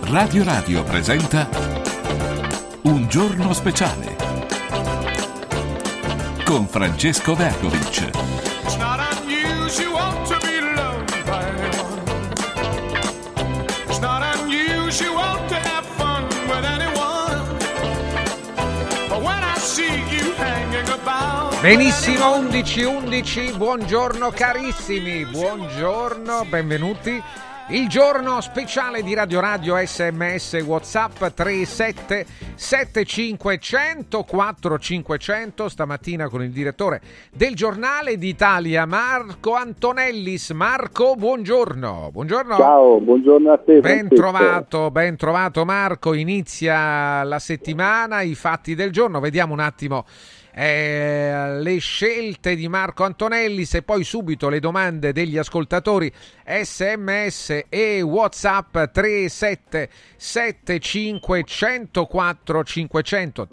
Radio Radio presenta Un giorno speciale con Francesco Vergovic. It's not unusual to be loved by anyone. It's not unusual to have fun with anyone. But when I see you hanging about. Benissimo, 11:11, buongiorno carissimi, buongiorno, benvenuti. Il giorno speciale di Radio Radio, SMS, WhatsApp 3775 104 500, stamattina con il direttore del Giornale d'Italia, Marco Antonellis. Marco, buongiorno. Buongiorno. Ciao, buongiorno a te. Ben trovato Marco, inizia la settimana, i fatti del giorno, vediamo un attimo le scelte di Marco Antonellis e poi subito le domande degli ascoltatori SMS e WhatsApp 3775 104 500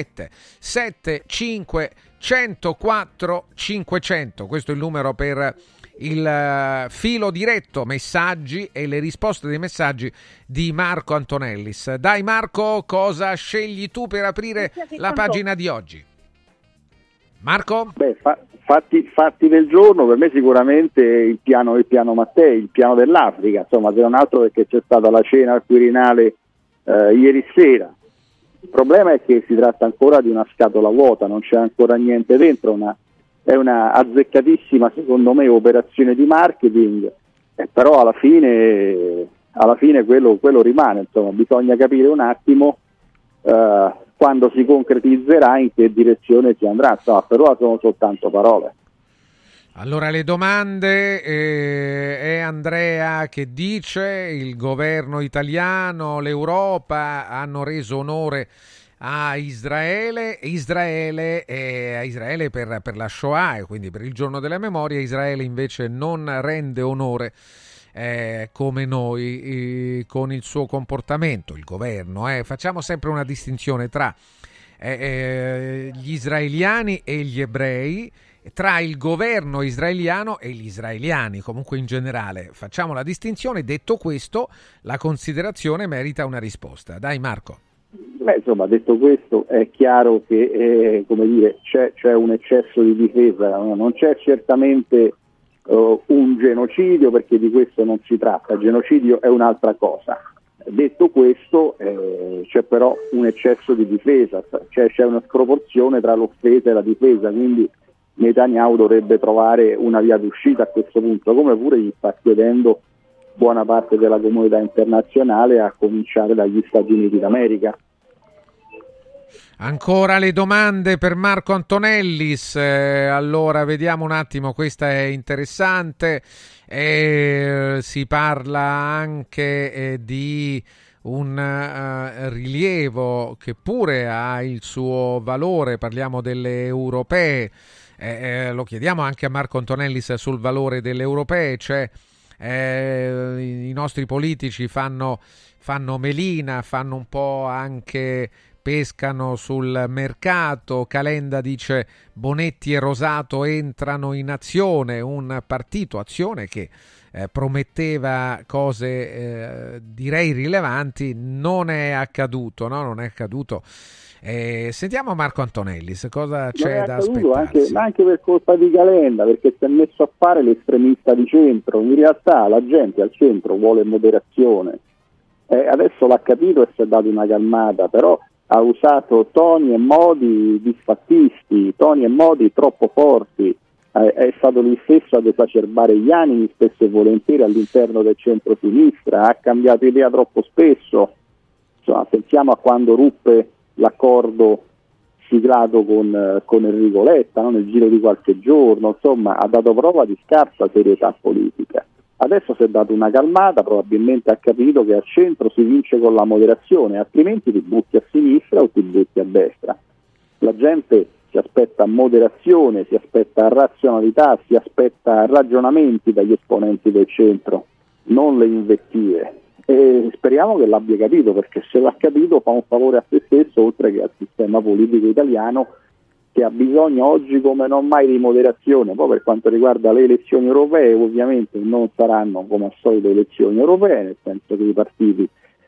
3775 104 500. Questo è il numero per il filo diretto, messaggi e le risposte dei messaggi di Marco Antonellis. Dai Marco, cosa scegli tu per aprire la pagina di oggi? Marco? Beh, fatti del giorno, per me sicuramente il piano Mattei, il piano dell'Africa, insomma, se non altro perché c'è stata la cena al Quirinale ieri sera. Il problema è che si tratta ancora di una scatola vuota, non c'è ancora niente dentro, è una azzeccatissima, secondo me, operazione di marketing, però alla fine quello rimane, insomma, bisogna capire un attimo quando si concretizzerà in che direzione si andrà, insomma, per ora sono soltanto parole. Allora le domande, è Andrea che dice: il governo italiano, l'Europa hanno reso onore a Israele per la Shoah e quindi per il giorno della memoria. Israele invece non rende onore come noi con il suo comportamento, il governo. Facciamo sempre una distinzione tra gli israeliani e gli ebrei, tra il governo israeliano e gli israeliani, comunque in generale facciamo la distinzione. Detto questo, la considerazione merita una risposta. Dai Marco. Beh, insomma, detto questo, è chiaro che c'è un eccesso di difesa, non c'è certamente un genocidio, perché di questo non si tratta, il genocidio è un'altra cosa. Detto questo, c'è però un eccesso di difesa, c'è una sproporzione tra l'offesa e la difesa, quindi Netanyahu dovrebbe trovare una via d'uscita a questo punto, come pure gli sta chiedendo buona parte della comunità internazionale, a cominciare dagli Stati Uniti d'America. Ancora le domande per Marco Antonellis. Allora vediamo un attimo, questa è interessante. Si parla anche di un rilievo che pure ha il suo valore, parliamo delle europee. Lo chiediamo anche a Marco Antonellis sul valore delle europee, cioè i nostri politici fanno melina, fanno un po' anche, pescano sul mercato. Calenda dice: Bonetti e Rosato entrano in Azione, un partito, Azione, che prometteva cose direi rilevanti. Non è accaduto, no? Non è accaduto. Sentiamo Marco Antonellis, cosa c'è da aspettarsi? Anche per colpa di Calenda, perché si è messo a fare l'estremista di centro. In realtà la gente al centro vuole moderazione, adesso l'ha capito e si è dato una calmata, però ha usato toni e modi disfattisti, toni e modi troppo forti, è stato lui stesso ad esacerbare gli animi spesso e volentieri all'interno del centro-sinistra, ha cambiato idea troppo spesso. Insomma, pensiamo a quando ruppe l'accordo siglato con Enrico Letta, no? Nel giro di qualche giorno, insomma ha dato prova di scarsa serietà politica. Adesso si è dato una calmata, probabilmente ha capito che al centro si vince con la moderazione, altrimenti ti butti a sinistra o ti butti a destra. La gente si aspetta moderazione, si aspetta razionalità, si aspetta ragionamenti dagli esponenti del centro, non le invettive. E speriamo che l'abbia capito, perché se l'ha capito fa un favore a se stesso, oltre che al sistema politico italiano, che ha bisogno oggi come non mai di moderazione. Poi per quanto riguarda le elezioni europee, ovviamente non saranno come al solito elezioni europee, nel senso che i partiti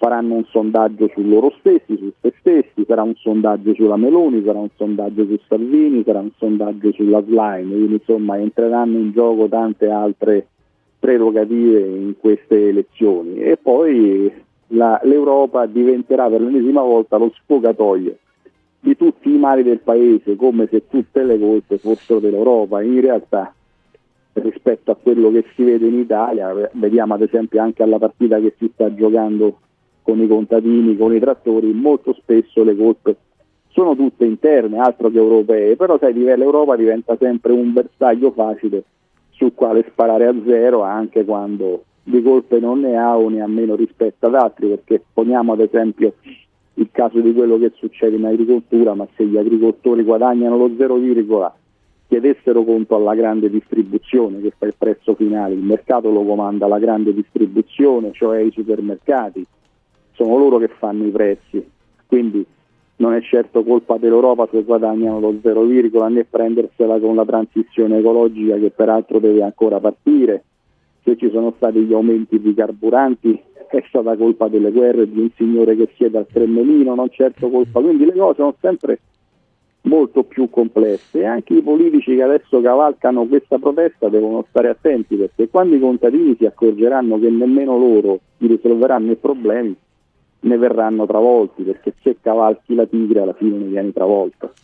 faranno un sondaggio su loro stessi, su se stessi, sarà un sondaggio sulla Meloni, sarà un sondaggio su Salvini, sarà un sondaggio sulla Schlein, quindi insomma entreranno in gioco tante altre prerogative in queste elezioni e poi l'Europa diventerà per l'ennesima volta lo sfogatoio di tutti i mali del paese, come se tutte le colpe fossero dell'Europa. In realtà, rispetto a quello che si vede in Italia, vediamo ad esempio anche alla partita che si sta giocando con i contadini, con i trattori, molto spesso le colpe sono tutte interne, altro che europee, però sai, l'Europa diventa sempre un bersaglio facile sul quale sparare a zero anche quando di colpe non ne ha o ne ha meno rispetto ad altri, perché poniamo ad esempio il caso di quello che succede in agricoltura, ma se gli agricoltori guadagnano lo 0, chiedessero conto alla grande distribuzione che fa il prezzo finale, il mercato lo comanda la grande distribuzione, cioè i supermercati, sono loro che fanno i prezzi, quindi non è certo colpa dell'Europa se guadagnano lo 0, né prendersela con la transizione ecologica che peraltro deve ancora partire. Se ci sono stati gli aumenti di carburanti è stata colpa delle guerre di un signore che siede al Cremlino, non certo colpa, quindi le cose sono sempre molto più complesse e anche i politici che adesso cavalcano questa protesta devono stare attenti, perché quando i contadini si accorgeranno che nemmeno loro gli risolveranno i problemi ne verranno travolti, perché se cavalchi la tigre alla fine ne vieni travolta.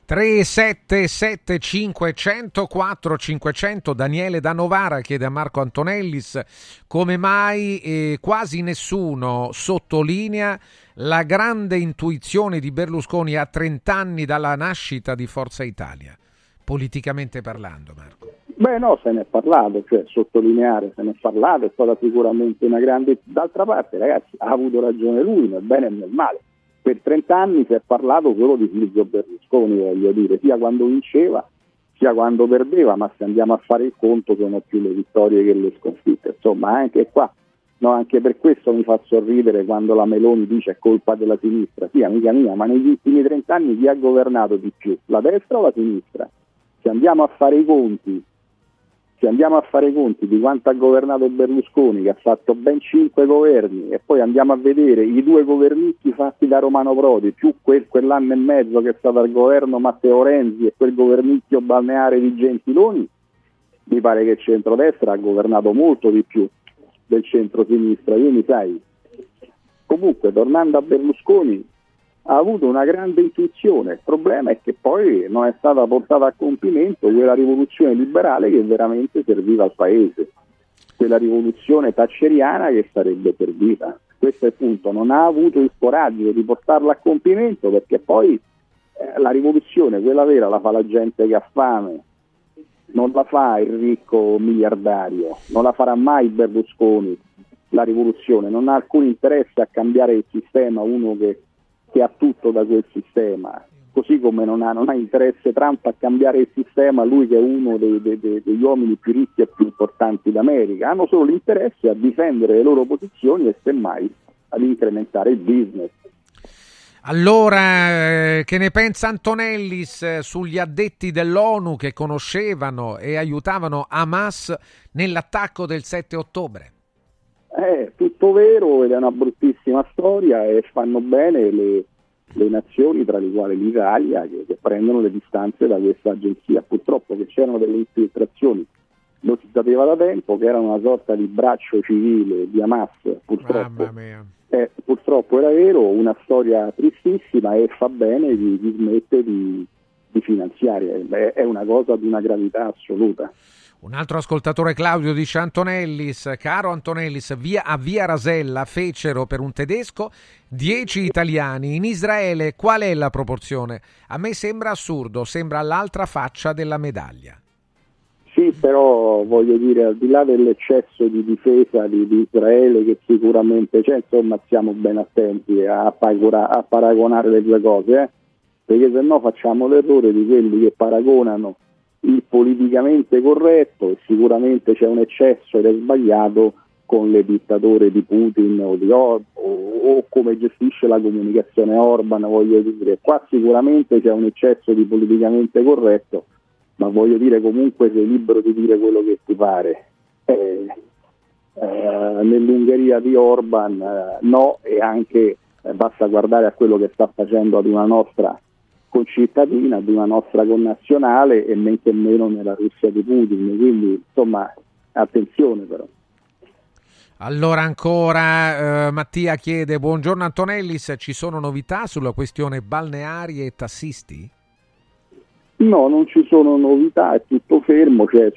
3775 104 500. Daniele da Novara chiede a Marco Antonellis come mai quasi nessuno sottolinea la grande intuizione di Berlusconi a 30 anni dalla nascita di Forza Italia, politicamente parlando, Marco. Beh no, se ne è parlato, cioè sottolineare, se ne è parlato, è stata sicuramente una grande... D'altra parte, ragazzi, ha avuto ragione lui, nel bene e nel male. Per 30 anni si è parlato solo di Silvio Berlusconi, voglio dire, sia quando vinceva, sia quando perdeva, ma se andiamo a fare il conto sono più le vittorie che le sconfitte. Insomma, anche qua, no, anche per questo mi fa sorridere quando la Meloni dice è colpa della sinistra. Sì, amica mia, ma negli ultimi 30 anni chi ha governato di più, la destra o la sinistra? Se andiamo a fare i conti di quanto ha governato Berlusconi, che ha fatto ben 5 governi, e poi andiamo a vedere i 2 governicchi fatti da Romano Prodi, più quell'anno e mezzo che è stato al governo Matteo Renzi e quel governicchio balneare di Gentiloni, mi pare che il centrodestra ha governato molto di più del centrosinistra. Quindi sai, comunque tornando a Berlusconi, ha avuto una grande intuizione, il problema è che poi non è stata portata a compimento quella rivoluzione liberale che veramente serviva al paese, quella rivoluzione thatcheriana che sarebbe servita. Questo è il punto, non ha avuto il coraggio di portarla a compimento, perché poi la rivoluzione, quella vera, la fa la gente che ha fame, non la fa il ricco miliardario, non la farà mai Berlusconi la rivoluzione, non ha alcun interesse a cambiare il sistema, uno che ha tutto da quel sistema, così come non ha interesse Trump a cambiare il sistema, lui che è uno degli uomini più ricchi e più importanti d'America. Hanno solo l'interesse a difendere le loro posizioni e semmai ad incrementare il business. Allora, che ne pensa Antonellis sugli addetti dell'ONU che conoscevano e aiutavano Hamas nell'attacco del 7 ottobre? È tutto vero ed è una bruttissima storia e fanno bene le nazioni, tra le quali l'Italia, che prendono le distanze da questa agenzia. Purtroppo che c'erano delle infiltrazioni, lo si sapeva da tempo, che era una sorta di braccio civile di Hamas, purtroppo era vero, una storia tristissima e fa bene di smette di finanziare, è una cosa di una gravità assoluta. Un altro ascoltatore, Claudio, dice Antonellis: caro Antonellis, a Via Rasella fecero per un tedesco 10 italiani. In Israele qual è la proporzione? A me sembra assurdo, sembra l'altra faccia della medaglia. Sì, però voglio dire, al di là dell'eccesso di difesa di Israele che sicuramente c'è, insomma stiamo ben attenti a paragonare le due cose, perché se no facciamo l'errore di quelli che paragonano il politicamente corretto, e sicuramente c'è un eccesso ed è sbagliato, con le dittature di Putin o come gestisce la comunicazione Orban. Voglio dire, qua sicuramente c'è un eccesso di politicamente corretto, ma voglio dire comunque sei libero di dire quello che ti pare. nell'Ungheria di Orban no, e anche basta guardare a quello che sta facendo ad una nostra concittadina, ad una nostra connazionale, e men che meno nella Russia di Putin, quindi insomma attenzione però. Allora ancora Mattia chiede: buongiorno Antonellis, ci sono novità sulla questione balneari e tassisti? No, non ci sono novità, è tutto fermo, c'è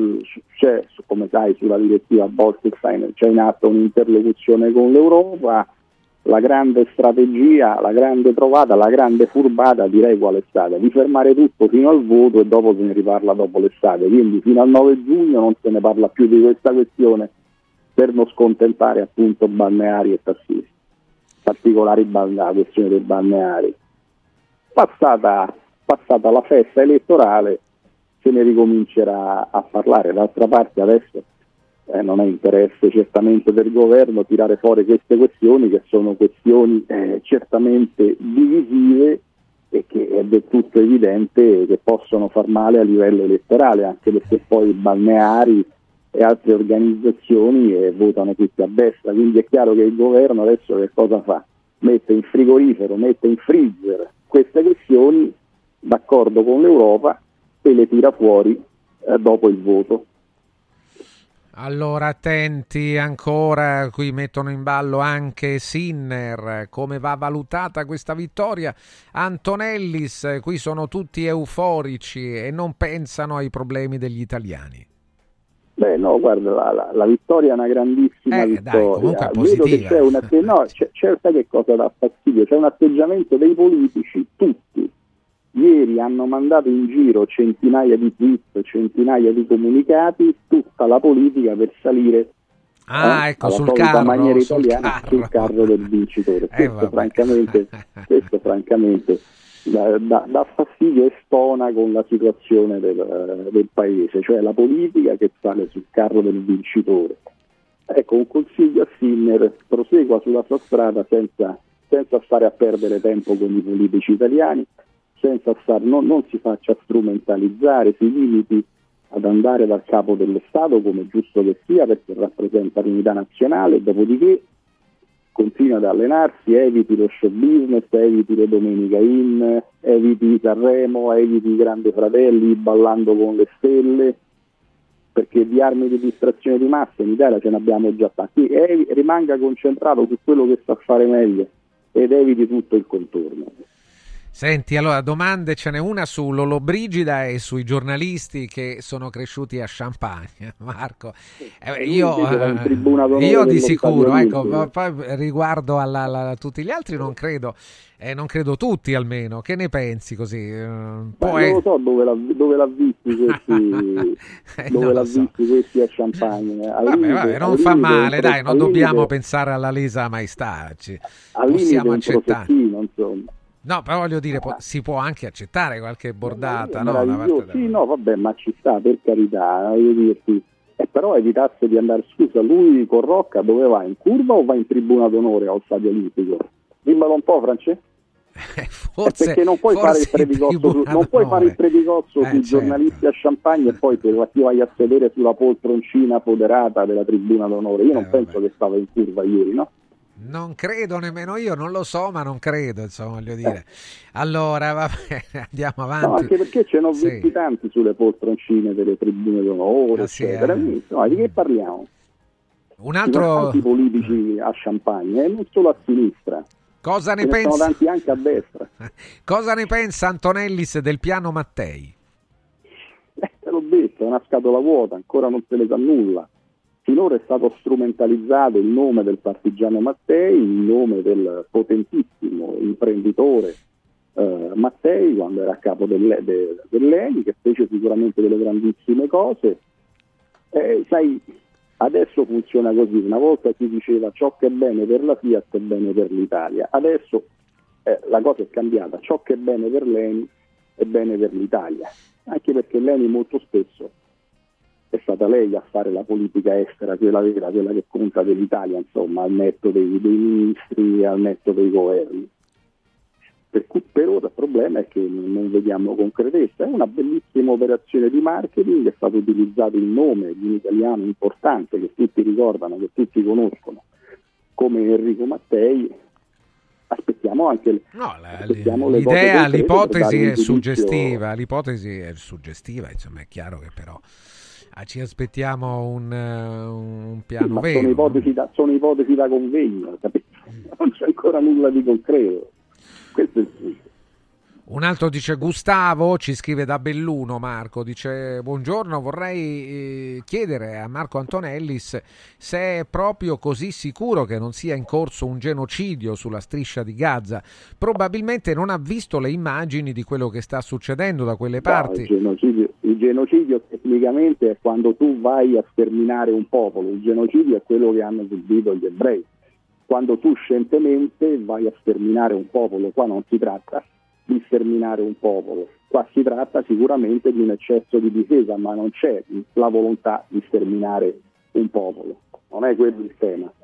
come sai sulla direttiva Bolkestein c'è in atto un'interlocuzione con l'Europa. La grande strategia, la grande trovata, la grande furbata, direi qual è stata? Di fermare tutto fino al voto e dopo se ne riparla dopo l'estate, quindi fino al 9 giugno non se ne parla più di questa questione, per non scontentare appunto balneari e tassisti, particolari la questione dei balneari. Passata la festa elettorale se ne ricomincerà a parlare. D'altra parte adesso non è interesse certamente del governo tirare fuori queste questioni, che sono questioni certamente divisive e che è del tutto evidente che possono far male a livello elettorale, anche perché poi i balneari e altre organizzazioni votano tutti a destra, quindi è chiaro che il governo adesso che cosa fa? Mette in frigorifero, mette in freezer queste questioni d'accordo con l'Europa e le tira fuori dopo il voto. Allora attenti ancora, qui mettono in ballo anche Sinner, come va valutata questa vittoria? Antonellis, qui sono tutti euforici e non pensano ai problemi degli italiani. Beh no, guarda, la vittoria è una grandissima vittoria. Dai, comunque è Vedo che positiva. sai che cosa dà fastidio? C'è un atteggiamento dei politici, tutti. Ieri hanno mandato in giro centinaia di tweet, centinaia di comunicati, tutta la politica per salire ecco, alla sul solita carro, maniera italiana sul carro del vincitore. Questo francamente dà fastidio e stona con la situazione del paese, cioè la politica che sale sul carro del vincitore. Ecco, un consiglio a Sinner: prosegua sulla sua strada senza stare a perdere tempo con i politici italiani, non si faccia strumentalizzare, si limiti ad andare dal capo dello Stato come giusto che sia, perché rappresenta l'unità nazionale, dopodiché continua ad allenarsi, eviti lo show business, eviti le Domenica Inn, eviti Sanremo, eviti i Grandi Fratelli, Ballando con le Stelle, perché di armi di distrazione di massa in Italia ce ne abbiamo già tanti. Rimanga concentrato su quello che sa fare meglio ed eviti tutto il contorno. Senti, allora domande ce n'è una su Lollobrigida e sui giornalisti che sono cresciuti a Champagne. Marco, io di sicuro, ecco, poi riguardo a tutti gli altri non credo tutti almeno. Che ne pensi così? Poi non lo so dove l'ha visti questi questi a Champagne. Vabbè, non fa male, dai, non dobbiamo pensare alla lesa maestà, possiamo accettare. Insomma. No, però voglio dire, si può anche accettare qualche bordata, no? Vabbè, ma ci sta, per carità, voglio dirti. Però evitasse di andare, scusa, lui con Rocca dove va? In curva o va in tribuna d'onore allo Stadio Olimpico? Dimmelo un po', Francesco. Forse, perché non puoi fare il previgozzo sui giornalisti a Champagne e poi ti vai a sedere sulla poltroncina foderata della tribuna d'onore. Io non penso che stava in curva ieri, no? Non credo nemmeno io, non lo so, ma non credo, insomma, voglio dire. Allora, va bene, andiamo avanti. No, anche perché ce n'ho visti tanti sulle poltroncine delle tribune d'onore, eccetera. No, di che parliamo? Un altro... Tanti politici a Champagne, non solo a sinistra. Cosa ne pensa? Sono tanti anche a destra. Cosa ne pensa Antonellis del piano Mattei? Te l'ho detto, è una scatola vuota, ancora non se ne sa nulla. Finora è stato strumentalizzato il nome del partigiano Mattei, il nome del potentissimo imprenditore Mattei, quando era a capo dell'ENI, che fece sicuramente delle grandissime cose. Sai, adesso funziona così: una volta si diceva ciò che è bene per la Fiat è bene per l'Italia, adesso la cosa è cambiata: ciò che è bene per l'ENI è bene per l'Italia, anche perché l'ENI molto spesso è stata lei a fare la politica estera, quella vera, quella che conta dell'Italia, insomma, al netto dei ministri, al netto dei governi. Per cui per ora il problema è che non vediamo concretezza. È una bellissima operazione di marketing, è stato utilizzato il nome di un italiano importante che tutti ricordano, che tutti conoscono, come Enrico Mattei. Aspettiamo anche l'idea, l'ipotesi è suggestiva, insomma è chiaro che però ci aspettiamo un piano vero. Sono ipotesi da convegno, capito? Non c'è ancora nulla di concreto. Questo è il punto. Un altro dice: Gustavo ci scrive da Belluno. Marco dice: buongiorno, vorrei chiedere a Marco Antonellis se è proprio così sicuro che non sia in corso un genocidio sulla striscia di Gaza. Probabilmente non ha visto le immagini di quello che sta succedendo da quelle parti. Il genocidio tecnicamente è quando tu vai a sterminare un popolo. Il genocidio è quello che hanno subito gli ebrei. Quando tu scientemente vai a sterminare un popolo, qua non si tratta di sterminare un popolo, qua si tratta sicuramente di un eccesso di difesa, ma non c'è la volontà di sterminare un popolo, non è quello il tema.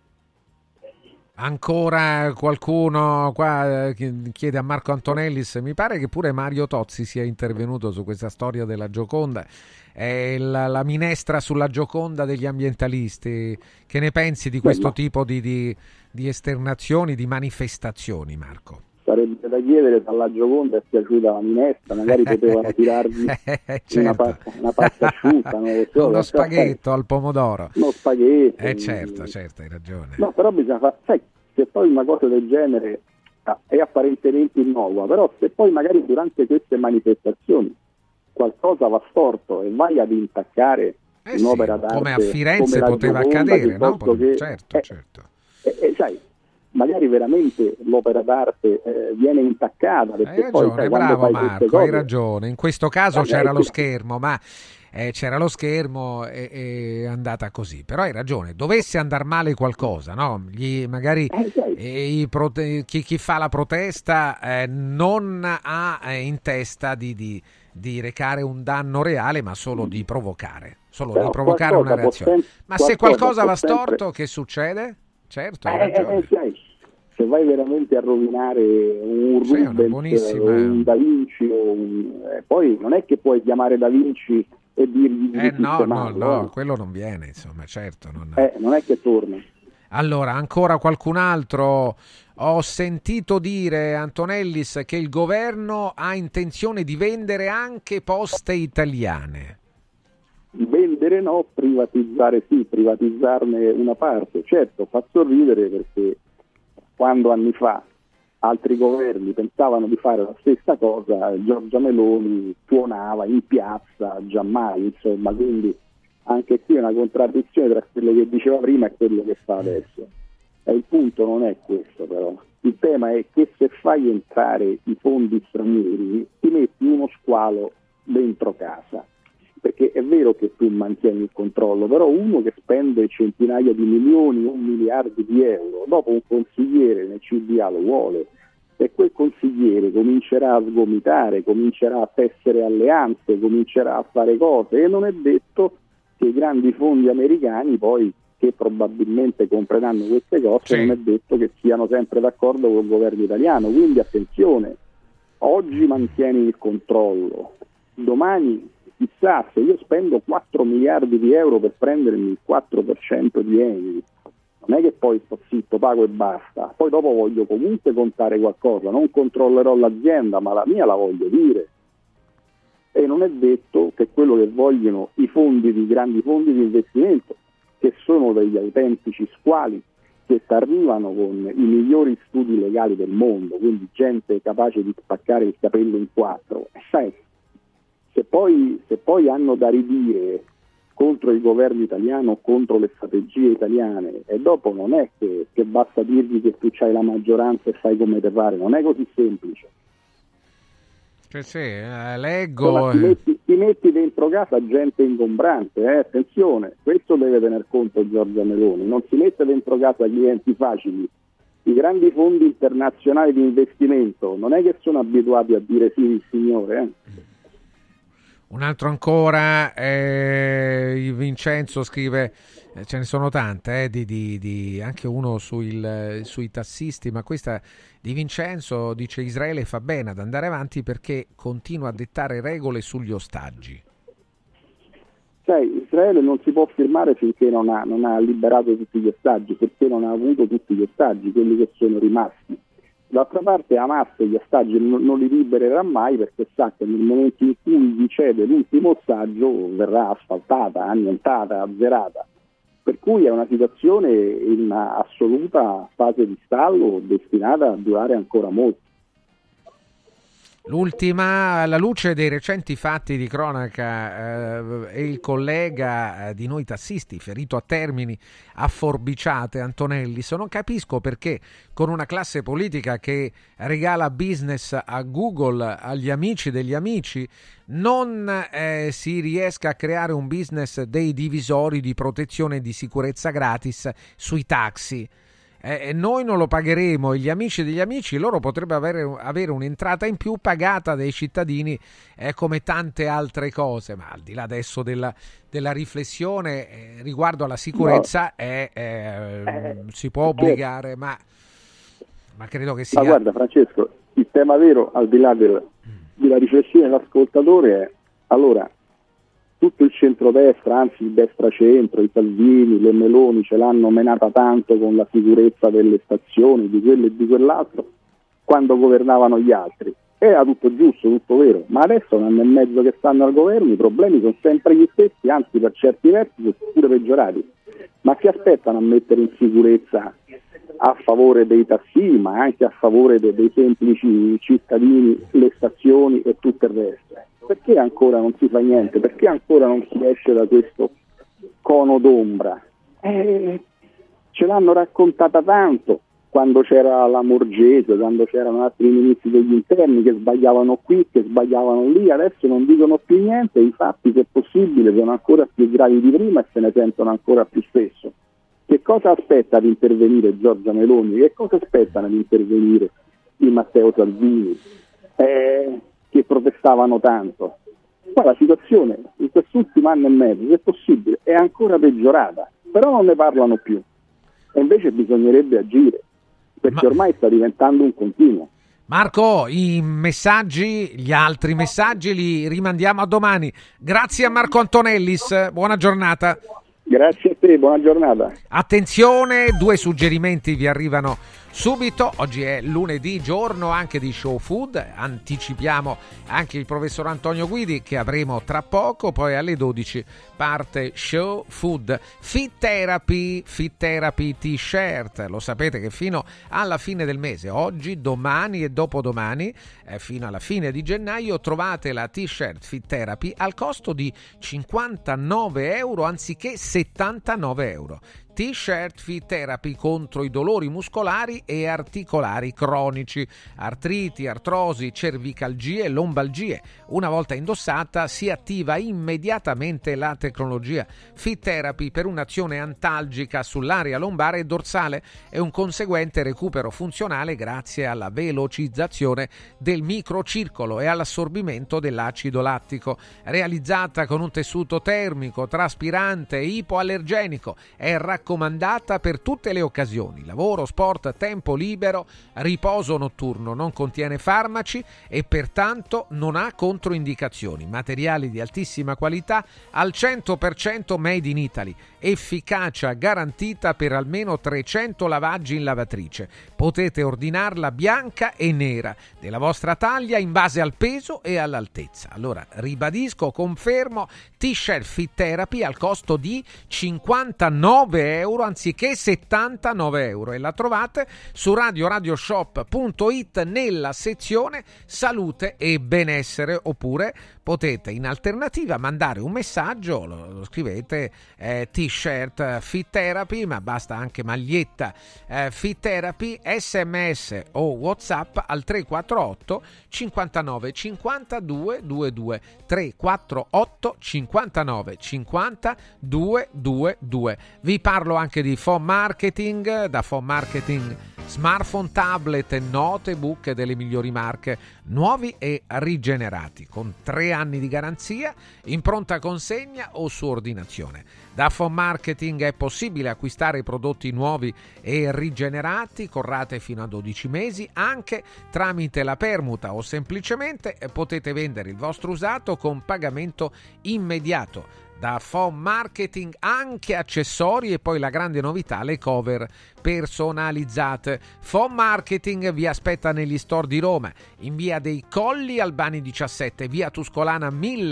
Ancora qualcuno qua chiede a Marco Antonellis, mi pare che pure Mario Tozzi sia intervenuto su questa storia della Gioconda, la minestra sulla Gioconda degli ambientalisti. Che ne pensi di questo tipo di esternazioni, di manifestazioni, Marco? Sarebbe da chiedere se alla Gioconda è piaciuta la minestra, magari potevano tirargli certo. una pasta asciutta, non lo so, uno spaghetto al pomodoro. Uno spaghetto. Certo, hai ragione. No, però bisogna fare, sai, se poi una cosa del genere è apparentemente innocua, però se poi magari durante queste manifestazioni qualcosa va storto e vai ad intaccare un'opera d'arte come a Firenze come poteva Gioconda, accadere, no? Certo. Sai, magari veramente l'opera d'arte viene intaccata. Hai ragione, poi, bravo Marco, hai ragione. In questo caso c'era lo schermo, ma c'era lo schermo e è andata così. Però hai ragione, dovesse andare male qualcosa, no? Magari chi fa la protesta non ha in testa di recare un danno reale, ma solo di provocare, di provocare una reazione. Ma se qualcosa va storto, che succede? Certo, hai ragione. Se vai veramente a rovinare un Rubens, un Da Vinci, poi non è che puoi chiamare Da Vinci e dirgli no, quello non viene, insomma, certo. Non è che torna. Allora, ancora qualcun altro? Ho sentito dire, Antonellis, che il governo ha intenzione di vendere anche Poste Italiane. Vendere no, privatizzare sì, privatizzarne una parte. Certo, fa sorridere perché quando anni fa altri governi pensavano di fare la stessa cosa, Giorgia Meloni tuonava in piazza, giammai, insomma, quindi anche qui è una contraddizione tra quello che diceva prima e quello che fa adesso. E il punto non è questo però, il tema è che se fai entrare i fondi stranieri ti metti uno squalo dentro casa. Perché è vero che tu mantieni il controllo, però uno che spende centinaia di milioni o miliardi di euro, dopo un consigliere nel CDA lo vuole, e quel consigliere comincerà a sgomitare, comincerà a tessere alleanze, comincerà a fare cose, e non è detto che i grandi fondi americani poi, che probabilmente compreranno queste cose, non è detto che siano sempre d'accordo con il governo italiano. Quindi attenzione, oggi mantieni il controllo, domani chissà, se io spendo 4 miliardi di euro per prendermi il 4% di Eni, non è che poi sto zitto, pago e basta, poi dopo voglio comunque contare qualcosa, non controllerò l'azienda, ma la mia la voglio dire. E non è detto che quello che vogliono i grandi fondi di investimento, che sono degli autentici squali, che arrivano con i migliori studi legali del mondo, quindi gente capace di spaccare il capello in quattro, sai, se poi hanno da ridire contro il governo italiano, contro le strategie italiane, e dopo non è che basta dirgli che tu c'hai la maggioranza e fai come te pare, non è così semplice. Leggo. Ti metti dentro casa gente ingombrante, attenzione, questo deve tener conto Giorgia Meloni, non si mette dentro casa clienti facili. I grandi fondi internazionali di investimento non è che sono abituati a dire sì il signore. Un altro ancora, Vincenzo scrive, ce ne sono tante, anche uno sui tassisti, ma questa di Vincenzo dice: Israele fa bene ad andare avanti perché continua a dettare regole sugli ostaggi. Sai, Israele non si può firmare finché non ha liberato tutti gli ostaggi, perché non ha avuto tutti gli ostaggi, quelli che sono rimasti. D'altra parte Hamas gli ostaggi non li libererà mai, perché sa che nel momento in cui gli cede l'ultimo ostaggio verrà asfaltata, annientata, azzerata. Per cui è una situazione in assoluta fase di stallo destinata a durare ancora molto. L'ultima, alla luce dei recenti fatti di cronaca e il collega di noi tassisti ferito a Termini a forbiciate, Antonellis, non capisco perché con una classe politica che regala business a Google, agli amici degli amici, non si riesca a creare un business dei divisori di protezione e di sicurezza gratis sui taxi. Noi non lo pagheremo e gli amici degli amici, loro potrebbero avere un'entrata in più pagata dai cittadini, come tante altre cose. Ma al di là adesso della riflessione riguardo alla sicurezza, si può obbligare, ma credo che sia... Ma guarda Francesco, il tema vero, al di là della riflessione dell'ascoltatore, è allora tutto il centrodestra, anzi il destra-centro, i Salvini, le Meloni ce l'hanno menata tanto con la sicurezza delle stazioni, di quello e di quell'altro, quando governavano gli altri. Era tutto giusto, tutto vero, ma adesso, un anno e mezzo che stanno al governo, i problemi sono sempre gli stessi, anzi per certi versi sono pure peggiorati. Ma si aspettano a mettere in sicurezza a favore dei tassi, ma anche a favore dei semplici cittadini, le stazioni e tutto il resto? Perché ancora non si fa niente? Perché ancora non si esce da questo cono d'ombra? Ce l'hanno raccontata tanto quando c'era la Morgese, quando c'erano altri ministri degli interni che sbagliavano qui, che sbagliavano lì, adesso non dicono più niente, i fatti, se possibile, sono ancora più gravi di prima e se ne sentono ancora più spesso. Che cosa aspetta ad intervenire Giorgia Meloni? Che cosa aspettano ad intervenire i Matteo Salvini? Che protestavano tanto. Poi la situazione in quest'ultimo anno e mezzo, se possibile, è ancora peggiorata, però non ne parlano più e invece bisognerebbe agire, perché ormai sta diventando un continuo. Marco, i messaggi, gli altri messaggi li rimandiamo a domani. Grazie a Marco Antonellis, buona giornata. Grazie a te, buona giornata. Attenzione, 2 suggerimenti vi arrivano subito. Oggi è lunedì, giorno anche di Show Food. Anticipiamo anche il professor Antonio Guidi che avremo tra poco. Poi alle 12 parte Show Food. Fit Therapy t-shirt. Lo sapete che fino alla fine del mese, oggi, domani e dopodomani, fino alla fine di gennaio, trovate la t-shirt Fit Therapy al costo di €59 anziché €79. T-shirt Fit Therapy contro i dolori muscolari e articolari cronici, artriti, artrosi, cervicalgie e lombalgie. Una volta indossata si attiva immediatamente la tecnologia Fit Therapy per un'azione antalgica sull'area lombare e dorsale e un conseguente recupero funzionale grazie alla velocizzazione del microcircolo e all'assorbimento dell'acido lattico. Realizzata con un tessuto termico, traspirante e ipoallergenico, è raccomandata per tutte le occasioni: lavoro, sport, tempo libero, riposo notturno. Non contiene farmaci e pertanto non ha controindicazioni. Materiali di altissima qualità al 100% made in Italy. Efficacia garantita per almeno 300 lavaggi in lavatrice. Potete ordinarla bianca e nera della vostra taglia in base al peso e all'altezza. Allora ribadisco, confermo, t-shirt Fit Therapy al costo di €59 anziché €79 e la trovate su radioshop.it nella sezione salute e benessere, oppure potete in alternativa mandare un messaggio, lo scrivete t-shirt Fit Therapy, ma basta anche maglietta Fit Therapy, sms o WhatsApp al 348 59 50 222 348 59 50 222. Vi parlo anche di Phone Marketing. Da Phone Marketing smartphone, tablet e notebook delle migliori marche, nuovi e rigenerati, con 3 anni di garanzia, in pronta consegna o su ordinazione. Da Phone Marketing è possibile acquistare prodotti nuovi e rigenerati con rate fino a 12 mesi, anche tramite la permuta, o semplicemente potete vendere il vostro usato con pagamento immediato. Da Phone Marketing anche accessori e poi la grande novità, le cover personalizzate. Phone Marketing vi aspetta negli store di Roma, in via dei Colli Albani 17, via Tuscolana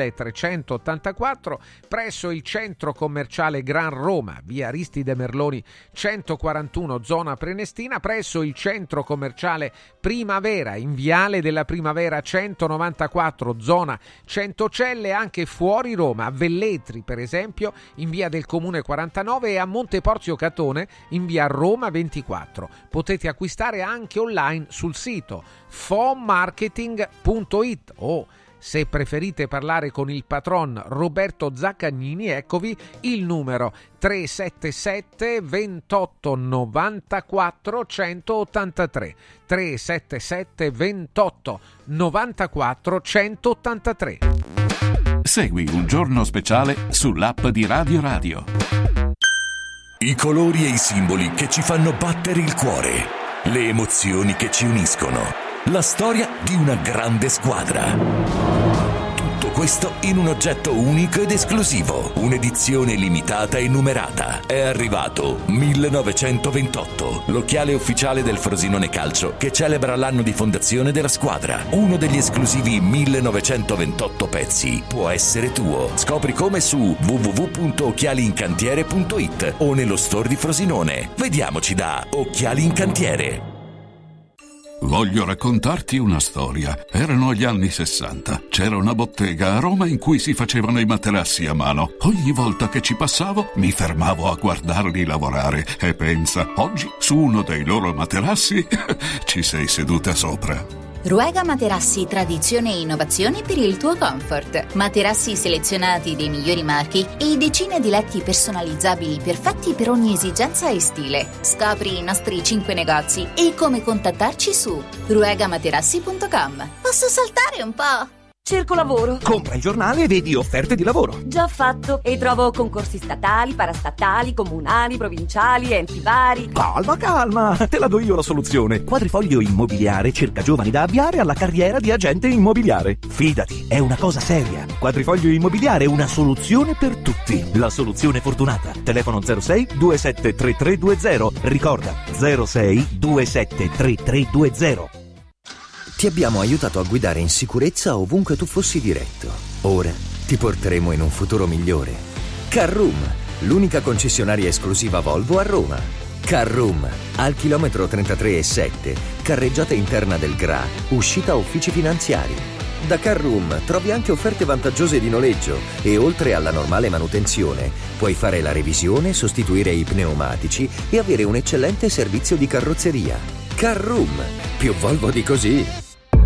1384, presso il centro commerciale Gran Roma, via Aristide Merloni 141, zona Prenestina, presso il centro commerciale Primavera, in viale della Primavera 194, zona Centocelle, anche fuori Roma, a Velletri per esempio, in via del Comune 49 e a Monteporzio Catone, in via Roma 24. Potete acquistare anche online sul sito phonemarketing.it o, se preferite parlare con il patron Roberto Zaccagnini, eccovi il numero 377 28 94 183 377 28 94 183. Segui Un Giorno Speciale sull'app di Radio Radio. I colori e i simboli che ci fanno battere il cuore, le emozioni che ci uniscono, la storia di una grande squadra. Tutto questo in un oggetto unico ed esclusivo, un'edizione limitata e numerata. È arrivato 1928, l'occhiale ufficiale del Frosinone Calcio che celebra l'anno di fondazione della squadra. Uno degli esclusivi 1928 pezzi può essere tuo. Scopri come su www.occhialiincantiere.it o nello store di Frosinone. Vediamoci da Occhiali in Cantiere. Voglio raccontarti una storia. Erano gli anni 60. C'era una bottega a Roma in cui si facevano i materassi a mano. Ogni volta che ci passavo mi fermavo a guardarli lavorare e pensa, oggi su uno dei loro materassi ci sei seduta sopra. Ruega Materassi, tradizione e innovazione per il tuo comfort. Materassi selezionati dei migliori marchi e decine di letti personalizzabili perfetti per ogni esigenza e stile. Scopri i nostri 5 negozi e come contattarci su ruegamaterassi.com. Posso saltare un po'? Cerco lavoro. Compra il giornale e vedi offerte di lavoro. Già fatto. E trovo concorsi statali, parastatali, comunali, provinciali, enti vari. Calma, te la do io la soluzione. Quadrifoglio Immobiliare cerca giovani da avviare alla carriera di agente immobiliare. Fidati, è una cosa seria. Quadrifoglio Immobiliare è una soluzione per tutti. La soluzione fortunata. Telefono 06 27 3320. Ricorda, 06 27 3320. Ti abbiamo aiutato a guidare in sicurezza ovunque tu fossi diretto. Ora ti porteremo in un futuro migliore. Carroom, l'unica concessionaria esclusiva Volvo a Roma. Carroom, al chilometro 33,7, carreggiata interna del GRA, uscita uffici finanziari. Da Carroom trovi anche offerte vantaggiose di noleggio e oltre alla normale manutenzione puoi fare la revisione, sostituire i pneumatici e avere un eccellente servizio di carrozzeria. Carroom, più Volvo di così.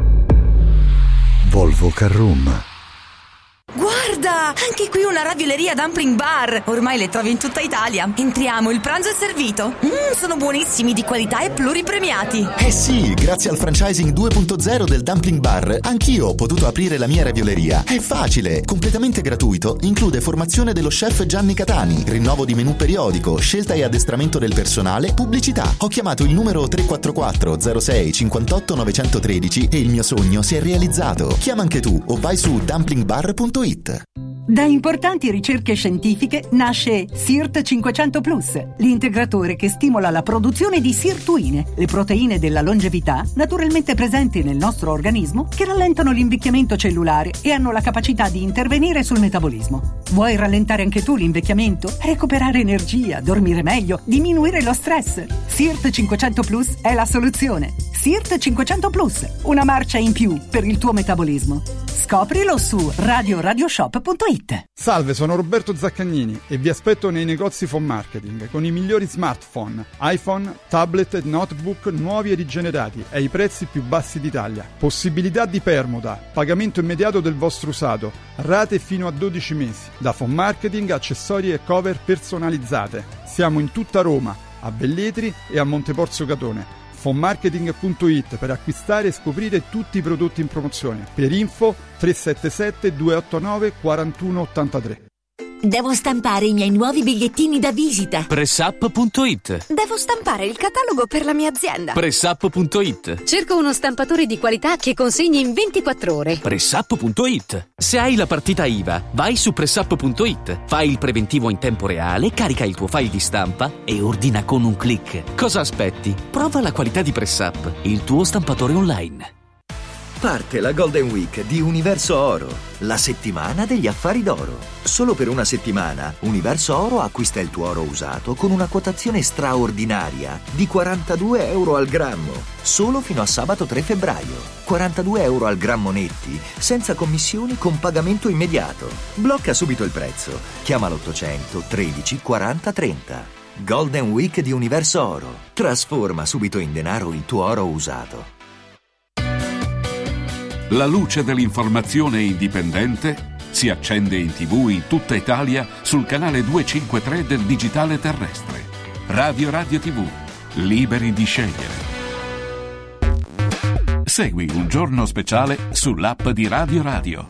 Volvo Carroom. Guarda, anche qui una ravioleria Dumpling Bar. Ormai le trovi in tutta Italia. Entriamo, il pranzo è servito. Sono buonissimi, di qualità e pluripremiati. Eh sì, grazie al franchising 2.0 del Dumpling Bar, anch'io ho potuto aprire la mia ravioleria. È facile, completamente gratuito, include formazione dello chef Gianni Catani, rinnovo di menù periodico, scelta e addestramento del personale, pubblicità. Ho chiamato il numero 344 06 58 913 e il mio sogno si è realizzato. Chiama anche tu o vai su dumplingbar.it. Da importanti ricerche scientifiche nasce SIRT 500 Plus, l'integratore che stimola la produzione di sirtuine, le proteine della longevità naturalmente presenti nel nostro organismo che rallentano l'invecchiamento cellulare e hanno la capacità di intervenire sul metabolismo. Vuoi rallentare anche tu l'invecchiamento? Recuperare energia, dormire meglio, diminuire lo stress? SIRT 500 Plus è la soluzione. SIRT 500 Plus, una marcia in più per il tuo metabolismo. Scoprilo su radioshop.it. Salve, sono Roberto Zaccagnini e vi aspetto nei negozi Phone Marketing con i migliori smartphone, iPhone, tablet e notebook nuovi e rigenerati ai prezzi più bassi d'Italia. Possibilità di permuta, pagamento immediato del vostro usato, rate fino a 12 mesi. Da Phone Marketing, accessori e cover personalizzate. Siamo in tutta Roma, a Velletri e a Monteporzio Catone. fonmarketing.it per acquistare e scoprire tutti i prodotti in promozione. Per info 377 289 4183. Devo stampare i miei nuovi bigliettini da visita. Pressup.it. Devo stampare il catalogo per la mia azienda. Pressup.it. Cerco uno stampatore di qualità che consegni in 24 ore. Pressup.it. Se hai la partita IVA, vai su Pressup.it. Fai il preventivo in tempo reale, carica il tuo file di stampa e ordina con un click. Cosa aspetti? Prova la qualità di Pressup, il tuo stampatore online. Parte la Golden Week di Universo Oro, la settimana degli affari d'oro. Solo per una settimana Universo Oro acquista il tuo oro usato con una quotazione straordinaria di 42 euro al grammo, solo fino a sabato 3 febbraio. 42 euro al grammo netti, senza commissioni, con pagamento immediato. Blocca subito il prezzo. Chiama l'800 13 40 30. Golden Week di Universo Oro. Trasforma subito in denaro il tuo oro usato. La luce dell'informazione indipendente si accende in TV in tutta Italia sul canale 253 del digitale terrestre. Radio TV, liberi di scegliere. Segui Un Giorno Speciale sull'app di Radio Radio.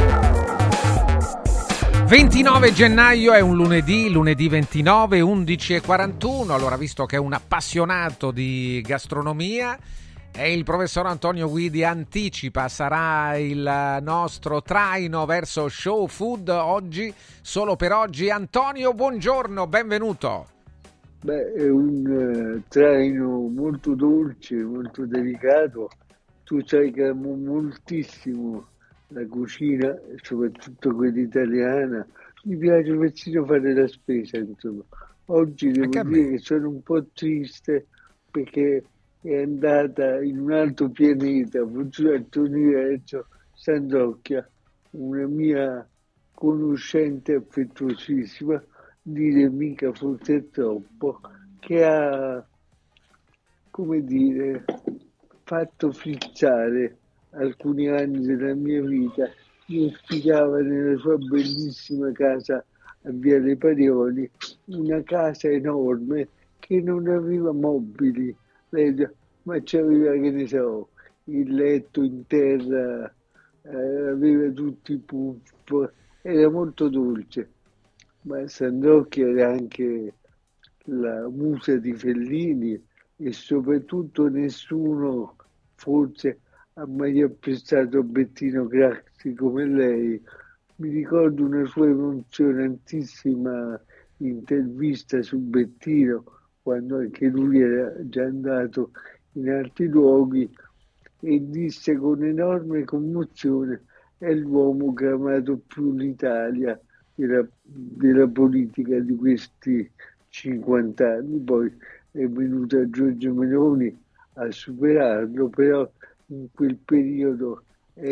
29 gennaio è un lunedì 29, 11:41. Allora, visto che è un appassionato di gastronomia, e il professor Antonio Guidi anticipa, sarà il nostro traino verso Show Food oggi, solo per oggi. Antonio, buongiorno, benvenuto. È un traino molto dolce, molto delicato. Tu sai che amo moltissimo la cucina, soprattutto quella italiana. Mi piace persino fare la spesa, insomma. Oggi devo dire che sono un po' triste perché è andata in un altro pianeta, forse un altro universo, Sandrocchia, una mia conoscente affettuosissima, dire mica forse troppo, che ha, come dire, fatto frizzare alcuni anni della mia vita. Mi ospitava nella sua bellissima casa a Viale Parioli, una casa enorme che non aveva mobili, ma c'aveva, che ne so, il letto in terra, aveva tutti i puff, era molto dolce. Ma Sandrocchia era anche la musa di Fellini e soprattutto nessuno forse ha mai apprezzato Bettino Craxi come lei. Mi ricordo una sua emozionantissima intervista su Bettino, quando anche lui era già andato in altri luoghi, e disse con enorme commozione: è l'uomo che ha amato più l'Italia della politica di questi 50 anni. Poi è venuta Giorgia Meloni a superarlo, però in quel periodo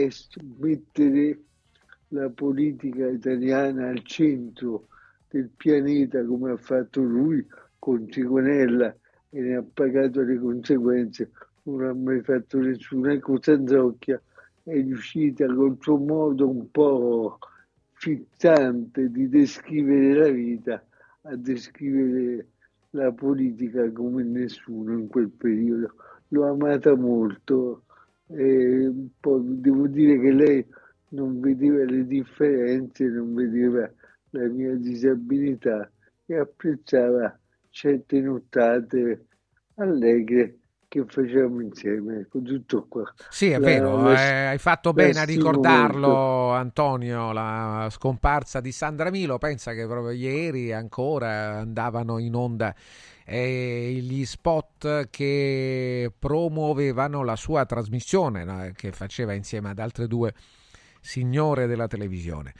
mettere la politica italiana al centro del pianeta come ha fatto lui con Cigonella, e ne ha pagato le conseguenze, non ha mai fatto nessuno. Ecco, Sandrocchia è riuscita col suo modo un po' fizzante di descrivere la vita a descrivere la politica come nessuno in quel periodo. L'ho amata molto, e poi devo dire che lei non vedeva le differenze, non vedeva la mia disabilità e apprezzava certe nottate allegre che facciamo insieme. Ecco, tutto qua. Sì, è vero, hai fatto bene a ricordarlo, molto. Antonio, la scomparsa di Sandra Milo. Pensa che proprio ieri ancora andavano in onda gli spot che promuovevano la sua trasmissione, no? Che faceva insieme ad altre due signore della televisione.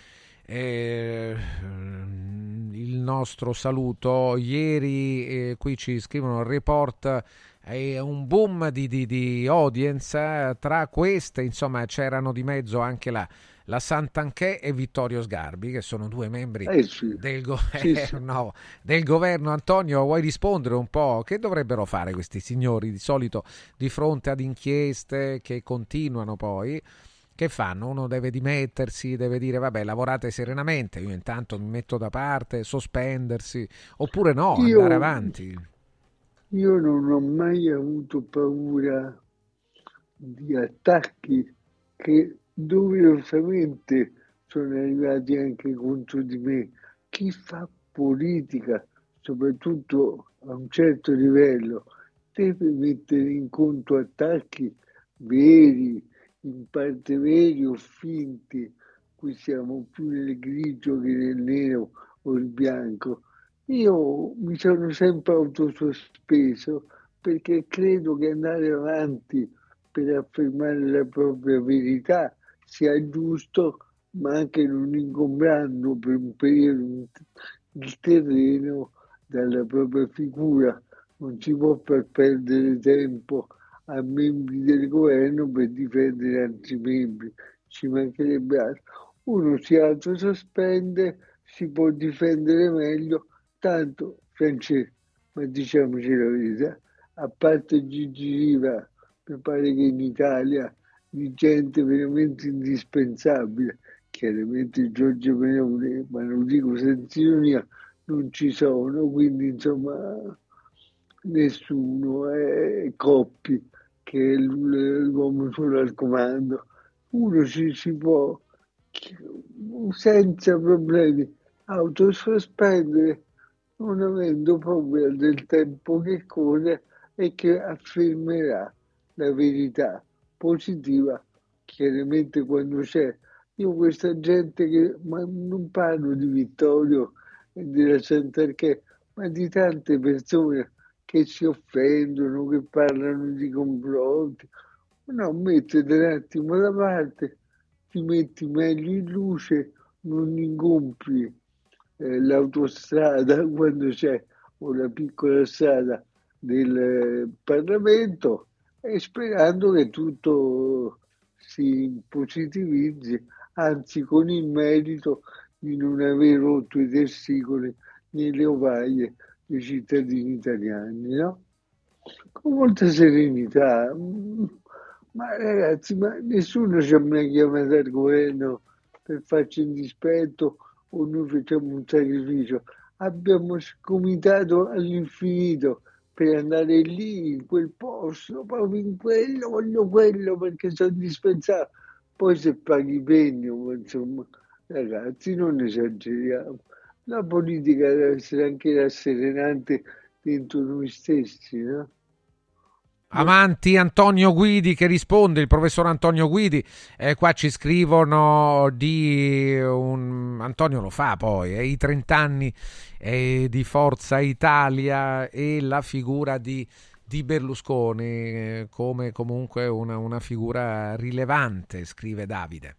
Il nostro saluto. Ieri qui ci scrivono report, un boom di audience, tra queste insomma c'erano di mezzo anche la Santanchè e Vittorio Sgarbi, che sono due membri del governo. Del governo. Antonio, vuoi rispondere un po'? Che dovrebbero fare questi signori di solito di fronte ad inchieste che continuano poi? Che fanno? Uno deve dimettersi, deve dire vabbè, lavorate serenamente, io intanto mi metto da parte, sospendersi, oppure no, andare avanti. Io non ho mai avuto paura di attacchi che doverosamente sono arrivati anche contro di me. Chi fa politica, soprattutto a un certo livello, deve mettere in conto attacchi veri, in parte veri o finti. Qui siamo più nel grigio che nel nero o il bianco. Io mi sono sempre autosospeso perché credo che andare avanti per affermare la propria verità sia giusto, ma anche non ingombrando per un periodo il terreno dalla propria figura. Non si può far perdere tempo a membri del governo per difendere altri membri, ci mancherebbe altro. Uno si autosospende, si può difendere meglio, tanto Francesco, ma diciamoci la verità, a parte Gigi Riva, mi pare che in Italia di gente veramente indispensabile, chiaramente Giorgio Meloni, ma lo dico senza ironia, non ci sono, quindi insomma nessuno, è Coppi che è l'uomo solo al comando. Uno si può senza problemi autosospendere, non avendo paura del tempo che corre e che affermerà la verità positiva, chiaramente quando c'è. Io questa gente che, ma non parlo di Vittorio e della Santarché, ma di tante persone che si offendono, che parlano di complotti, no, mettete un attimo da parte, ti metti meglio in luce, non ingompri l'autostrada quando c'è o la piccola strada del Parlamento e sperando che tutto si positivizzi, anzi con il merito di non aver rotto i testicoli nelle ovaie dei cittadini italiani, no? Con molta serenità. Ma ragazzi, ma nessuno ci ha mai chiamato al governo per farci un dispetto o noi facciamo un sacrificio. Abbiamo scomitato all'infinito per andare lì, in quel posto, proprio in quello, voglio quello perché sono indispensabile. Poi se paghi i pegno, insomma, ragazzi, non esageriamo. La politica deve essere anche rasserenante dentro noi stessi, no? Amanti Antonio Guidi che risponde, il professor Antonio Guidi, qua ci scrivono di Antonio lo fa poi, i 30 anni di Forza Italia e la figura di Berlusconi come comunque una figura rilevante, scrive Davide.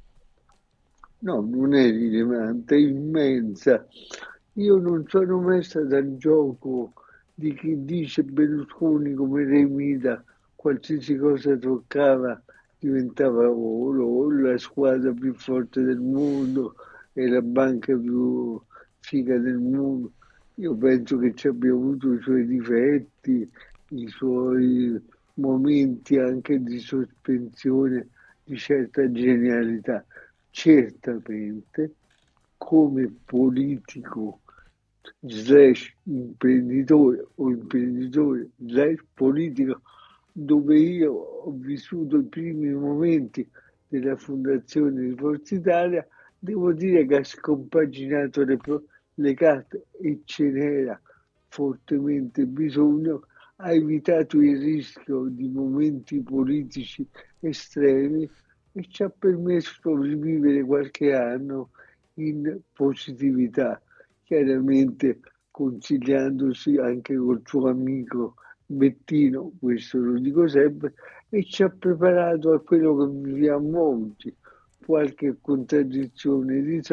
No, non è rilevante, è immensa. Io non sono mai stato al gioco di chi dice Berlusconi come Re Mida, qualsiasi cosa toccava diventava oro, la squadra più forte del mondo e la banca più figa del mondo. Io penso che ci abbia avuto i suoi difetti, i suoi momenti anche di sospensione di certa genialità. Certamente come politico slash imprenditore o imprenditore slash politico, dove io ho vissuto i primi momenti della fondazione di Forza Italia, devo dire che ha scompaginato le carte e ce n'era fortemente bisogno, ha evitato il rischio di momenti politici estremi e ci ha permesso di vivere qualche anno in positività, chiaramente consigliandosi anche col suo amico Bettino, questo lo dico sempre, e ci ha preparato a quello che viviamo oggi, qualche contraddizione di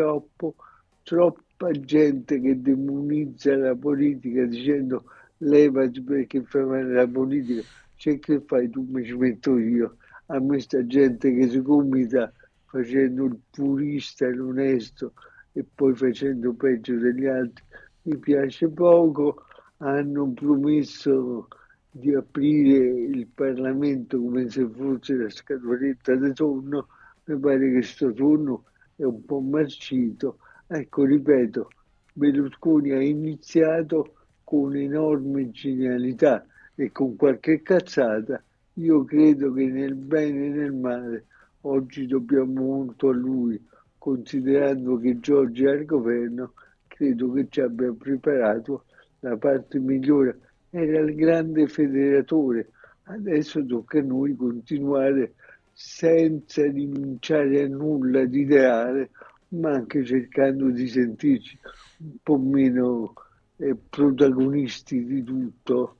troppa gente che demonizza la politica dicendo levati perché fai male la politica, c'è che fai tu, mi ci metto io. A me sta gente che si gomita facendo il purista, l'onesto e poi facendo peggio degli altri mi piace poco. Hanno promesso di aprire il Parlamento come se fosse la scatoletta di tonno, mi pare che sto tonno è un po' marcito. Ecco, ripeto, Berlusconi ha iniziato con enorme genialità e con qualche cazzata, io credo che nel bene e nel male oggi dobbiamo molto a lui, considerando che Giorgia è al governo, credo che ci abbia preparato la parte migliore. Era il grande federatore, adesso tocca a noi continuare senza rinunciare a nulla di ideale, ma anche cercando di sentirci un po' meno protagonisti di tutto.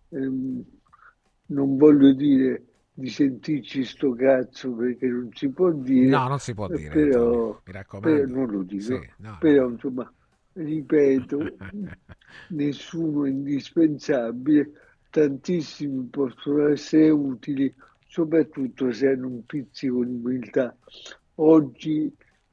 Non voglio dire di sentirci sto cazzo perché non si può dire. No, non si può dire, però, mi raccomando. però non lo dico. Sì, no, però insomma, ripeto, nessuno è indispensabile, tantissimi possono essere utili, soprattutto se hanno un pizzico di umiltà. Oggi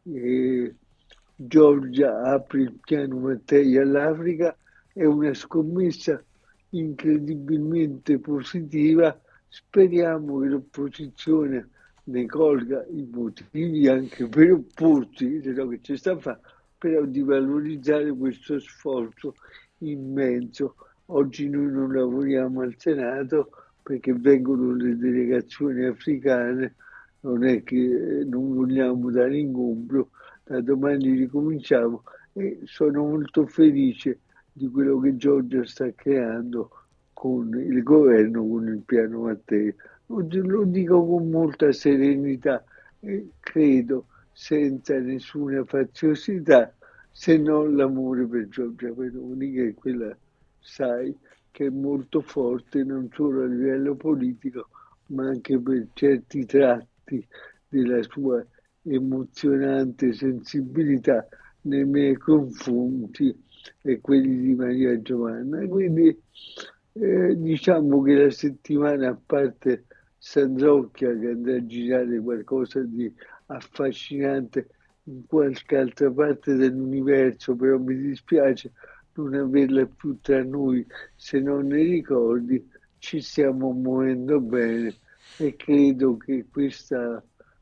Giorgia apre il piano Mattei all'Africa, è una scommessa incredibilmente positiva. Speriamo che l'opposizione ne colga i motivi anche per opporsi, quello che ci sta a fare, però di valorizzare questo sforzo immenso. Oggi noi non lavoriamo al Senato perché vengono le delegazioni africane, non è che non vogliamo dare ingombro, da domani ricominciamo e sono molto felice di quello che Giorgia sta creando con il governo, con il piano Mattei. Lo dico con molta serenità e credo senza nessuna faziosità, se non l'amore per Giorgia Meloni, che è quella, sai, che è molto forte non solo a livello politico, ma anche per certi tratti della sua emozionante sensibilità nei miei confronti e quelli di Maria Giovanna. E quindi diciamo che la settimana, a parte Sandrocchia che andrà a girare qualcosa di affascinante in qualche altra parte dell'universo, però mi dispiace non averla più tra noi se non nei ricordi, ci stiamo muovendo bene e credo che questa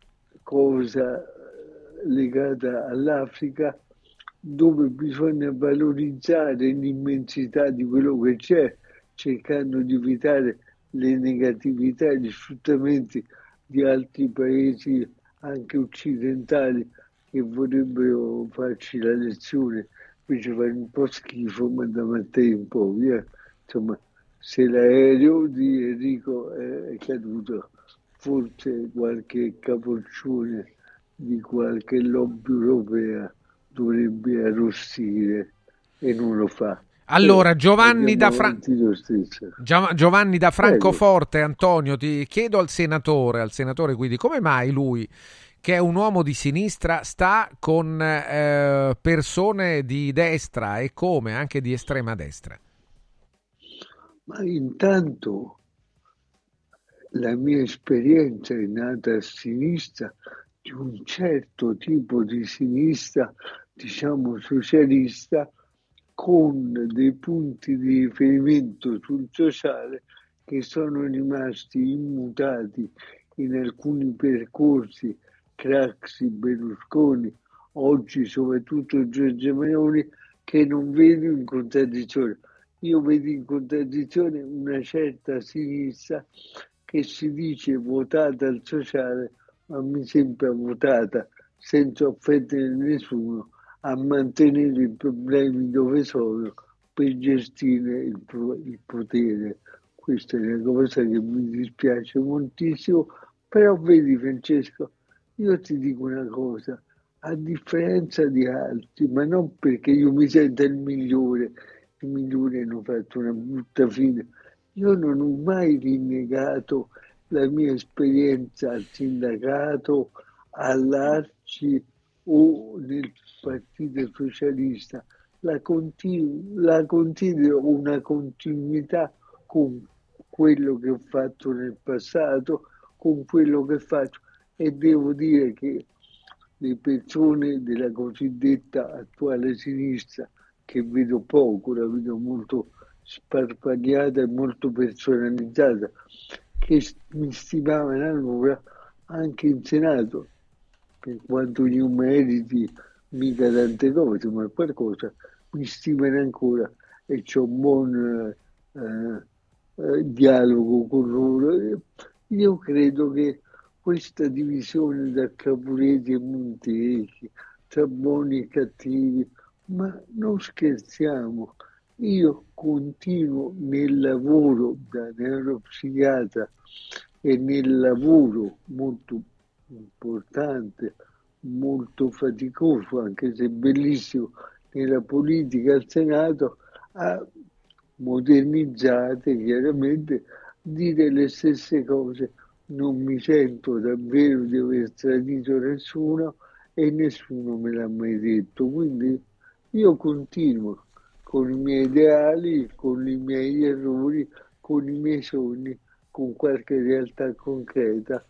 cosa legata all'Africa, dove bisogna valorizzare l'immensità di quello che c'è, cercando di evitare le negatività e gli sfruttamenti di altri paesi anche occidentali che vorrebbero farci la lezione, invece fare un po' schifo, ma da Mattei un po', via. Insomma, se l'aereo di Enrico è caduto, forse qualche capoccione di qualche lobby europea dovrebbe arrossire e non lo fa. Allora, Giovanni da Francoforte, Antonio, ti chiedo al senatore Guidi, come mai lui, che è un uomo di sinistra, sta con persone di destra e come anche di estrema destra? Ma intanto la mia esperienza è nata a sinistra, di un certo tipo di sinistra, diciamo socialista, con dei punti di riferimento sul sociale che sono rimasti immutati in alcuni percorsi, Craxi, Berlusconi, oggi soprattutto Giorgia Meloni, che non vedo in contraddizione. Io vedo in contraddizione una certa sinistra che si dice votata al sociale, ma mi sembra votata senza offendere nessuno a mantenere i problemi dove sono per gestire il potere. Questa è una cosa che mi dispiace moltissimo, però vedi Francesco, io ti dico una cosa, a differenza di altri, ma non perché io mi senta il migliori hanno fatto una brutta fine, io non ho mai rinnegato la mia esperienza al sindacato, all'Arci o nel Partito Socialista, la considero una continuità con quello che ho fatto nel passato, con quello che faccio, e devo dire che le persone della cosiddetta attuale sinistra, che vedo poco, la vedo molto sparpagliata e molto personalizzata, che mi stimavano allora anche in Senato, per quanto io meriti mica tante cose, ma qualcosa mi stimano ancora. e c'è un buon dialogo con loro. Io credo che questa divisione da Capureti e Montecchi, tra buoni e cattivi, ma non scherziamo. Io continuo nel lavoro da neuropsichiatra e nel lavoro molto importante, molto faticoso, anche se bellissimo, nella politica al Senato, a modernizzate, chiaramente, dire le stesse cose. Non mi sento davvero di aver tradito nessuno e nessuno me l'ha mai detto. Quindi io continuo con i miei ideali, con i miei errori, con i miei sogni, con qualche realtà concreta.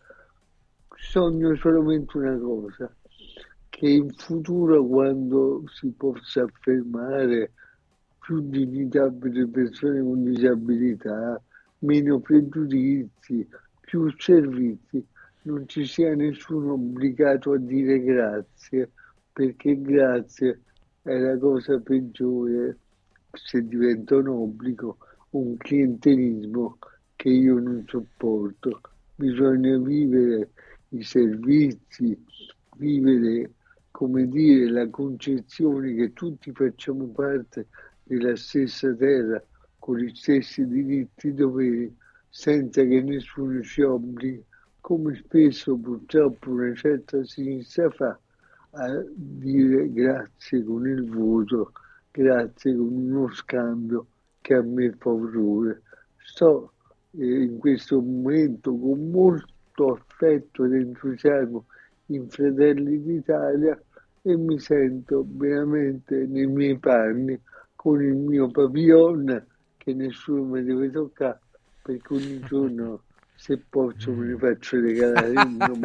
Sogno solamente una cosa, che in futuro, quando si possa affermare più dignità per le persone con disabilità, meno pregiudizi, più servizi, non ci sia nessuno obbligato a dire grazie, perché grazie è la cosa peggiore, se diventa un obbligo, un clientelismo che io non sopporto. Bisogna vivere i servizi, vivere, come dire, la concezione che tutti facciamo parte della stessa terra, con gli stessi diritti e doveri, senza che nessuno ci obblighi, come spesso purtroppo una certa sinistra fa, a dire grazie con il voto, grazie con uno scambio che a me fa orrore. Sto in questo momento con molto affetto ed entusiasmo in Fratelli d'Italia e mi sento veramente nei miei panni con il mio papillon che nessuno mi deve toccare, perché ogni giorno, se posso, me ne faccio regalare uno,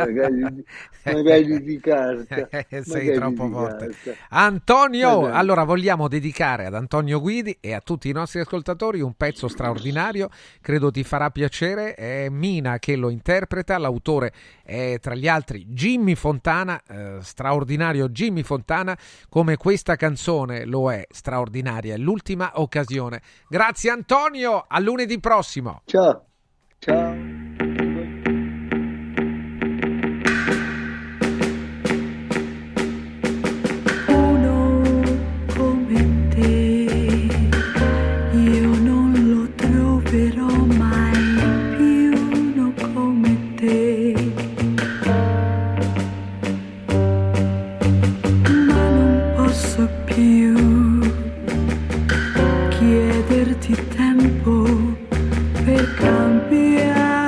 magari di carta. Sei troppo forte. Antonio, allora vogliamo dedicare ad Antonio Guidi e a tutti i nostri ascoltatori un pezzo straordinario, credo ti farà piacere, è Mina che lo interpreta, l'autore è tra gli altri Jimmy Fontana, straordinario Jimmy Fontana, come questa canzone lo è straordinaria, è l'ultima occasione. Grazie Antonio, a lunedì prossimo. Ciao. Ciao. Chiederti tempo per cambiare.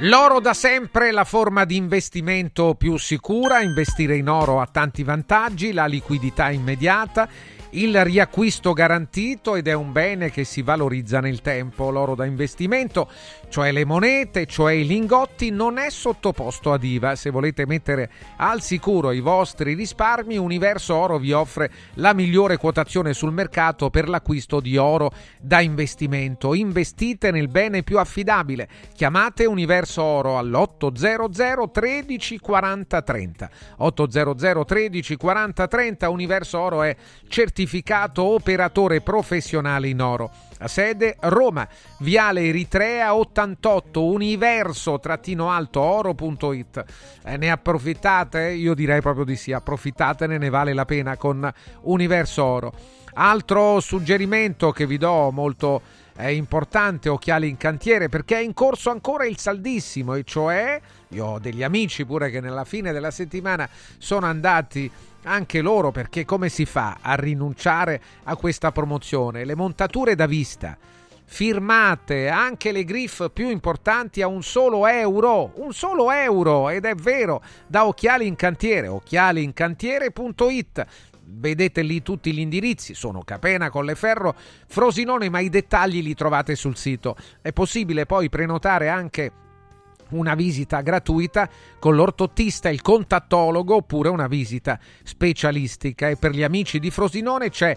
L'oro da sempre la forma di investimento più sicura. Investire in oro ha tanti vantaggi: la liquidità immediata, il riacquisto garantito, ed è un bene che si valorizza nel tempo. L'oro da investimento, cioè le monete, cioè i lingotti, non è sottoposto ad IVA. Se volete mettere al sicuro i vostri risparmi, Universo Oro vi offre la migliore quotazione sul mercato per l'acquisto di oro da investimento. Investite nel bene più affidabile. Chiamate Universo Oro all'800 13 40 30. 800 13 40 30. Universo Oro è certificato operatore professionale in oro. A sede Roma, Viale Eritrea 88, universo-oro.it. Ne approfittate? Io direi proprio di sì, approfittatene, ne vale la pena con Universo Oro. Altro suggerimento che vi do, molto importante: occhiali in cantiere, perché è in corso ancora il saldissimo, e cioè io ho degli amici pure che nella fine della settimana sono andati anche loro, perché come si fa a rinunciare a questa promozione? Le montature da vista firmate, anche le griffe più importanti, a un solo euro, ed è vero, da Occhiali in Cantiere, occhialiincantiere.it. Vedete lì tutti gli indirizzi, sono Capena, Colleferro, Frosinone, ma i dettagli li trovate sul sito. È possibile poi prenotare anche una visita gratuita con l'ortottista e il contattologo, oppure una visita specialistica. E per gli amici di Frosinone c'è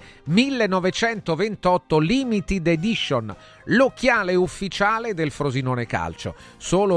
1928 Limited Edition, l'occhiale ufficiale del Frosinone Calcio. Solo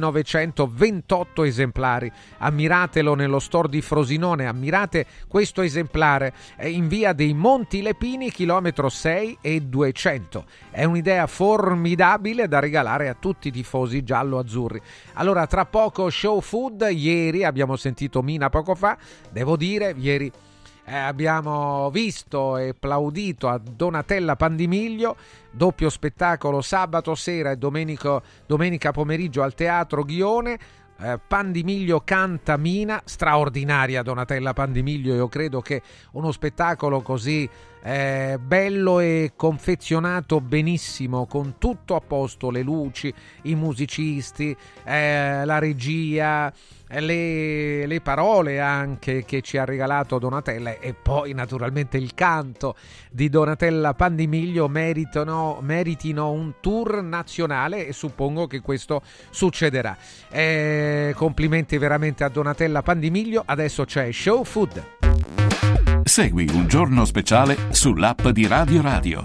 1928 esemplari. Ammiratelo nello store di Frosinone, ammirate questo esemplare. È in via dei Monti Lepini, chilometro 6 e 200. È un'idea formidabile da regalare a tutti i tifosi giallo-azzurri. Allora, tra poco Show Food. Ieri abbiamo sentito Mina poco fa, devo dire, ieri abbiamo visto e applaudito a Donatella Pandimiglio, doppio spettacolo sabato sera e domenica pomeriggio al Teatro Ghione. Pandimiglio canta Mina, straordinaria Donatella Pandimiglio. Io credo che uno spettacolo così bello e confezionato benissimo, con tutto a posto, le luci, i musicisti, la regia, le parole anche che ci ha regalato Donatella, e poi naturalmente il canto di Donatella Pandimiglio meritino un tour nazionale, e suppongo che questo succederà. Complimenti veramente a Donatella Pandimiglio. Adesso c'è Show Food. Segui Un Giorno Speciale sull'app di Radio Radio.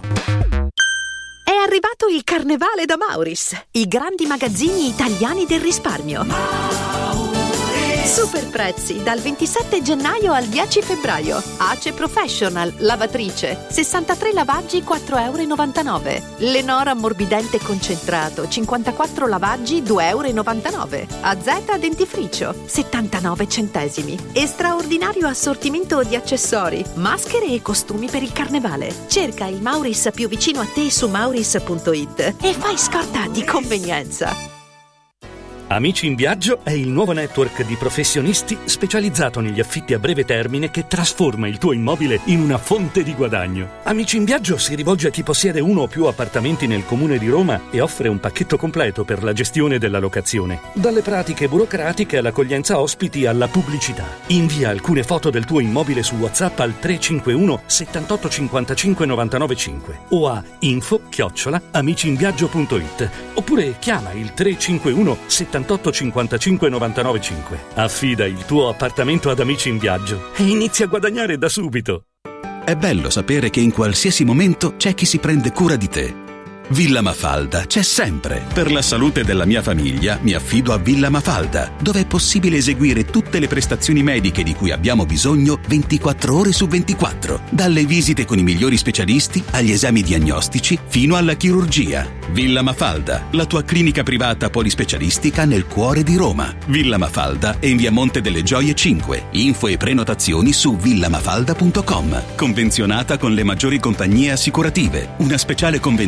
È arrivato il Carnevale da Mauris, i grandi magazzini italiani del risparmio. Super prezzi dal 27 gennaio al 10 febbraio. Ace Professional, lavatrice, 63 lavaggi, 4,99 €. Lenora ammorbidente concentrato, 54 lavaggi, 2,99 €. AZ dentifricio, 79 centesimi. E straordinario assortimento di accessori, maschere e costumi per il carnevale. Cerca il Mauris più vicino a te su mauris.it e fai scorta di convenienza. Amici in Viaggio è il nuovo network di professionisti specializzato negli affitti a breve termine che trasforma il tuo immobile in una fonte di guadagno. Amici in Viaggio si rivolge a chi possiede uno o più appartamenti nel comune di Roma e offre un pacchetto completo per la gestione della locazione. Dalle pratiche burocratiche all'accoglienza ospiti alla pubblicità. Invia alcune foto del tuo immobile su WhatsApp al 351 78 55 99 5 o a info@amiciinviaggio.it, oppure chiama il 351 78 55 99 5. Affida il tuo appartamento ad Amici in Viaggio e inizia a guadagnare da subito. È bello sapere che in qualsiasi momento c'è chi si prende cura di te. Villa Mafalda c'è sempre. Per la salute della mia famiglia mi affido a Villa Mafalda, dove è possibile eseguire tutte le prestazioni mediche di cui abbiamo bisogno 24 ore su 24, dalle visite con i migliori specialisti agli esami diagnostici fino alla chirurgia. Villa Mafalda, la tua clinica privata polispecialistica nel cuore di Roma. Villa Mafalda è in via Monte delle Gioie 5. Info e prenotazioni su villamafalda.com. Convenzionata con le maggiori compagnie assicurative. Una speciale convenzione è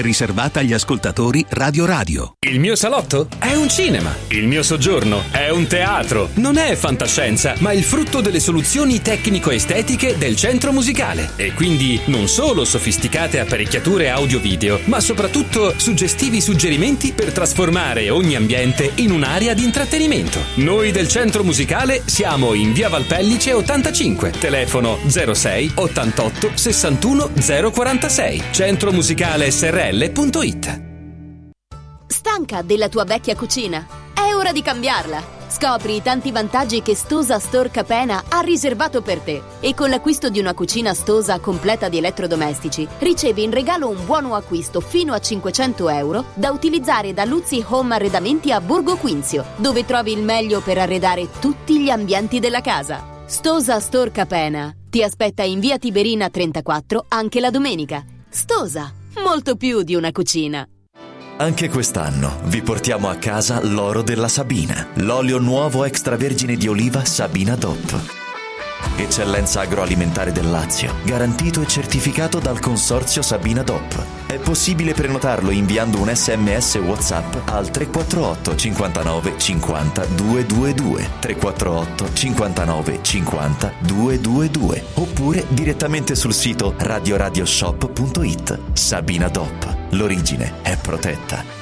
riservata agli ascoltatori Radio Radio. Il mio salotto è un cinema. Il mio soggiorno è un teatro. Non è fantascienza, ma il frutto delle soluzioni tecnico-estetiche del Centro Musicale. E quindi non solo sofisticate apparecchiature audio-video, ma soprattutto suggestivi suggerimenti per trasformare ogni ambiente in un'area di intrattenimento. Noi del Centro Musicale siamo in via Valpellice 85, telefono 06 88 61 046, centromusicalesrl.it. Stanca della tua vecchia cucina? È ora di cambiarla! Scopri i tanti vantaggi che Stosa Store Capena ha riservato per te. E con l'acquisto di una cucina Stosa completa di elettrodomestici, ricevi in regalo un buono acquisto fino a 500 euro da utilizzare da Luzzi Home Arredamenti a Borgo Quinzio, dove trovi il meglio per arredare tutti gli ambienti della casa. Stosa Store Capena ti aspetta in via Tiberina 34 anche la domenica. Stosa, molto più di una cucina. Anche quest'anno vi portiamo a casa l'oro della Sabina, l'olio nuovo extravergine di oliva Sabina DOP. Eccellenza agroalimentare del Lazio, garantito e certificato dal consorzio Sabina DOP. È possibile prenotarlo inviando un SMS WhatsApp al 348 59 50 222, 348 59 50 222, oppure direttamente sul sito radioradioshop.it. Sabina DOP, l'origine è protetta.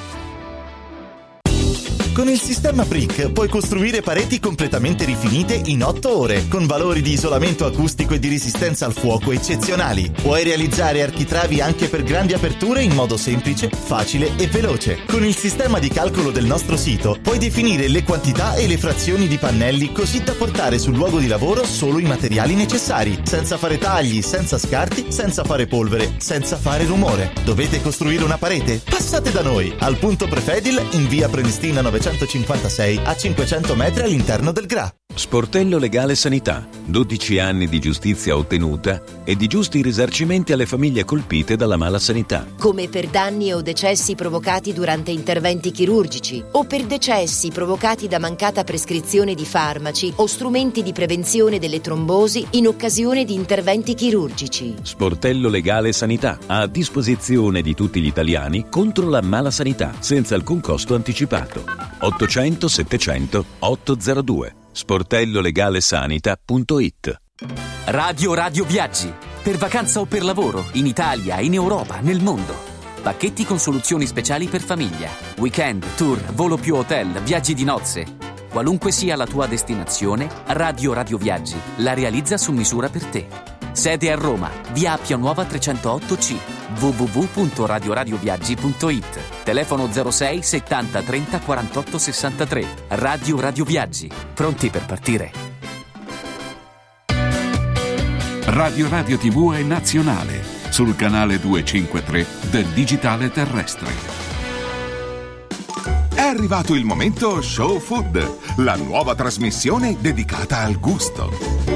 Con il sistema Brick puoi costruire pareti completamente rifinite in 8 ore, con valori di isolamento acustico e di resistenza al fuoco eccezionali. Puoi realizzare architravi anche per grandi aperture in modo semplice, facile e veloce. Con il sistema di calcolo del nostro sito puoi definire le quantità e le frazioni di pannelli così da portare sul luogo di lavoro solo i materiali necessari, senza fare tagli, senza scarti, senza fare polvere, senza fare rumore. Dovete costruire una parete? Passate da noi, al punto Prefedil in via Prenestina 956 a 500 metri all'interno del GRA. Sportello Legale Sanità. 12 anni di giustizia ottenuta e di giusti risarcimenti alle famiglie colpite dalla mala sanità. Come per danni o decessi provocati durante interventi chirurgici o per decessi provocati da mancata prescrizione di farmaci o strumenti di prevenzione delle trombosi in occasione di interventi chirurgici. Sportello Legale Sanità, a disposizione di tutti gli italiani contro la mala sanità, senza alcun costo anticipato. 800 700 802. sportellolegalesanita.it. Radio Viaggi. Per vacanza o per lavoro, in Italia, in Europa, nel mondo. Pacchetti con soluzioni speciali per famiglia. Weekend, tour, volo più hotel, viaggi di nozze. Qualunque sia la tua destinazione, Radio Viaggi la realizza su misura per te. Sede a Roma, via Appia Nuova 308C, www.radioradioviaggi.it. Telefono 06 70 30 48 63. Radio Viaggi, pronti per partire. Radio TV è nazionale, sul canale 253 del digitale terrestre. È arrivato il momento Show Food, la nuova trasmissione dedicata al gusto.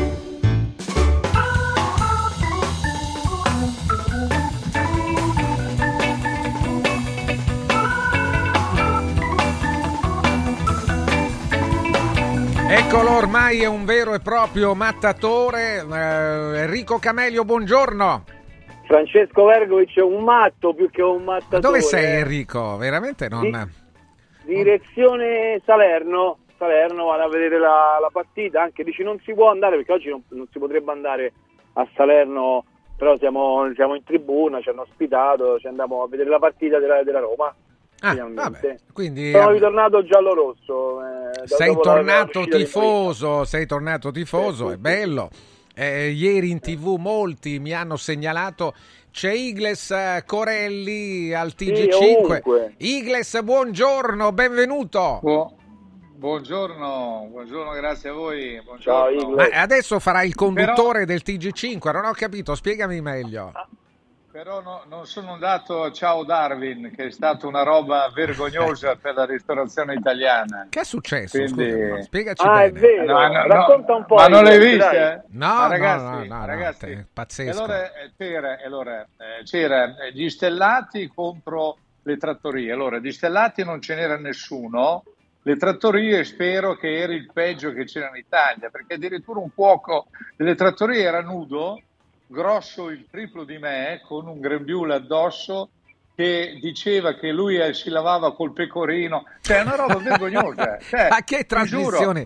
Eccolo, ormai è un vero e proprio mattatore. Enrico Camelio, buongiorno. Francesco Vergovic è un matto più che un mattatore. Ma dove sei, Enrico? Veramente non... Direzione Salerno, vado a vedere la partita, anche dici non si può andare perché oggi non si potrebbe andare a Salerno, però siamo in tribuna, ci hanno ospitato, ci andiamo a vedere la partita della Roma. Vabbè, quindi sono ritornato giallo-rosso. Sei tornato tifoso, è bello. Ieri in TV molti mi hanno segnalato c'è Igles Corelli al TG5. Igles, buongiorno, benvenuto. Buongiorno, grazie a voi. Buongiorno. Ciao, Igles. Ma adesso farà il conduttore del TG5, non ho capito, spiegami meglio. Però non sono andato a Ciao Darwin, che è stata una roba vergognosa per la ristorazione italiana. Che è successo? Quindi... Scusa, spiegaci bene. È vero, racconta un po'. Ma non l'hai vista? Dai. No, ragazzi, pazzesco. Allora, c'era gli stellati contro le trattorie. Allora, di stellati non ce n'era nessuno. Le trattorie spero che era il peggio che c'era in Italia, perché addirittura un cuoco delle trattorie era nudo, grosso il triplo di me, con un grembiule addosso, che diceva che lui si lavava col pecorino, cioè è una roba vergognosa. Cioè, ma che trasmissione?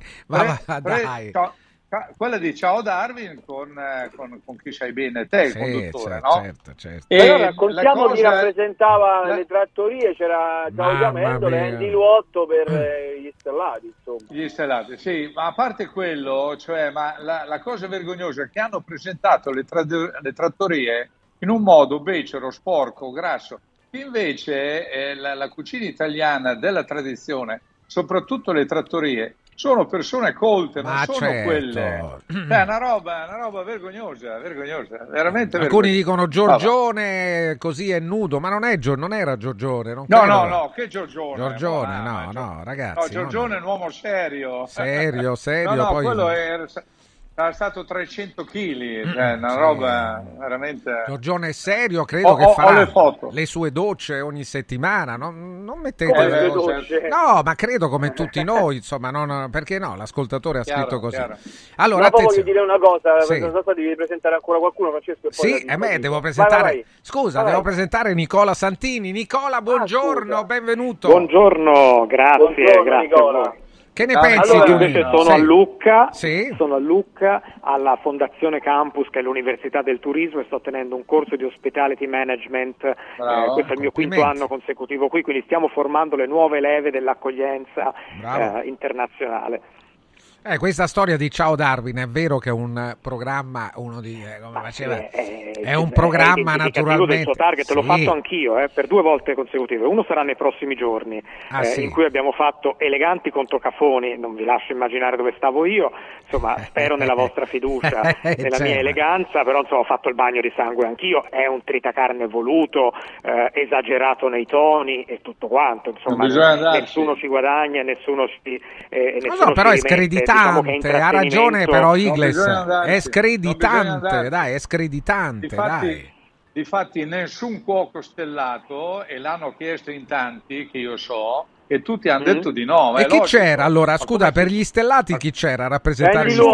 Dai. Quella di Ciao Darwin con Chi sai bene te, il conduttore, no? Certo. E allora raccontiamo chi rappresentava le trattorie, c'era Claudio Amendola e Andy Luotto per gli stellati, insomma. Gli stellati, sì, ma a parte quello, cioè, ma la cosa vergognosa è che hanno presentato le trattorie in un modo becero, sporco, grasso. Invece la cucina italiana della tradizione, soprattutto le trattorie, sono persone colte, non sono quelle. È una roba vergognosa, veramente. Alcuni dicono Giorgione così è nudo, ma non era Giorgione. No, che Giorgione? No, ragazzi. No, Giorgione è un uomo serio. Serio. No, poi... quello era stato 300 kg, cioè una roba veramente. Giorgione è serio, credo che farà le sue docce ogni settimana, non mettete no, ma credo come tutti noi, insomma, perché no, l'ascoltatore ha scritto così. Chiaro. Allora, ma poi voglio dire una cosa, sì. Devi presentare ancora qualcuno, Francesco, e poi sì, devo presentare. Vai. Scusa, devo presentare Nicola Santini. Nicola, buongiorno, benvenuto. Buongiorno, grazie. Nicola. Che ne pensi tu? Invece sono a Lucca, sì? Sono a Lucca alla Fondazione Campus, che è l'Università del Turismo, e sto tenendo un corso di hospitality management. Questo è il mio quinto anno consecutivo qui, quindi stiamo formando le nuove leve dell'accoglienza internazionale. Questa storia di Ciao Darwin, è vero che è un programma, uno di come faceva, è un programma naturalmente del suo target, l'ho fatto anch'io per 2 volte consecutive. Uno sarà nei prossimi giorni, in cui abbiamo fatto Eleganti contro Cafoni. Non vi lascio immaginare dove stavo io, insomma, spero nella vostra fiducia, nella mia eleganza, però insomma ho fatto il bagno di sangue anch'io. È un tritacarne voluto, esagerato nei toni e tutto quanto, insomma, nessuno ci guadagna, nessuno si però è screditante. Ha ragione però Igles, è screditante, è screditante, Difatti nessun cuoco stellato, e l'hanno chiesto in tanti che io so, e tutti hanno detto di no. E chi c'era allora? Scusa, per gli stellati chi c'era a rappresentare Andy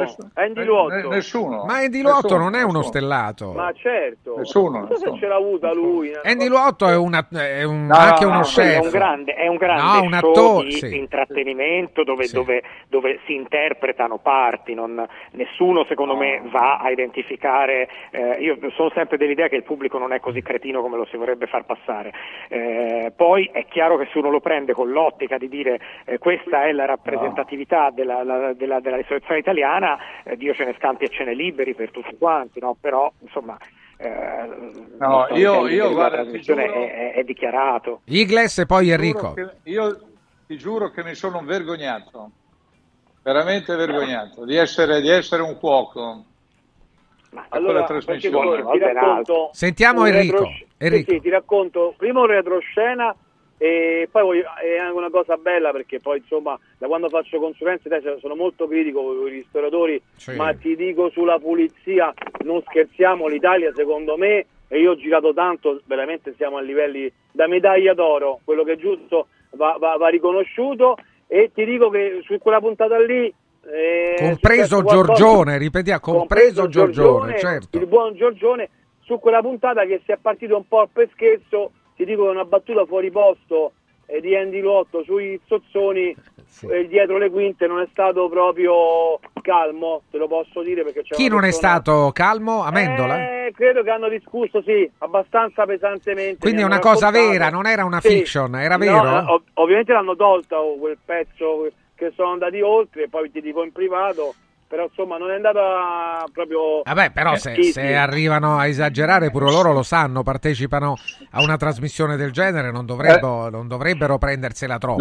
Luotto. Nessuno. Ma Andy Luotto non è uno stellato. Ma certo. Nessuno. Se ce l'ha avuta lui. Andy Luotto è anche uno chef. È un grande un show attore, di intrattenimento dove si interpretano parti. Nessuno secondo me va a identificare. Io sono sempre dell'idea che il pubblico non è così cretino come lo si vorrebbe far passare. Poi è chiaro che se uno lo prende con l'ottica di dire questa è la rappresentatività della ristorazione italiana, Dio ce ne scampi e ce ne liberi per tutti quanti, no? Però insomma io guarda, è dichiarato. Igles e poi Enrico. Io ti giuro che mi sono vergognato, veramente vergognato di essere un cuoco. Allora, ti racconto. Sentiamo Enrico. Sì, ti racconto prima un retroscena. E poi è anche una cosa bella, perché poi insomma da quando faccio consulenze sono molto critico con i ristoratori, ma ti dico, sulla pulizia non scherziamo. L'Italia secondo me, e io ho girato tanto, veramente siamo a livelli da medaglia d'oro. Quello che è giusto va riconosciuto, e ti dico che su quella puntata lì compreso Giorgione, ripetiamo, compreso Giorgione, certo, il buon Giorgione, su quella puntata che si è partito un po' per scherzo. Ti dico che una battuta fuori posto di Andy Luotto sui zozzoni dietro le quinte non è stato proprio calmo, te lo posso dire, perché c'è chi non è stato calmo? Amendola? Credo che hanno discusso abbastanza pesantemente. Quindi è una cosa vera, non era una fiction, era vero? No, ovviamente l'hanno tolta quel pezzo, che sono andati oltre, poi ti dico in privato. Però insomma non è andata proprio. Vabbè, però se arrivano a esagerare, pure loro lo sanno, partecipano a una trasmissione del genere, non dovrebbero prendersela troppo.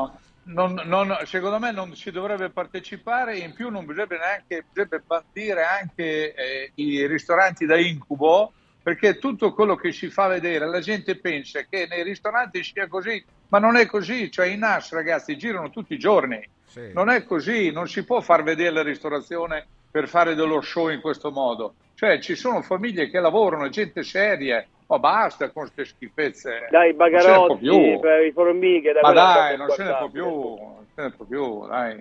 No, secondo me non si dovrebbe partecipare. In più non bisognerebbe bandire anche i ristoranti da incubo, perché tutto quello che si fa vedere, la gente pensa che nei ristoranti sia così, ma non è così. Cioè i NAS, ragazzi, girano tutti i giorni. Non è così, non si può far vedere la ristorazione per fare dello show in questo modo. Cioè ci sono famiglie che lavorano, gente seria. Ma basta con queste schifezze. Dai, Bagarotti, per i formiche. Ma dai, non se ne può più, dai.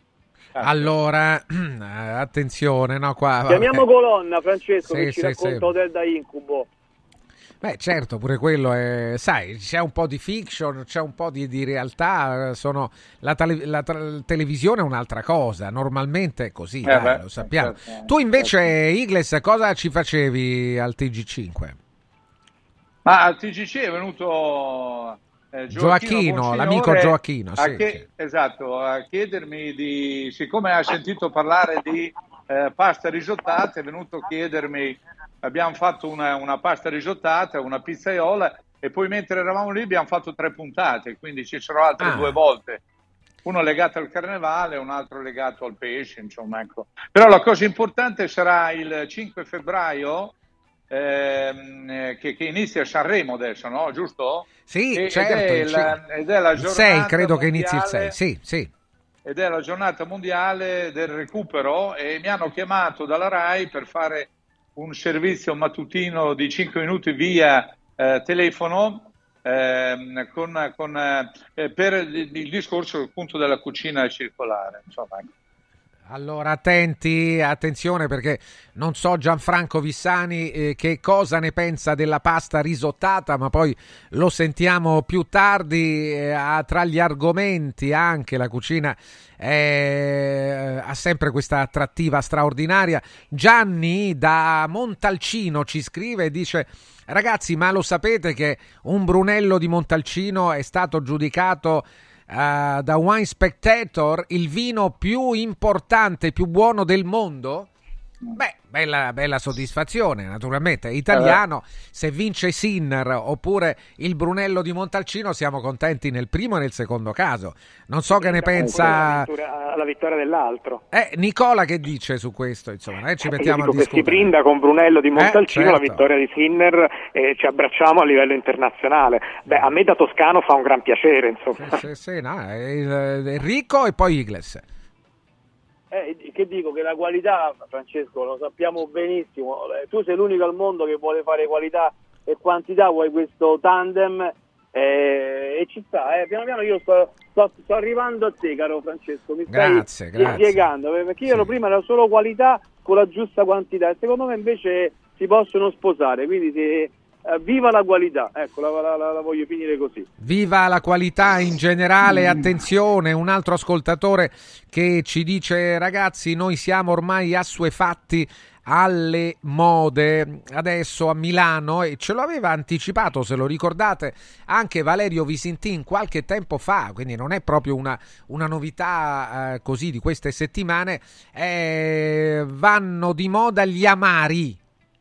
Allora, attenzione, no, qua. Chiamiamo Colonna, Francesco, che ci racconta Hotel da Incubo. Beh, certo, pure quello è, sai, c'è un po' di fiction, c'è un po' di realtà, la televisione è un'altra cosa, normalmente è così, lo sappiamo. Certo, tu invece, Igles, cosa ci facevi al TG5? Ma al TGC è venuto Gioacchino, l'amico Gioacchino, sì. Esatto, a chiedermi siccome ha sentito parlare di pasta risottata, è venuto a chiedermi, abbiamo fatto una pasta risottata, una pizzaiola, e poi mentre eravamo lì abbiamo fatto 3 puntate, quindi ci sono altre 2 volte, uno legato al carnevale e un altro legato al pesce, insomma, ecco. Però la cosa importante sarà il 5 febbraio, che inizia a Sanremo adesso, no? Giusto? Sì, certo. Ed è la giornata 6, credo che mondiale, inizi il 6, sì. Ed è la giornata mondiale del recupero, e mi hanno chiamato dalla Rai per fare un servizio mattutino di 5 minuti via telefono per il discorso appunto della cucina circolare, insomma. Allora attenzione, perché non so Gianfranco Vissani che cosa ne pensa della pasta risottata, ma poi lo sentiamo più tardi. Tra gli argomenti anche la cucina ha sempre questa attrattiva straordinaria. Gianni da Montalcino ci scrive e dice: ragazzi, ma lo sapete che un Brunello di Montalcino è stato giudicato da Wine Spectator il vino più importante, più buono del mondo? Beh, bella soddisfazione, naturalmente. Italiano, se vince Sinner oppure il Brunello di Montalcino siamo contenti nel primo e nel secondo caso. Non so che ne pensa la vittoria dell'altro. Nicola, che dice su questo? Insomma, ci mettiamo a discutere. Si brinda con Brunello di Montalcino, certo. La vittoria di Sinner, ci abbracciamo a livello internazionale. Beh, a me da toscano fa un gran piacere, insomma. Sì, no, Enrico e poi Igles. Che dico, che la qualità, Francesco, lo sappiamo benissimo, tu sei l'unico al mondo che vuole fare qualità e quantità, vuoi questo tandem, e ci sta, piano piano io sto arrivando a te, caro Francesco, mi stai spiegando, perché io prima era solo qualità con la giusta quantità, e secondo me invece si possono sposare, quindi viva la qualità, ecco, la voglio finire così. Viva la qualità in generale. Attenzione, un altro ascoltatore che ci dice: ragazzi, noi siamo ormai assuefatti alle mode adesso a Milano, e ce lo aveva anticipato, se lo ricordate, anche Valerio Visintin qualche tempo fa, quindi non è proprio una novità così di queste settimane. Vanno di moda gli amari,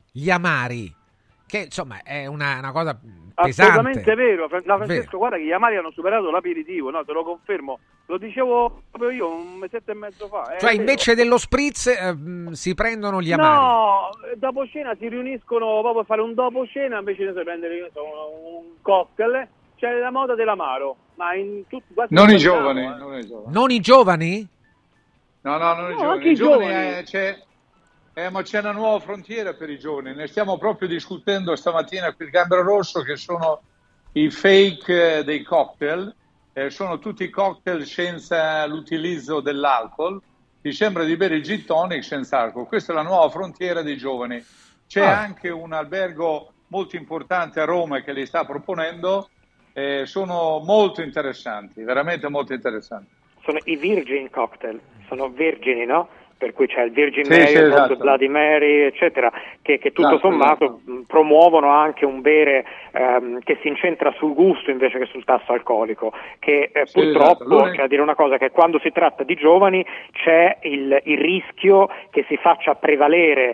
che insomma è una cosa pesante. Assolutamente vero. No, Francesco, guarda che gli amari hanno superato l'aperitivo, no, te lo confermo, lo dicevo proprio io un mesetto e mezzo fa. Cioè invece dello spritz si prendono gli amari. No, dopo cena si riuniscono proprio a fare un dopo cena, invece di prendere un cocktail, c'è la moda dell'amaro, ma in tutti non i giovani. Non i giovani? No, non i giovani. Anche i giovani. Ma c'è una nuova frontiera per i giovani, ne stiamo proprio discutendo stamattina qui al Gambero Rosso, che sono i fake dei cocktail, sono tutti cocktail senza l'utilizzo dell'alcol, ti sembra di bere il gin tonic senza alcol, questa è la nuova frontiera dei giovani. C'è anche un albergo molto importante a Roma che li sta proponendo, sono molto interessanti, veramente molto interessanti. Sono i Virgin cocktail, sono vergini, no? Per cui c'è il Virgin Mary, esatto. Bloody Mary, eccetera, che tutto sommato promuovono anche un bere che si incentra sul gusto invece che sul tasso alcolico, che purtroppo c'è da dire una cosa, che quando si tratta di giovani c'è il rischio che si faccia prevalere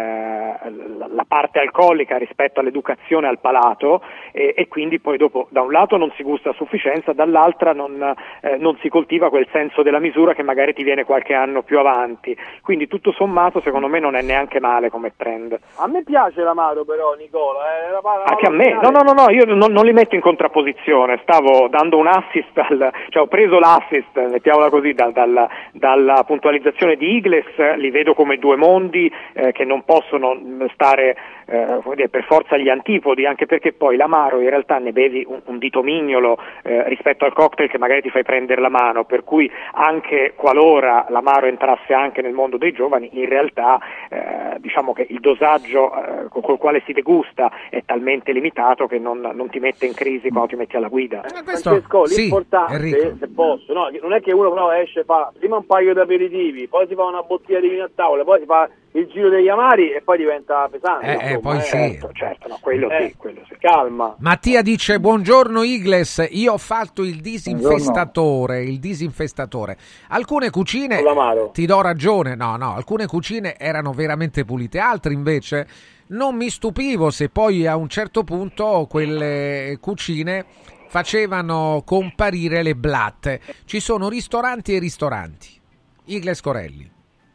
la parte alcolica rispetto all'educazione al palato, e quindi poi dopo da un lato non si gusta a sufficienza, dall'altra non si coltiva quel senso della misura che magari ti viene qualche anno più avanti. Quindi tutto sommato secondo me non è neanche male come trend. A me piace l'amaro però, Nicola, anche a me, no, io non li metto in contrapposizione, stavo dando un assist ho preso l'assist, mettiamola così, dalla puntualizzazione di Igles, li vedo come due mondi che non possono stare per forza agli antipodi, anche perché poi l'amaro in realtà ne bevi un dito mignolo rispetto al cocktail che magari ti fai prendere la mano, per cui anche qualora l'amaro entrasse anche nel mondo dei giovani, in realtà diciamo che il dosaggio col quale si degusta è talmente limitato che non ti mette in crisi quando ti metti alla guida. Francesco, l'importante, se posso, no, non è che uno però esce, fa prima un paio di aperitivi, poi si fa una bottiglia di vino a tavola, poi si fa il giro degli amari e poi diventa pesante. Poi sì. Certo, no, quello sì. Calma. Mattia dice: buongiorno Igles, io ho fatto il disinfestatore. Alcune cucine, ti do ragione, no, alcune cucine erano veramente pulite, altre invece non mi stupivo se poi a un certo punto quelle cucine facevano comparire le blatte. Ci sono ristoranti e ristoranti. Igles Corelli.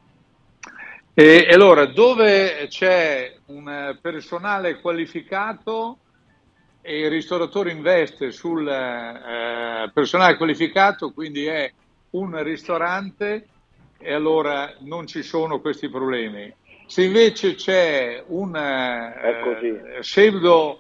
E allora, dove c'è un personale qualificato e il ristoratore investe sul personale qualificato, quindi è un ristorante, e allora non ci sono questi problemi. Se invece c'è un pseudo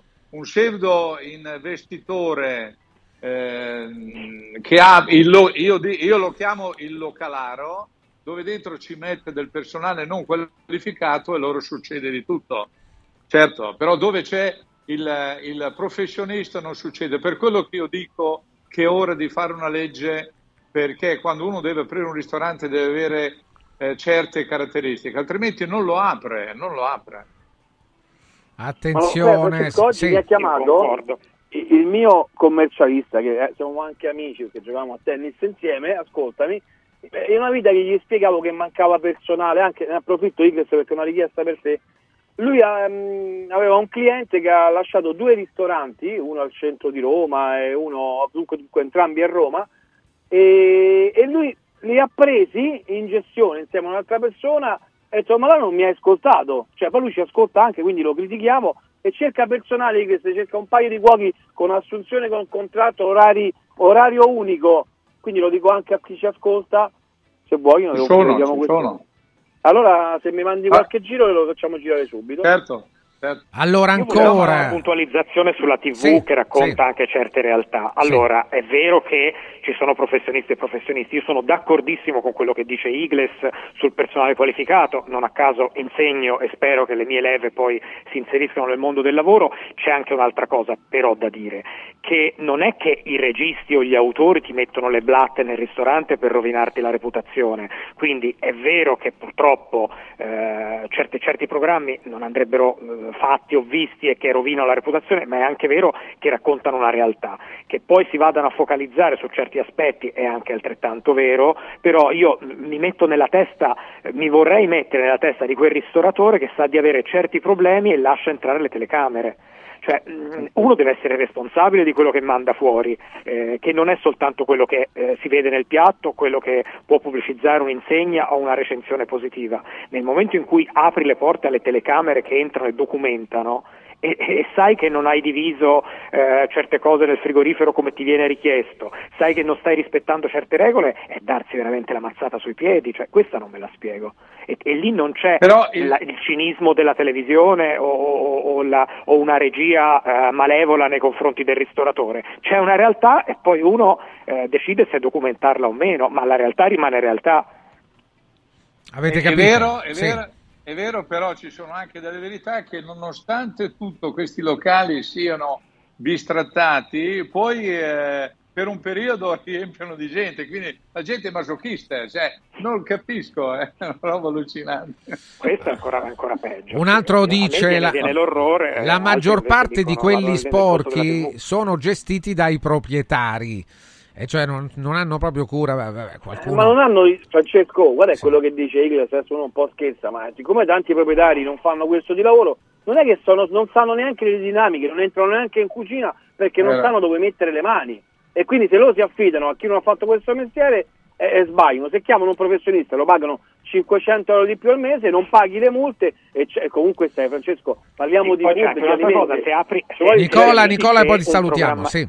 investitore che ha io lo chiamo il localaro, dove dentro ci mette del personale non qualificato, e loro succede di tutto. Certo, però dove c'è il professionista non succede. Per quello che io dico che è ora di fare una legge, perché quando uno deve aprire un ristorante deve avere certe caratteristiche, altrimenti non lo apre. Attenzione, oggi mi ha chiamato il mio commercialista, che siamo anche amici perché giocavamo a tennis insieme, ascoltami, in una vita che gli spiegavo che mancava personale, anche ne approfitto Igles perché è una richiesta per te. Lui aveva un cliente che ha lasciato 2 ristoranti, uno al centro di Roma e uno dunque entrambi a Roma, e lui li ha presi in gestione insieme a un'altra persona e ha detto: ma là non mi hai ascoltato, cioè poi lui ci ascolta anche, quindi lo critichiamo, e cerca personale, che cerca un paio di cuochi con assunzione, con contratto, orario unico, quindi lo dico anche a chi ci ascolta, se vuoi noi vediamo questo. Allora se mi mandi qualche giro lo facciamo girare subito. Certo. Allora ancora una puntualizzazione sulla TV che racconta anche certe realtà. Allora è vero che ci sono professionisti e professionisti, io sono d'accordissimo con quello che dice Igles sul personale qualificato, non a caso insegno e spero che le mie leve poi si inseriscano nel mondo del lavoro. C'è anche un'altra cosa però da dire, che non è che i registi o gli autori ti mettono le blatte nel ristorante per rovinarti la reputazione, quindi è vero che purtroppo certi programmi non andrebbero fatti o visti e che rovinano la reputazione, ma è anche vero che raccontano una realtà. Che poi si vadano a focalizzare su certi aspetti è anche altrettanto vero, però io mi vorrei mettere nella testa di quel ristoratore che sa di avere certi problemi e lascia entrare le telecamere. Cioè, uno deve essere responsabile di quello che manda fuori, che non è soltanto quello che si vede nel piatto, quello che può pubblicizzare un'insegna o una recensione positiva. Nel momento in cui apri le porte alle telecamere che entrano e documentano, e sai che non hai diviso certe cose nel frigorifero come ti viene richiesto, sai che non stai rispettando certe regole, è darsi veramente la mazzata sui piedi, cioè questa non me la spiego. E lì non c'è il cinismo della televisione o una regia malevola nei confronti del ristoratore. C'è una realtà e poi uno decide se documentarla o meno, ma la realtà rimane realtà. Avete capito? È vero, però ci sono anche delle verità che nonostante tutto questi locali siano bistrattati, poi per un periodo riempiono di gente, quindi la gente è masochista, cioè non capisco, è una roba allucinante. Questo è ancora peggio. Un altro dice l'orrore, la maggior parte di quelli sporchi sono gestiti dai proprietari. E cioè non hanno proprio cura, qualcuno... Ma non hanno, Francesco, guarda quello che dice Igles, adesso uno un po' scherza, ma siccome tanti proprietari non fanno questo di lavoro, non è che non sanno neanche le dinamiche, non entrano neanche in cucina perché non sanno dove mettere le mani, e quindi se loro si affidano a chi non ha fatto questo mestiere sbagliano. Se chiamano un professionista lo pagano 500 euro di più al mese, non paghi le multe e comunque stai, Francesco, parliamo di poi c'è anche un'altra cosa, Nicola, poi ti salutiamo,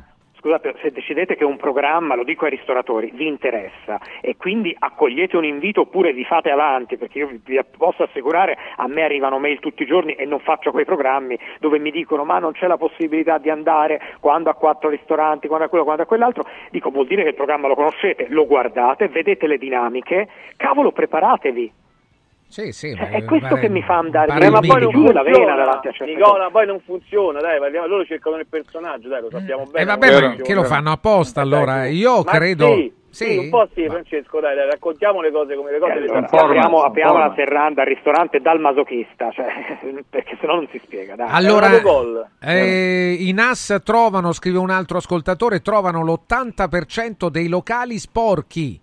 scusate, se decidete che un programma, lo dico ai ristoratori, vi interessa e quindi accogliete un invito oppure vi fate avanti, perché io vi posso assicurare, a me arrivano mail tutti i giorni e non faccio quei programmi dove mi dicono ma non c'è la possibilità di andare quando a 4 ristoranti, quando a quello, quando a quell'altro. Dico, vuol dire che il programma lo conoscete, lo guardate, vedete le dinamiche, cavolo, preparatevi. Sì, è questo che mi fa andare ma poi non giù la vena davanti a certe Nicola, poi non funziona, dai, parliamo, loro cercano il personaggio, dai, lo sappiamo bene. Vabbè, ma che lo fanno apposta allora? Io credo... Sì, un po' sì, Francesco, dai, raccontiamo le cose come le cose le apriamo la serranda al ristorante dal masochista, perché sennò non si spiega, dai. Allora, i NAS trovano, scrive un altro ascoltatore, trovano l'80% dei locali sporchi.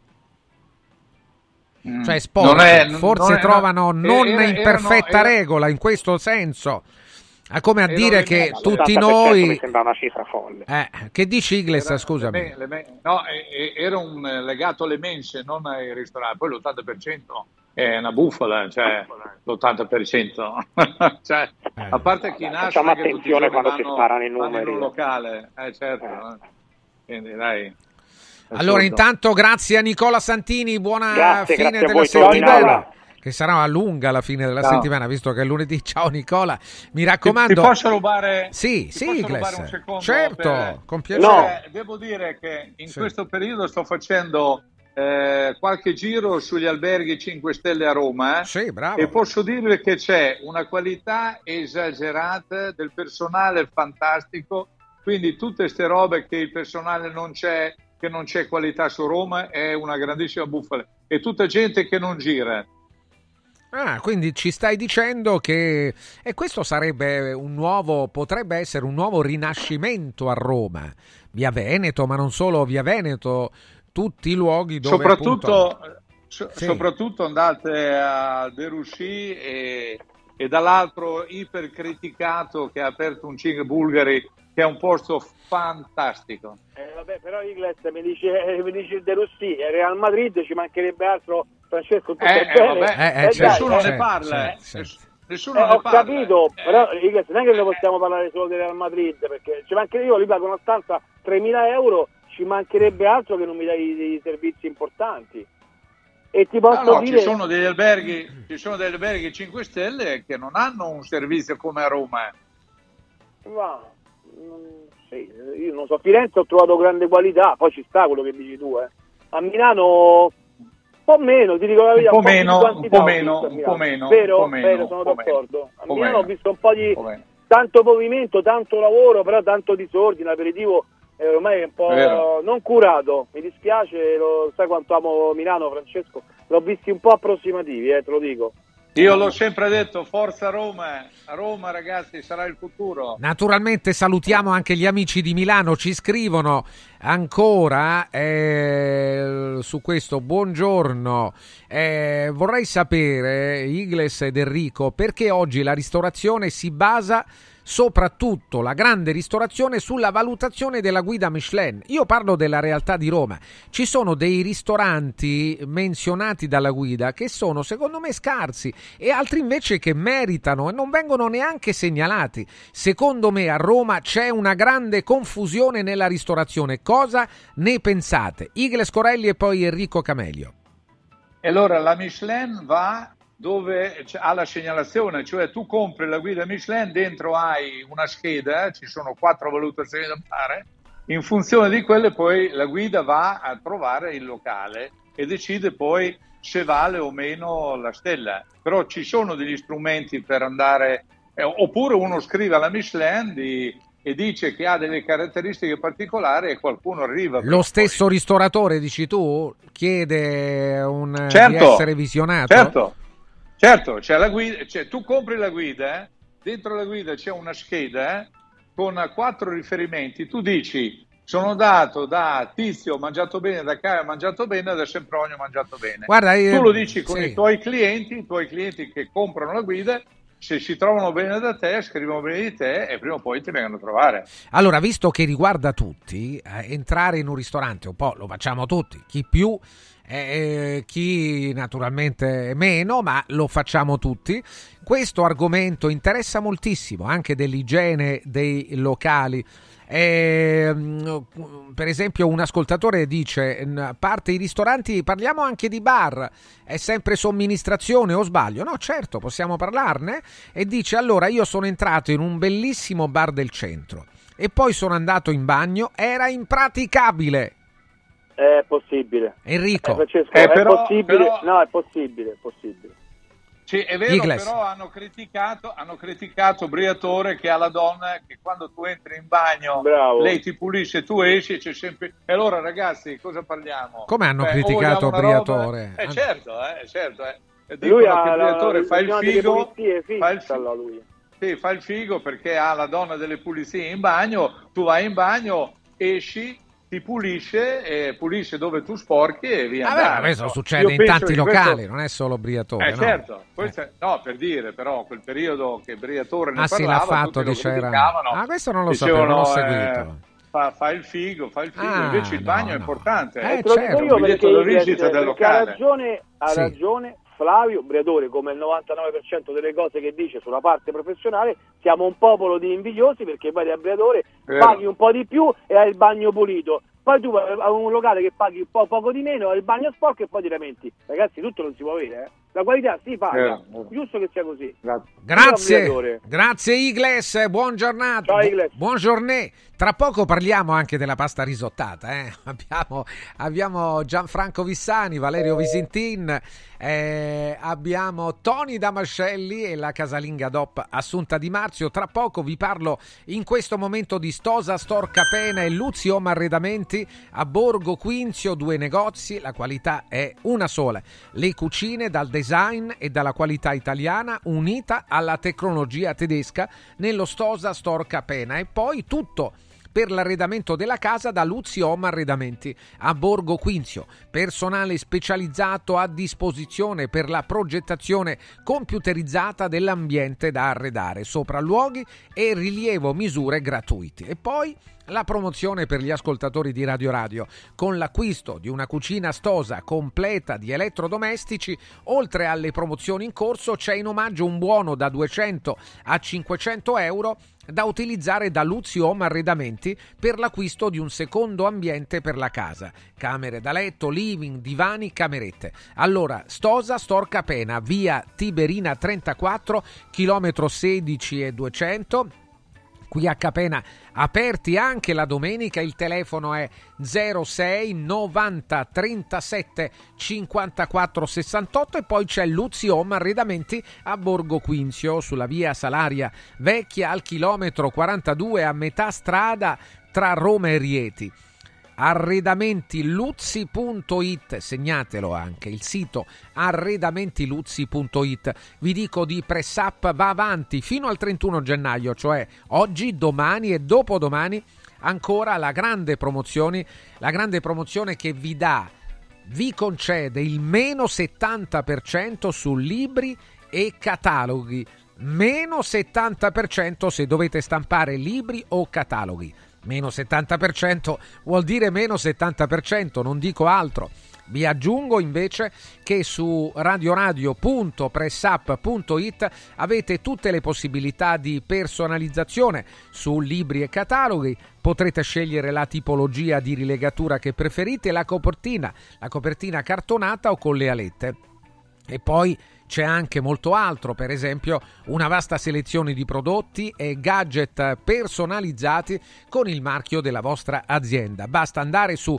Cioè sporchi, forse trovano non in perfetta regola in questo senso, come a dire che tutti noi mi sembra una cifra folle. Che dici Igles, scusami? Era un legato alle mense, non ai ristoranti. Poi l'80% è una bufala, cioè l'80%. Cioè, a parte chi nasce, facciamo attenzione quando si sparano i numeri in un locale, certo. Quindi dai. Allora, intanto grazie a Nicola Santini, buona fine grazie della settimana. Che sarà lunga la fine della settimana, visto che è lunedì. Ciao Nicola, mi raccomando. Ti posso rubare? Sì, rubare un secondo? Certo, con piacere. Devo dire che in questo periodo sto facendo qualche giro sugli alberghi 5 stelle a Roma. Sì, bravo. E posso dirvi che c'è una qualità esagerata del personale fantastico, quindi tutte ste robe che il personale non c'è, che non c'è qualità su Roma, è una grandissima bufala. E tutta gente che non gira. Quindi ci stai dicendo che questo sarebbe potrebbe essere un nuovo rinascimento a Roma, via Veneto, ma non solo via Veneto, tutti i luoghi dove soprattutto andate a De Rusci e dall'altro ipercriticato che ha aperto un Cing Bulgari, che è un posto fantastico. Vabbè, però Igles mi dice il De Russi, è Real Madrid, ci mancherebbe altro, Francesco, tutto bene. Nessuno ne parla. Nessuno ne ho parla. Capito, però Igles, non è che ne possiamo parlare solo del Real Madrid, perché ci mancherebbe, io li pago una stanza 3.000 euro, ci mancherebbe altro che non mi dai dei servizi importanti. E ti posso dire... ci sono degli alberghi 5 stelle che non hanno un servizio come a Roma. Sì, io non so, a Firenze ho trovato grande qualità, poi ci sta quello che dici tu, A Milano un po' meno, ti dico la verità, un po' meno. Vero, sono d'accordo. A Milano ho visto un po' di tanto movimento, tanto lavoro, però tanto disordine, l'aperitivo ormai è un po' non curato, mi dispiace, lo sai quanto amo Milano, Francesco, l'ho visti un po' approssimativi, te lo dico. Io l'ho sempre detto, forza Roma, Roma ragazzi sarà il futuro. Naturalmente salutiamo anche gli amici di Milano, ci scrivono ancora su questo, buongiorno, vorrei sapere, Igles ed Enrico, perché oggi la ristorazione si basa soprattutto la grande ristorazione sulla valutazione della guida Michelin. Io parlo della realtà di Roma. Ci sono dei ristoranti menzionati dalla guida che sono secondo me scarsi e altri invece che meritano e non vengono neanche segnalati. Secondo me a Roma c'è una grande confusione nella ristorazione. Cosa ne pensate? Igles Corelli e poi Enrico Camelio. E allora la Michelin va dove ha la segnalazione, cioè tu compri la guida Michelin, dentro hai una scheda, ci sono 4 valutazioni da fare, in funzione di quelle poi la guida va a trovare il locale e decide poi se vale o meno la stella. Però ci sono degli strumenti per andare, oppure uno scrive alla Michelin e dice che ha delle caratteristiche particolari e qualcuno arriva. Lo stesso ristoratore, dici tu, chiede di essere visionato? Certo, c'è la guida, tu compri la guida, dentro la guida c'è una scheda con 4 riferimenti, tu dici sono dato da Tizio ho mangiato bene, da Caio ho mangiato bene, da Sempronio ho mangiato bene. Guarda, tu lo dici con i tuoi clienti che comprano la guida, se si trovano bene da te, scrivono bene di te e prima o poi ti vengono a trovare. Allora, visto che riguarda tutti, entrare in un ristorante, un po' lo facciamo tutti, chi più chi naturalmente meno, ma lo facciamo tutti. Questo argomento interessa moltissimo, anche dell'igiene dei locali. Per esempio un ascoltatore dice: a parte i ristoranti parliamo anche di bar, è sempre somministrazione o sbaglio? No, certo, possiamo parlarne. E dice: allora, io sono entrato in un bellissimo bar del centro e poi sono andato in bagno, era impraticabile. È possibile. Enrico, Francesco, però, è possibile. però... No, è possibile. Sì, è vero, Igles. però hanno criticato Briatore che ha la donna che quando tu entri in bagno, bravo, lei ti pulisce, tu esci e c'è sempre... E allora ragazzi, cosa parliamo? Come hanno criticato Briatore? Certo. Lui Dicono che Briatore fa il figo, fa il figo perché ha la donna delle pulizie in bagno, tu vai in bagno, esci, ti pulisce dove tu sporchi e via. Vabbè, questo succede in tanti locali, non è solo Briatore. No? Certo, no, per dire, però quel periodo che Briatore ne parlava, sì, l'ha fatto, diceva. Questo non lo sapevo, non l'ho seguito. Fa il figo, invece il bagno è importante. Certo. Io perché la visita del locale. Ha ragione Flavio Briatore, come il 99% delle cose che dice sulla parte professionale. Siamo un popolo di invidiosi perché poi da Briatore paghi un po' di più e hai il bagno pulito. Poi tu hai un locale che paghi un po' poco di meno, hai il bagno sporco e poi ti lamenti. Ragazzi, tutto non si può avere, La qualità si paga, giusto che sia così. Grazie Igles, buon giornata. Ciao Igles. Buongiorno. Tra poco parliamo anche della pasta risottata. Abbiamo Gianfranco Vissani, Valerio Visintin, abbiamo Tony Damascelli e la casalinga DOP Assunta Di Marzio. Tra poco vi parlo in questo momento di Stosa Store Capena e Luzzi Home Arredamenti a Borgo Quinzio, 2 negozi, la qualità è una sola. Le cucine dal design e dalla qualità italiana unita alla tecnologia tedesca nello Stosa Store Capena, e poi tutto per l'arredamento della casa da Luzzi Home Arredamenti a Borgo Quinzio. Personale specializzato a disposizione per la progettazione computerizzata dell'ambiente da arredare, sopralluoghi e rilievo misure gratuiti. E poi la promozione per gli ascoltatori di Radio Radio. Con l'acquisto di una cucina Stosa completa di elettrodomestici, oltre alle promozioni in corso, c'è in omaggio un buono da 200 a 500 euro da utilizzare da Luzzi Home Arredamenti per l'acquisto di un secondo ambiente per la casa. Camere da letto, living, divani, camerette. Allora, Stosa Store Capena, via Tiberina 34, chilometro 16 e 200. Qui a Capena, aperti anche la domenica, il telefono è 06 90 37 54 68 e poi c'è Luzzi Home Arredamenti a Borgo Quinzio, sulla via Salaria Vecchia al chilometro 42 a metà strada tra Roma e Rieti. Arredamentiluzzi.it, segnatelo anche il sito arredamentiluzzi.it. Vi dico di Press Up va avanti fino al 31 gennaio, cioè oggi, domani e dopodomani, ancora la grande promozione che vi concede il meno 70% su libri e cataloghi, meno 70% se dovete stampare libri o cataloghi. Meno 70% vuol dire meno 70%, non dico altro. Vi aggiungo invece che su radioradio.pressup.it avete tutte le possibilità di personalizzazione su libri e cataloghi. Potrete scegliere la tipologia di rilegatura che preferite, la copertina cartonata o con le alette. E poi c'è anche molto altro, per esempio una vasta selezione di prodotti e gadget personalizzati con il marchio della vostra azienda. Basta andare su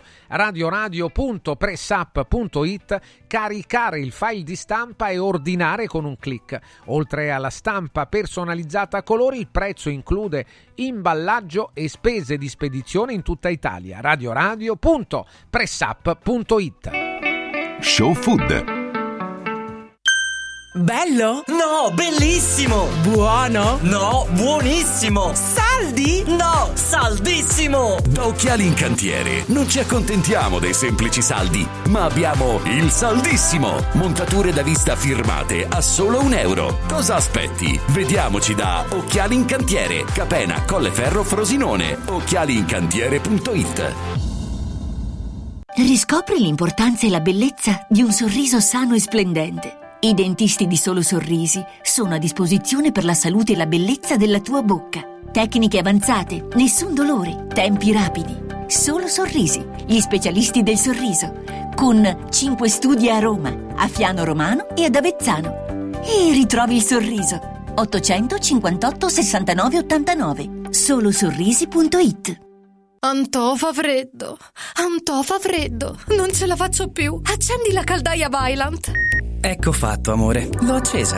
radioradio.pressup.it, caricare il file di stampa e ordinare con un click. Oltre alla stampa personalizzata a colori, il prezzo include imballaggio e spese di spedizione in tutta Italia. radioradio.pressup.it. Show Food. Bello? No, bellissimo! Buono? No, buonissimo! Saldi? No, saldissimo! Da Occhiali in Cantiere non ci accontentiamo dei semplici saldi, ma abbiamo il saldissimo! Montature da vista firmate a solo €1. Cosa aspetti? Vediamoci da Occhiali in Cantiere, Capena, Colleferro, Frosinone. Occhialiincantiere.it. Riscopri l'importanza e la bellezza di un sorriso sano e splendente. I dentisti di Solo Sorrisi sono a disposizione per la salute e la bellezza della tua bocca. Tecniche avanzate, nessun dolore, tempi rapidi. Solo Sorrisi, gli specialisti del sorriso, con 5 studi a Roma, a Fiano Romano e ad Avezzano. E ritrovi il sorriso. 858 69 89. Solosorrisi.it. Antò fa freddo, non ce la faccio più. Accendi la caldaia Vaillant. Ecco fatto, amore, l'ho accesa.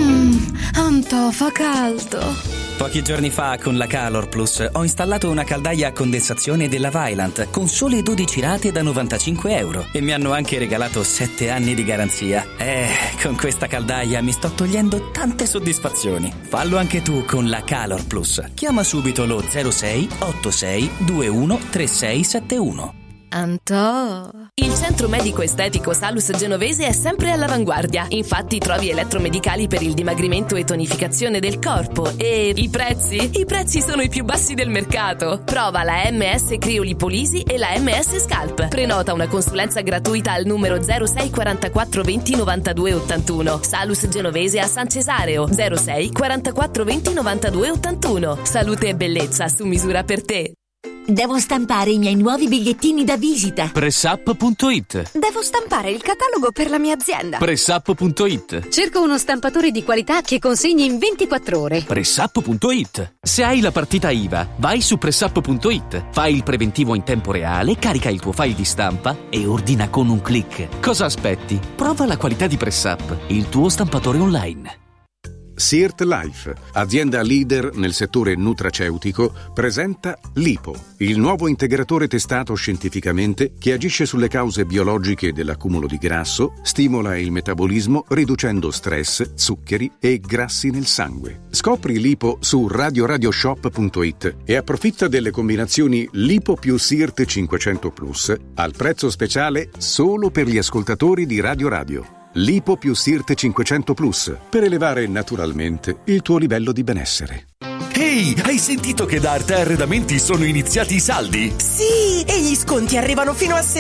Antò fa caldo. Pochi giorni fa con la Calor Plus ho installato una caldaia a condensazione della Vaillant con sole 12 rate da 95 euro e mi hanno anche regalato 7 anni di garanzia. Con questa caldaia mi sto togliendo tante soddisfazioni. Fallo anche tu con la Calor Plus. Chiama subito lo 06 86 21 3671. Antò. Il centro medico estetico Salus Genovese è sempre all'avanguardia. Infatti trovi elettromedicali per il dimagrimento e tonificazione del corpo. E i prezzi? I prezzi sono i più bassi del mercato. Prova la MS Criolipolisi e la MS Scalp. Prenota una consulenza gratuita al numero 06 44 20 92 81. Salus Genovese a San Cesareo 06 44 20 92 81. Salute e bellezza su misura per te. Devo stampare i miei nuovi bigliettini da visita. Pressup.it. Devo stampare il catalogo per la mia azienda. Pressup.it. Cerco uno stampatore di qualità che consegni in 24 ore. Pressup.it. Se hai la partita IVA, vai su Pressup.it, fai il preventivo in tempo reale, carica il tuo file di stampa e ordina con un click. Cosa aspetti? Prova la qualità di Pressup, il tuo stampatore online. Sirt Life, azienda leader nel settore nutraceutico, presenta Lipo, il nuovo integratore testato scientificamente che agisce sulle cause biologiche dell'accumulo di grasso, stimola il metabolismo riducendo stress, zuccheri e grassi nel sangue. Scopri Lipo su radioradioshop.it e approfitta delle combinazioni Lipo più Sirt 500 Plus al prezzo speciale solo per gli ascoltatori di Radio Radio. Lipo più Sirt 500 Plus per elevare naturalmente il tuo livello di benessere. Ehi, hai sentito che da Arte Arredamenti sono iniziati i saldi? Sì, e gli sconti arrivano fino al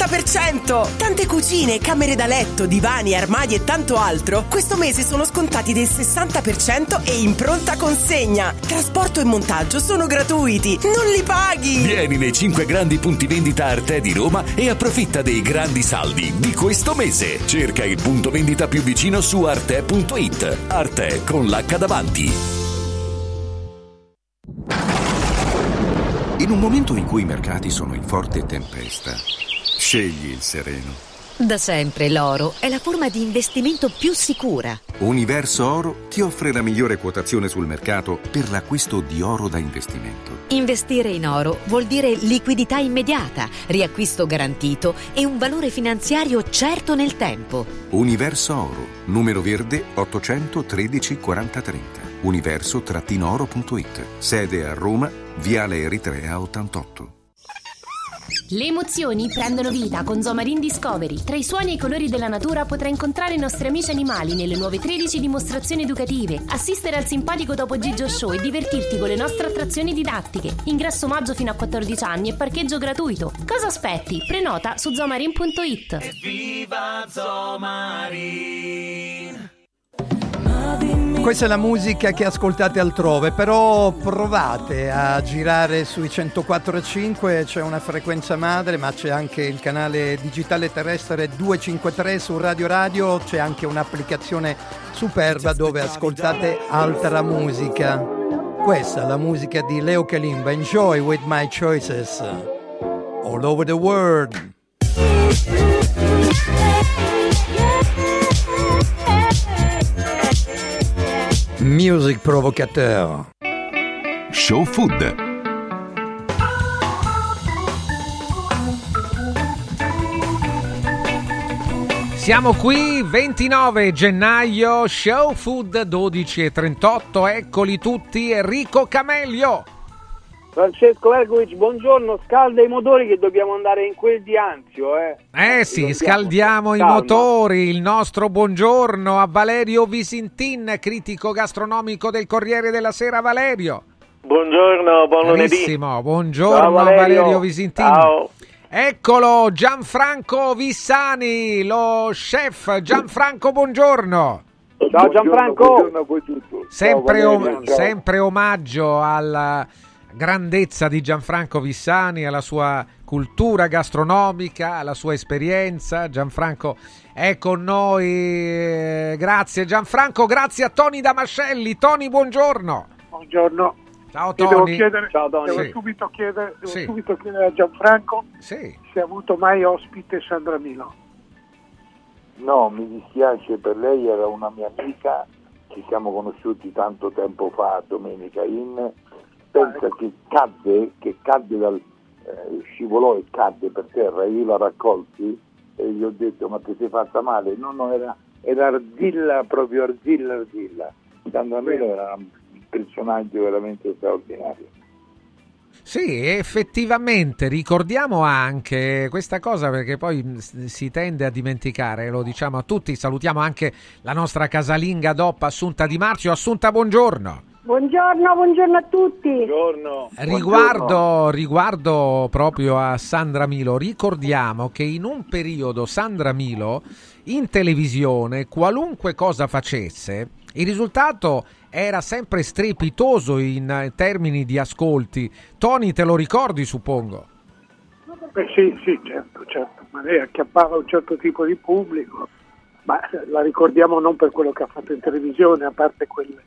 60%. Tante cucine, camere da letto, divani, armadi e tanto altro questo mese sono scontati del 60% e in pronta consegna. Trasporto e montaggio sono gratuiti, non li paghi. Vieni nei 5 grandi punti vendita Arte di Roma e approfitta dei grandi saldi di questo mese. Cerca il punto vendita più vicino su arte.it. Arte con l'H davanti. In un momento in cui i mercati sono in forte tempesta, scegli il sereno. Da sempre l'oro è la forma di investimento più sicura. Universo Oro ti offre la migliore quotazione sul mercato per l'acquisto di oro da investimento. Investire in oro vuol dire liquidità immediata, riacquisto garantito e un valore finanziario certo nel tempo. Universo Oro, numero verde 813 4030. Universo-oro.it. Sede a Roma, Viale Eritrea 88. Le emozioni prendono vita con Zomarin Discovery. Tra i suoni e i colori della natura potrai incontrare i nostri amici animali nelle nuove 13 dimostrazioni educative, assistere al simpatico Topo Gigio Show e divertirti con le nostre attrazioni didattiche. Ingresso omaggio fino a 14 anni e parcheggio gratuito. Cosa aspetti? Prenota su zomarin.it. Evviva Zomarin! Questa è la musica che ascoltate altrove, però provate a girare sui 104.5, c'è una frequenza madre, ma c'è anche il canale digitale terrestre 253 su Radio Radio, c'è anche un'applicazione superba dove ascoltate altra musica. Questa è la musica di Leo Kalimba, Enjoy with My Choices, all over the world. Music provocateur. Show Food. Siamo qui, 29 gennaio, Show Food 12:38, eccoli tutti, Enrico Camelio. Francesco Vergovic, buongiorno, scalda i motori che dobbiamo andare in quel di Anzio. Sì, scaldiamo i motori, il nostro buongiorno a Valerio Visintin, critico gastronomico del Corriere della Sera. Valerio. Buongiorno, buon lunedì. Buongiorno. Ciao, Valerio Visintin. Ciao. Eccolo, Gianfranco Vissani, lo chef. Gianfranco, buongiorno. Ciao Gianfranco. Buongiorno a voi tutti. Sempre omaggio alla grandezza di Gianfranco Vissani, alla sua cultura gastronomica, alla sua esperienza. Gianfranco è con noi. Grazie Gianfranco, grazie a Tony Damascelli. Tony, buongiorno. Buongiorno. Ciao Tony. Devo subito chiedere a Gianfranco se ha avuto mai ospite Sandra Milo. No, mi dispiace per lei, era una mia amica, ci siamo conosciuti tanto tempo fa a Domenica Inn. Pensa che cadde scivolò e cadde per terra, io la raccolsi e gli ho detto: ma ti sei fatta male? No, era argilla, proprio argilla. Sandra Milo era un personaggio veramente straordinario. Sì, effettivamente ricordiamo anche questa cosa, perché poi si tende a dimenticare, lo diciamo a tutti. Salutiamo anche la nostra casalinga DOP Assunta Di Marzio. Assunta, buongiorno. Buongiorno a tutti. Buongiorno. Riguardo proprio a Sandra Milo, ricordiamo che in un periodo Sandra Milo in televisione, qualunque cosa facesse, il risultato era sempre strepitoso in termini di ascolti. Tony, te lo ricordi, suppongo? Sì, certo, ma lei acchiappava un certo tipo di pubblico, ma la ricordiamo non per quello che ha fatto in televisione, a parte quelle.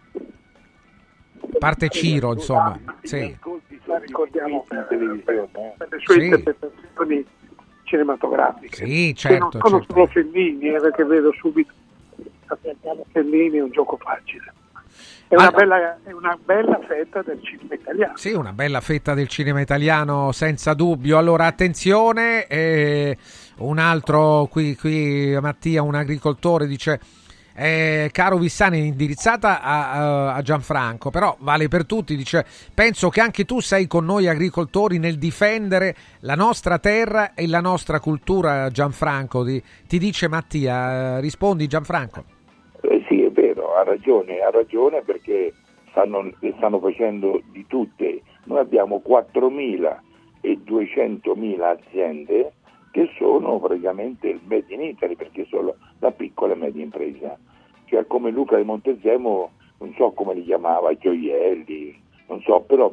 Parte Ciro, insomma. Sì. La ricordiamo per le sue interpretazioni cinematografiche. Sì, certo. Non sono solo Fellini, perché vedo subito Fellini è un gioco facile. È una bella fetta del cinema italiano. Sì, una bella fetta del cinema italiano, senza dubbio. Allora, attenzione, un altro qui Mattia, un agricoltore, dice: caro Vissani, indirizzata a Gianfranco, però vale per tutti, dice: penso che anche tu sei con noi agricoltori nel difendere la nostra terra e la nostra cultura, Gianfranco. Ti dice Mattia, rispondi Gianfranco. Sì, è vero, ha ragione perché stanno facendo di tutte. Noi abbiamo 4.200.000 aziende che sono praticamente il made in Italy, perché sono la piccola e media impresa. Cioè, come Luca di Montezemolo, non so come li chiamava, gioielli, non so, però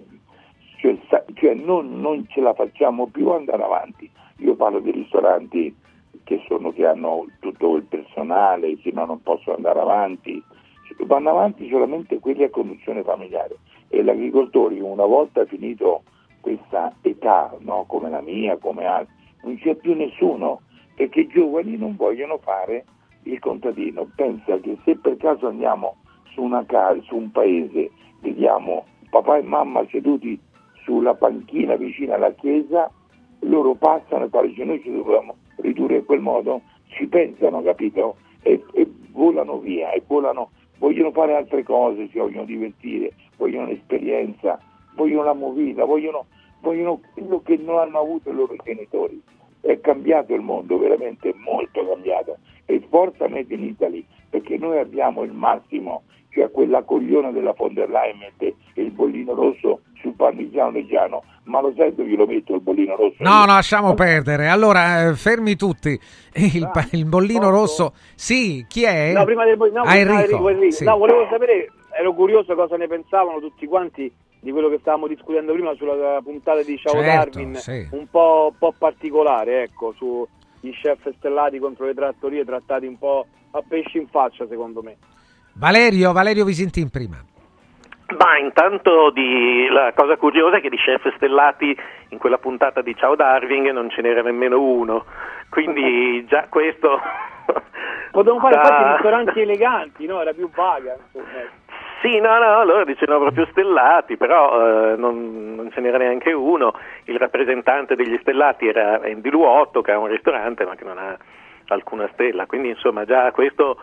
non ce la facciamo più andare avanti. Io parlo dei ristoranti che hanno tutto il personale, se no non possono andare avanti. Vanno avanti solamente quelli a conduzione familiare, e gli agricoltori, una volta finito questa età, no, come la mia, come altri, non c'è più nessuno, perché i giovani non vogliono fare il contadino. Pensa che se per caso andiamo su un paese, vediamo papà e mamma seduti sulla panchina vicino alla chiesa, loro passano e parlano: noi ci dobbiamo ridurre in quel modo, ci pensano, capito? E volano via, vogliono fare altre cose, si vogliono divertire, vogliono l'esperienza, vogliono la movida, vogliono quello che non hanno avuto i loro genitori. È cambiato il mondo, veramente molto cambiato, e forza Made in Italy, perché noi abbiamo il massimo, cioè quella cogliona della von der Leyen mette il bollino rosso sul parmigiano reggiano, ma lo sai dove lo metto il bollino rosso? No, lasciamo perdere. Allora, fermi tutti. Il bollino rosso, sì, chi è? No, prima del Enrico. Sì. No, volevo sapere, ero curioso cosa ne pensavano tutti quanti di quello che stavamo discutendo prima sulla puntata di Ciao Darwin, sì. Un po' particolare, ecco, sugli chef stellati contro le trattorie, trattati un po' a pesci in faccia, secondo me. Valerio Visintin prima. Ma intanto la cosa curiosa è che di chef stellati in quella puntata di Ciao Darwin non ce n'era nemmeno uno, quindi già questo potevamo fare infatti ristoranti eleganti, no? Era più vaga, insomma. Sì, no, loro dicevano proprio stellati, però non ce n'era neanche uno. Il rappresentante degli stellati era Andy Luotto, che ha un ristorante ma che non ha alcuna stella, quindi insomma già questo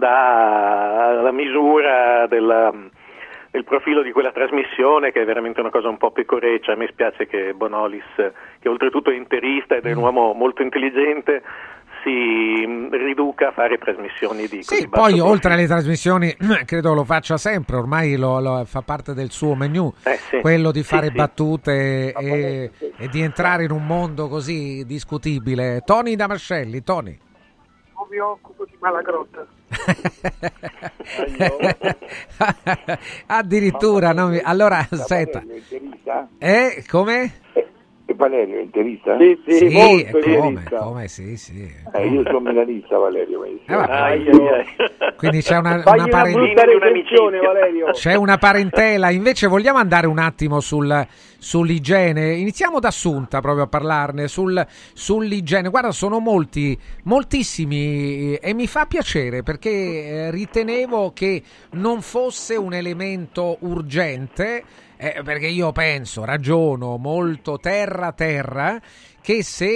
dà la misura del profilo di quella trasmissione, che è veramente una cosa un po' pecoreccia. A me spiace che Bonolis, che oltretutto è interista ed è un uomo molto intelligente, si riduca a fare trasmissioni di Sì, poi oltre alle trasmissioni, credo lo faccia sempre, ormai lo fa parte del suo menu, sì. quello di fare Sì. battute e di entrare in un mondo così discutibile. Tony Damascelli, Tony. Non mi occupo di Malagrotta. Addirittura, allora aspetta. Come? E Valerio è interista? Sì, molto come sì. Io sono milanista, Valerio. Quindi c'è una recensione, Valerio. c'è una parentela. Invece vogliamo andare un attimo sull'igiene. Iniziamo da Assunta proprio a parlarne sull'igiene. Guarda, sono moltissimi e mi fa piacere perché ritenevo che non fosse un elemento urgente. Perché io ragiono molto terra che se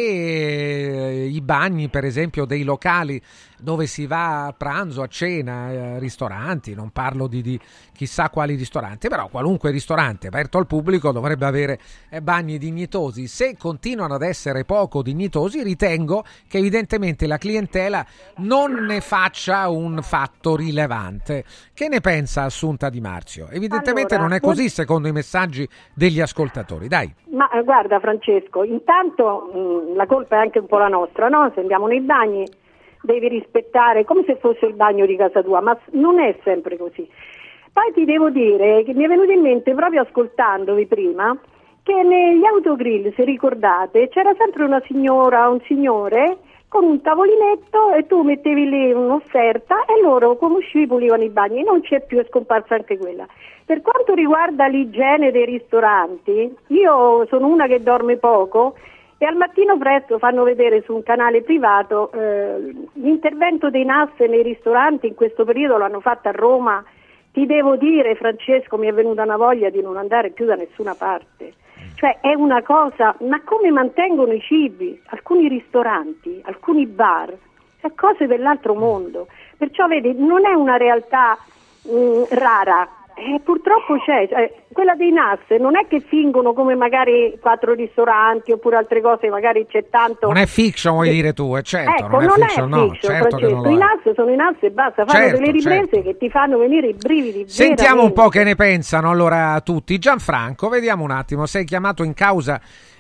i bagni, per esempio, dei locali dove si va a pranzo, a cena, ristoranti, non parlo di chissà quali ristoranti, però qualunque ristorante aperto al pubblico dovrebbe avere bagni dignitosi. Se continuano ad essere poco dignitosi, ritengo che evidentemente la clientela non ne faccia un fatto rilevante. Che ne pensa Assunta Di Marzio? Evidentemente non è così secondo i messaggi degli ascoltatori. Dai. Ma guarda Francesco, intanto la colpa è anche un po' la nostra, no? Se andiamo nei bagni devi rispettare come se fosse il bagno di casa tua, ma non è sempre così. Poi ti devo dire che mi è venuto in mente, proprio ascoltandovi prima, che negli autogrill, se ricordate, c'era sempre una signora o un signore con un tavolinetto e tu mettevi lì un'offerta e loro, come uscivi, pulivano i bagni. Non c'è più, è scomparsa anche quella. Per quanto riguarda l'igiene dei ristoranti, io sono una che dorme poco e al mattino presto fanno vedere su un canale privato l'intervento dei NAS nei ristoranti. In questo periodo l'hanno fatto a Roma. Ti devo dire, Francesco, mi è venuta una voglia di non andare più da nessuna parte. Cioè è una cosa, ma come mantengono i cibi? Alcuni ristoranti, alcuni bar, è cose dell'altro mondo. Perciò vedi, non è una realtà rara. Purtroppo c'è, quella dei NAS non è che fingono come magari 4 ristoranti oppure altre cose, magari c'è tanto. Non è fiction, vuoi dire tu, certo. Ecco, non è fiction, certo che non lo è. I NAS sono i NAS e basta, fanno delle riprese che ti fanno venire i brividi. Sentiamo un po' che ne pensano allora tutti. Gianfranco, vediamo un attimo, sei chiamato in causa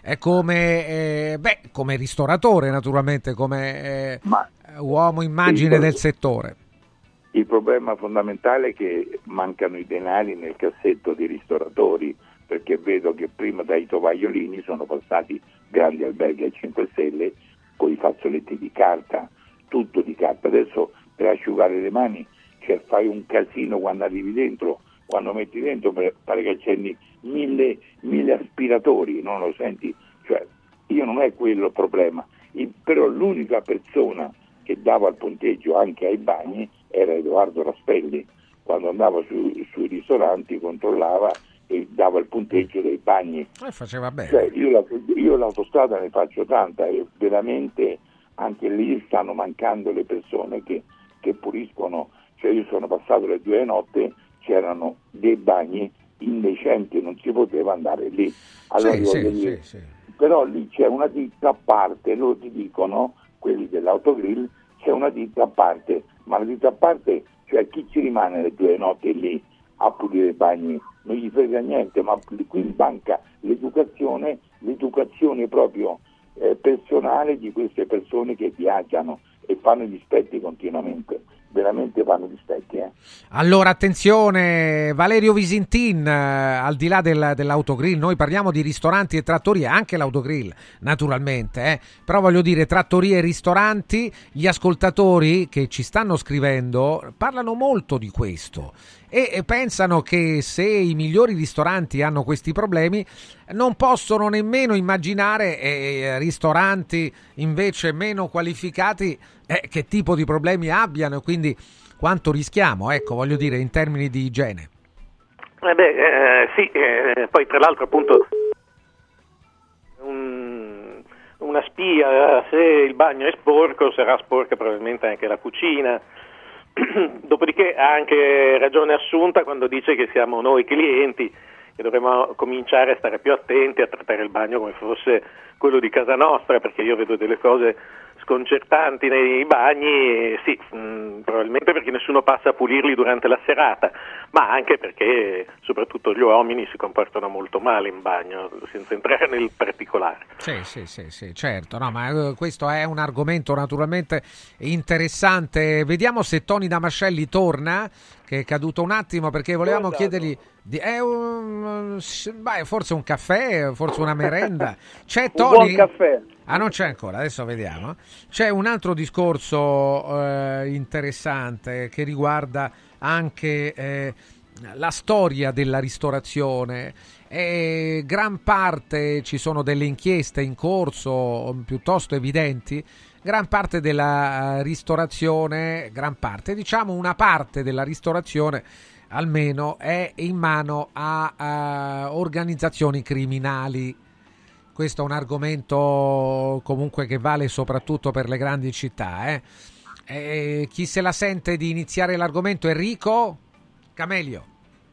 come ristoratore, naturalmente, come uomo immagine del settore. Il problema fondamentale è che mancano i denari nel cassetto dei ristoratori, perché vedo che prima dai tovagliolini sono passati grandi alberghi a 5 stelle con i fazzoletti di carta, tutto di carta. Adesso per asciugare le mani fai un casino quando arrivi dentro, quando metti dentro pare che accendi mille aspiratori, non lo senti? Cioè, io non è quello il problema, però l'unica persona che dava il punteggio anche ai bagni era Edoardo Raspelli. Quando andava sui ristoranti controllava e dava il punteggio dei bagni. Faceva bene. Cioè, io l'autostrada ne faccio tanta e veramente anche lì stanno mancando le persone che puliscono. Cioè, io sono passato le 2 notte, c'erano dei bagni indecenti, non si poteva andare lì. Allora, sì. Però lì c'è una ditta a parte, loro ti dicono, quelli dell'autogrill, c'è una ditta a parte, ma la ditta a parte, cioè chi ci rimane le 2 notti lì a pulire i bagni? Non gli frega niente, ma qui manca l'educazione proprio personale di queste persone che viaggiano e fanno gli dispetti continuamente. Veramente fanno dispetti. Allora attenzione, Valerio Visintin, al di là dell'autogrill, noi parliamo di ristoranti e trattorie, anche l'autogrill naturalmente, però voglio dire trattorie e ristoranti. Gli ascoltatori che ci stanno scrivendo parlano molto di questo e pensano che se i migliori ristoranti hanno questi problemi non possono nemmeno immaginare ristoranti invece meno qualificati che tipo di problemi abbiano e quindi quanto rischiamo, voglio dire, in termini di igiene. Poi tra l'altro appunto una spia, se il bagno è sporco sarà sporca probabilmente anche la cucina. Dopodiché ha anche ragione Assunta quando dice che siamo noi clienti che dovremmo cominciare a stare più attenti a trattare il bagno come fosse quello di casa nostra, perché io vedo delle cose sconcertanti nei bagni, sì, probabilmente perché nessuno passa a pulirli durante la serata, ma anche perché soprattutto gli uomini si comportano molto male in bagno, senza entrare nel particolare. Sì, certo, no, ma questo è un argomento naturalmente interessante. Vediamo se Tony Damascelli torna, che è caduto un attimo, perché volevamo chiedergli forse un caffè, forse una merenda. C'è Tony? Un buon caffè. Ah, non c'è ancora, adesso vediamo. C'è un altro discorso interessante che riguarda anche la storia della ristorazione. Gran parte, ci sono delle inchieste in corso piuttosto evidenti, gran parte della ristorazione, una parte della ristorazione almeno è in mano a organizzazioni criminali. Questo è un argomento comunque che vale soprattutto per le grandi città. Chi se la sente di iniziare l'argomento? Enrico Camelio.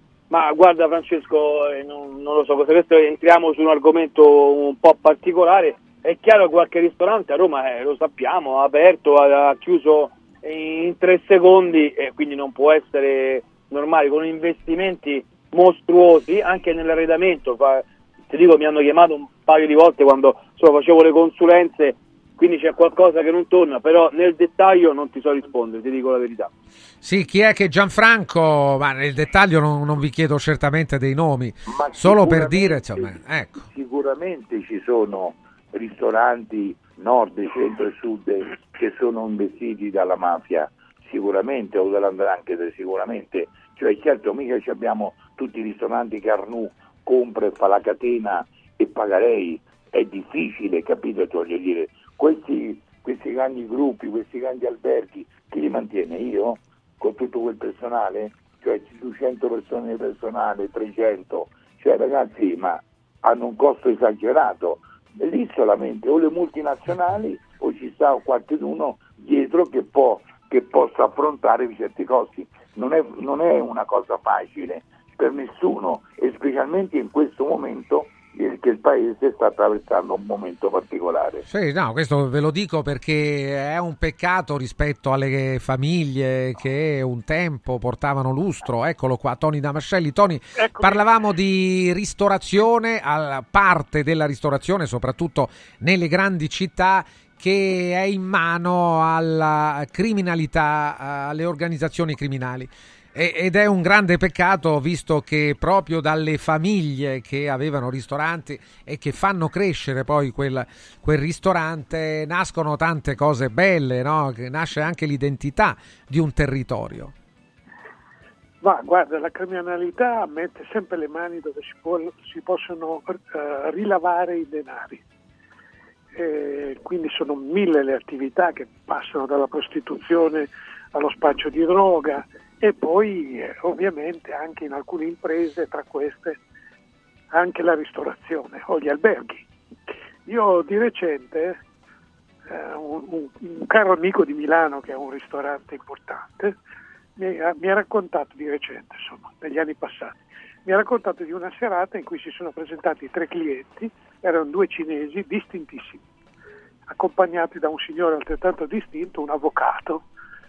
Ma guarda Francesco, non lo so, questo entriamo su un argomento un po' particolare. È chiaro che qualche ristorante a Roma, lo sappiamo, ha aperto, ha chiuso in 3 secondi e quindi non può essere normale, con investimenti mostruosi anche nell'arredamento. Ti dico, mi hanno chiamato un paio di volte quando facevo le consulenze, quindi c'è qualcosa che non torna, però nel dettaglio non ti so rispondere, ti dico la verità. Sì, chi è che Gianfranco, ma nel dettaglio non vi chiedo certamente dei nomi, ma solo per dire, insomma, ecco. Sicuramente ci sono ristoranti nord, centro e sud che sono investiti dalla mafia, sicuramente, o dalla 'ndrangheta sicuramente, cioè certo mica abbiamo tutti i ristoranti che Arnoux compra e fa la catena e paga lei, è difficile, capito? Voglio dire, questi grandi gruppi, questi grandi alberghi, chi li mantiene? Io? Con tutto quel personale? Cioè 200 persone di personale, 300, cioè ragazzi, ma hanno un costo esagerato. Lì solamente o le multinazionali o ci sta qualcuno dietro che possa affrontare certi costi. Non è una cosa facile per nessuno, e specialmente in questo momento che il paese sta attraversando un momento particolare. Sì, no, questo ve lo dico perché è un peccato rispetto alle famiglie che un tempo portavano lustro. Eccolo qua, Tony Damascelli. Tony, eccomi. Parlavamo di ristorazione, a parte della ristorazione, soprattutto nelle grandi città, che è in mano alla criminalità, alle organizzazioni criminali. Ed è un grande peccato, visto che proprio dalle famiglie che avevano ristoranti e che fanno crescere poi quel ristorante nascono tante cose belle, no? Che nasce anche l'identità di un territorio. Ma guarda, la criminalità mette sempre le mani dove si possono rilavare i denari. Quindi sono 1000 le attività che passano dalla prostituzione allo spaccio di droga, e poi ovviamente anche in alcune imprese, tra queste anche la ristorazione o gli alberghi. Io di recente un caro amico di Milano che ha un ristorante importante mi ha raccontato di recente, insomma, negli anni passati, mi ha raccontato di una serata in cui si sono presentati 3 clienti, erano 2 cinesi distintissimi, accompagnati da un signore altrettanto distinto, un avvocato,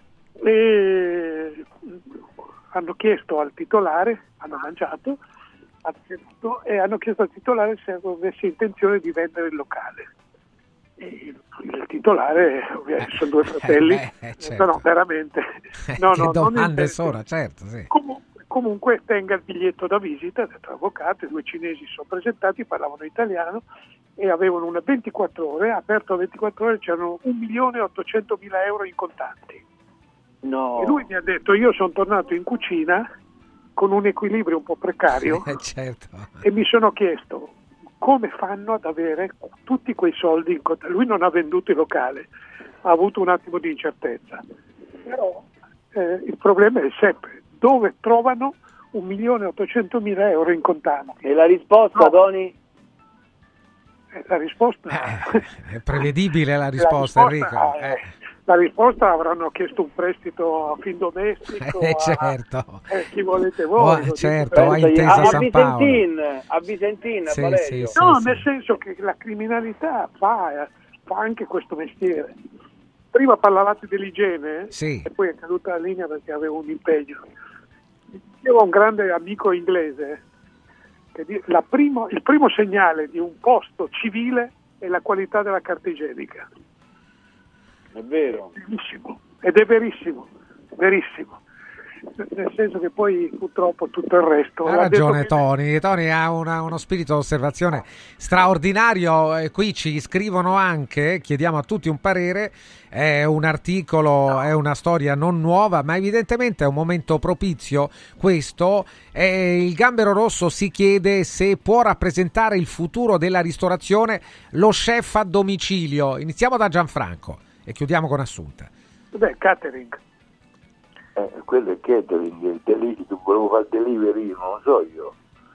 e hanno chiesto al titolare, hanno mangiato, e hanno chiesto al titolare se avesse intenzione di vendere il locale. E il titolare, ovviamente sono 2 fratelli, certo. No, veramente. No, che domande sono, certo, sì. Comunque tenga il biglietto da visita, ha detto avvocato, i 2 cinesi si sono presentati, parlavano italiano e avevano una 24 ore, aperto a 24 ore, c'erano 1.800.000 euro in contanti. No. E lui mi ha detto, io sono tornato in cucina con un equilibrio un po' precario, certo. E mi sono chiesto come fanno ad avere tutti quei soldi in contanti. Lui non ha venduto il locale, ha avuto un attimo di incertezza, però il problema è sempre dove trovano 1.800.000 euro in contanti. E la risposta, no. Tony? La risposta è prevedibile, la risposta Enrico. La risposta avranno chiesto un prestito a Findomestico, certo. Chi volete voi. Certo, a Intesa San Paolo. A Visentin, nel senso che la criminalità fa anche questo mestiere. prima parlavate dell'igiene, sì. E poi è caduta la linea perché avevo un impegno. Io ho un grande amico inglese che il primo segnale di un posto civile è la qualità della carta igienica. È vero. Verissimo. Ed è verissimo, nel senso che poi purtroppo tutto il resto ha ragione Tony ha uno spirito d'osservazione straordinario. Qui ci scrivono anche, chiediamo a tutti un parere, è un articolo, è una storia non nuova, ma evidentemente è un momento propizio questo. Il Gambero Rosso si chiede se può rappresentare il futuro della ristorazione lo chef a domicilio. Iniziamo da Gianfranco e chiudiamo con Assunta. Catering. Quello è catering, volevo fare delivery, non lo so io.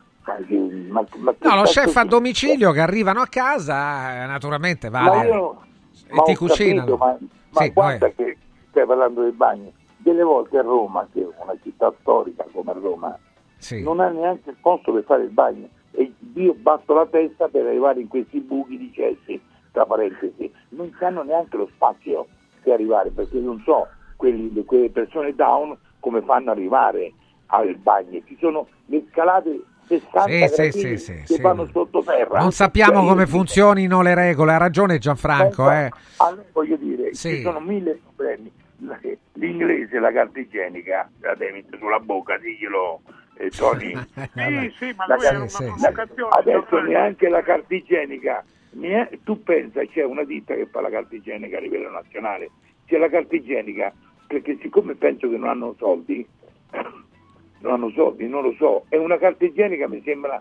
No, lo chef a domicilio che arrivano a casa, naturalmente e ti cucinano. Ma guarda che stai parlando dei bagni. Delle volte a Roma, che è una città storica come Roma, non ha neanche il posto per fare il bagno. E io batto la testa per arrivare in questi buchi di cessi, tra parentesi. Non hanno neanche lo spazio per arrivare, perché non so quelle persone down come fanno ad arrivare al bagno. Ci sono le scalate 60 gradini che vanno sottoterra. Non sappiamo come funzionino le regole, ha ragione Gianfranco. Allora voglio dire, ci sono 1000 problemi. L'inglese, la carta igienica la devi mettere sulla bocca, diglielo Tony. sì, ma lui è una provocazione. Adesso neanche la carta igienica. Tu pensa, c'è una ditta che fa la carta igienica a livello nazionale, c'è la carta igienica, perché siccome penso che non hanno soldi, non lo so, è una carta igienica, mi sembra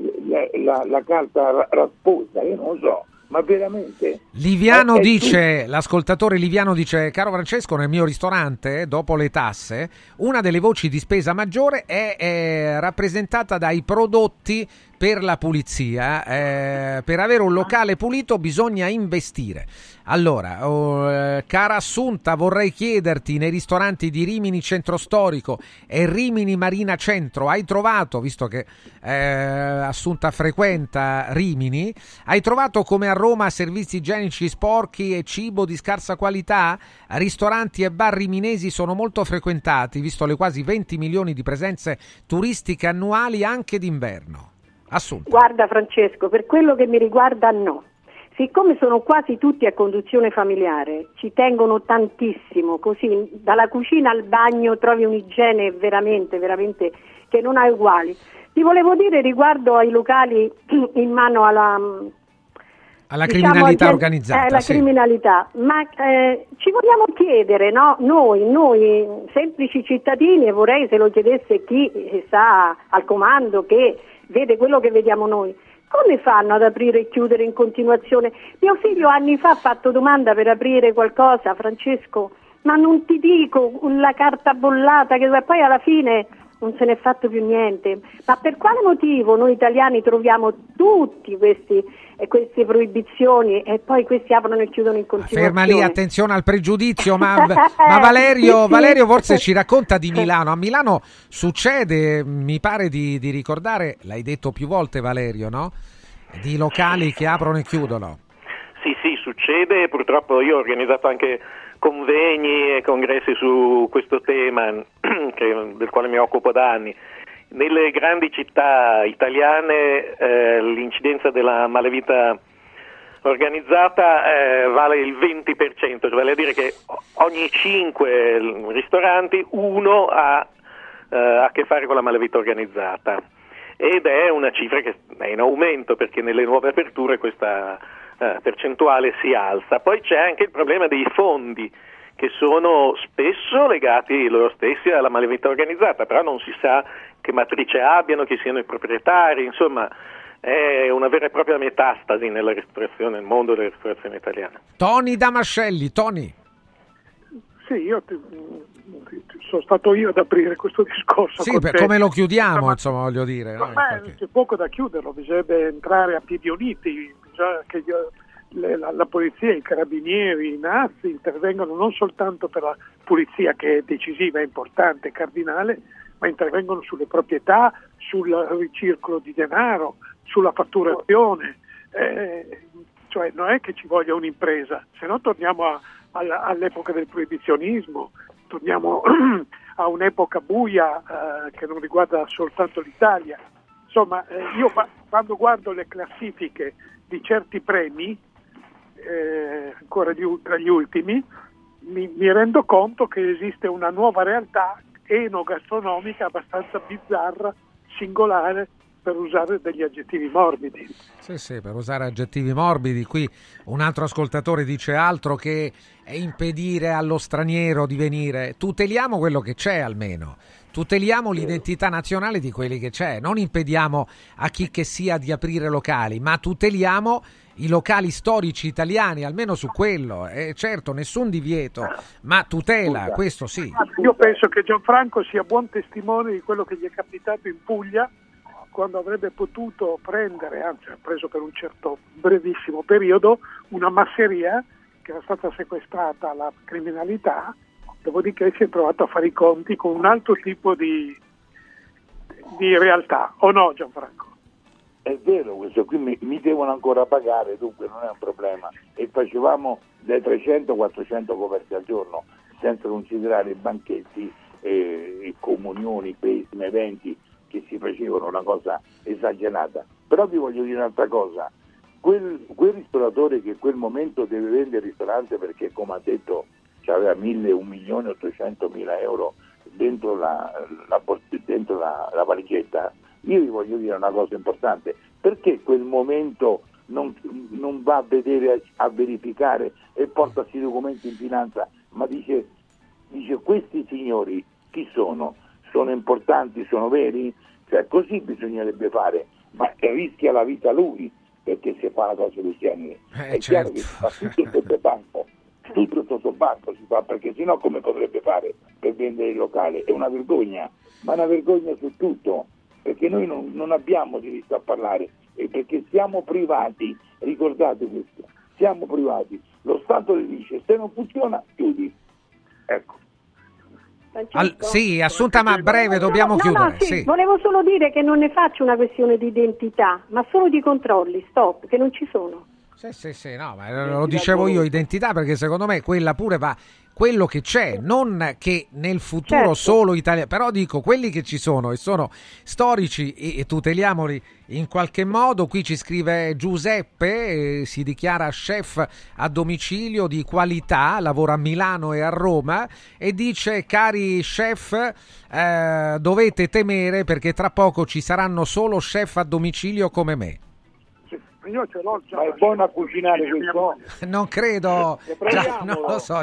la carta rasposa, io non lo so, ma veramente. Liviano dice, l'ascoltatore Liviano dice: caro Francesco, nel mio ristorante, dopo le tasse, una delle voci di spesa maggiore è rappresentata dai prodotti per la pulizia. Per avere un locale pulito bisogna investire. Allora, cara Assunta, vorrei chiederti, nei ristoranti di Rimini Centro Storico e Rimini Marina Centro, hai trovato, visto che Assunta frequenta Rimini, hai trovato come a Roma servizi igienici sporchi e cibo di scarsa qualità? Ristoranti e bar riminesi sono molto frequentati, visto le quasi 20 milioni di presenze turistiche annuali anche d'inverno. Assunta. Guarda Francesco, per quello che mi riguarda no. Siccome sono quasi tutti a conduzione familiare, ci tengono tantissimo, così dalla cucina al bagno trovi un'igiene veramente che non ha uguali. Ti volevo dire riguardo ai locali in mano alla criminalità organizzata. Criminalità, ma ci vogliamo chiedere, no? Noi semplici cittadini, e vorrei se lo chiedesse chi sta al comando, che vede quello che vediamo noi, come fanno ad aprire e chiudere in continuazione? Mio figlio anni fa ha fatto domanda per aprire qualcosa, Francesco, ma non ti dico, la carta bollata, che poi alla fine non se n'è fatto più niente. Ma per quale motivo noi italiani troviamo tutti queste proibizioni e poi questi aprono e chiudono in continuazione? Ferma lì, attenzione al pregiudizio, ma Valerio forse ci racconta di Milano. A Milano succede, mi pare di ricordare, l'hai detto più volte Valerio, no? Di locali che aprono e chiudono. Sì, succede, purtroppo io ho organizzato anche convegni e congressi su questo tema del quale mi occupo da anni. Nelle grandi città italiane l'incidenza della malavita organizzata vale il 20%, cioè vale a dire che ogni 5 ristoranti uno ha a che fare con la malavita organizzata, ed è una cifra che è in aumento perché nelle nuove aperture questa percentuale si alza. Poi c'è anche il problema dei fondi, che sono spesso legati loro stessi alla malavita organizzata, però non si sa che matrice abbiano, chi siano i proprietari, insomma è una vera e propria metastasi nella ristorazione, nel mondo della ristorazione italiana. Tony Damascelli, Tony. Sì, io sono stato io ad aprire questo discorso. Sì, come lo chiudiamo, insomma, voglio dire. C'è poco da chiuderlo, bisognerebbe entrare a piedi uniti, bisogna che la polizia, i carabinieri, i nazi intervengono non soltanto per la pulizia, che è decisiva, è importante, cardinale, ma intervengono sulle proprietà, sul ricircolo di denaro, sulla fatturazione. cioè non è che ci voglia un'impresa, se no torniamo all'epoca del proibizionismo, torniamo a un'epoca buia che non riguarda soltanto l'Italia. Insomma, io quando guardo le classifiche di certi premi, ancora tra gli ultimi, mi rendo conto che esiste una nuova realtà enogastronomica abbastanza bizzarra, singolare, per usare degli aggettivi morbidi. Sì, per usare aggettivi morbidi. Qui un altro ascoltatore dice altro che impedire allo straniero di venire. Tuteliamo quello che c'è almeno. Tuteliamo l'identità nazionale di quelli che c'è. Non impediamo a chi che sia di aprire locali, ma tuteliamo i locali storici italiani, almeno su quello. Certo, nessun divieto, ma tutela, questo sì. Io penso che Gianfranco sia buon testimone di quello che gli è capitato in Puglia, quando avrebbe potuto prendere, anzi ha preso per un certo brevissimo periodo, una masseria che era stata sequestrata alla criminalità, dopodiché si è trovato a fare i conti con un altro tipo di realtà, o no Gianfranco? È vero questo, qui mi devono ancora pagare, dunque non è un problema, e facevamo dai 300-400 coperte al giorno, senza considerare i banchetti, comunioni, pesime, eventi che si facevano, una cosa esagerata. Però vi voglio dire un'altra cosa, quel ristoratore che in quel momento deve vendere il ristorante perché, come ha detto, aveva 1.800.000 euro dentro la valigetta, io vi voglio dire una cosa importante, perché quel momento non va a vedere, a verificare e porta questi documenti in finanza, ma dice questi signori chi sono? Sono importanti, sono veri? Cioè così bisognerebbe fare, ma rischia la vita lui, perché se fa una cosa del genere è chiaro che si fa tutto sotto banco, tutto sotto banco si fa, perché sennò come potrebbe fare per vendere il locale? È una vergogna, ma una vergogna su tutto, perché noi non abbiamo diritto a parlare, e perché siamo privati, ricordate questo, siamo privati, lo Stato le dice se non funziona chiudi, ecco. Sì, Assunta, ma breve, dobbiamo chiudere. Sì. Volevo solo dire che non ne faccio una questione di identità, ma solo di controlli, stop, che non ci sono. Sì, no, ma lo dicevo io, identità, perché secondo me quella pure va, quello che c'è, non che nel futuro solo italiano, però dico quelli che ci sono e sono storici e tuteliamoli in qualche modo. Qui ci scrive Giuseppe, si dichiara chef a domicilio di qualità, lavora a Milano e a Roma e dice: cari chef, dovete temere perché tra poco ci saranno solo chef a domicilio come me. Io ce l'ho già. Ma è buono a cucinare questo? Non credo, non lo so,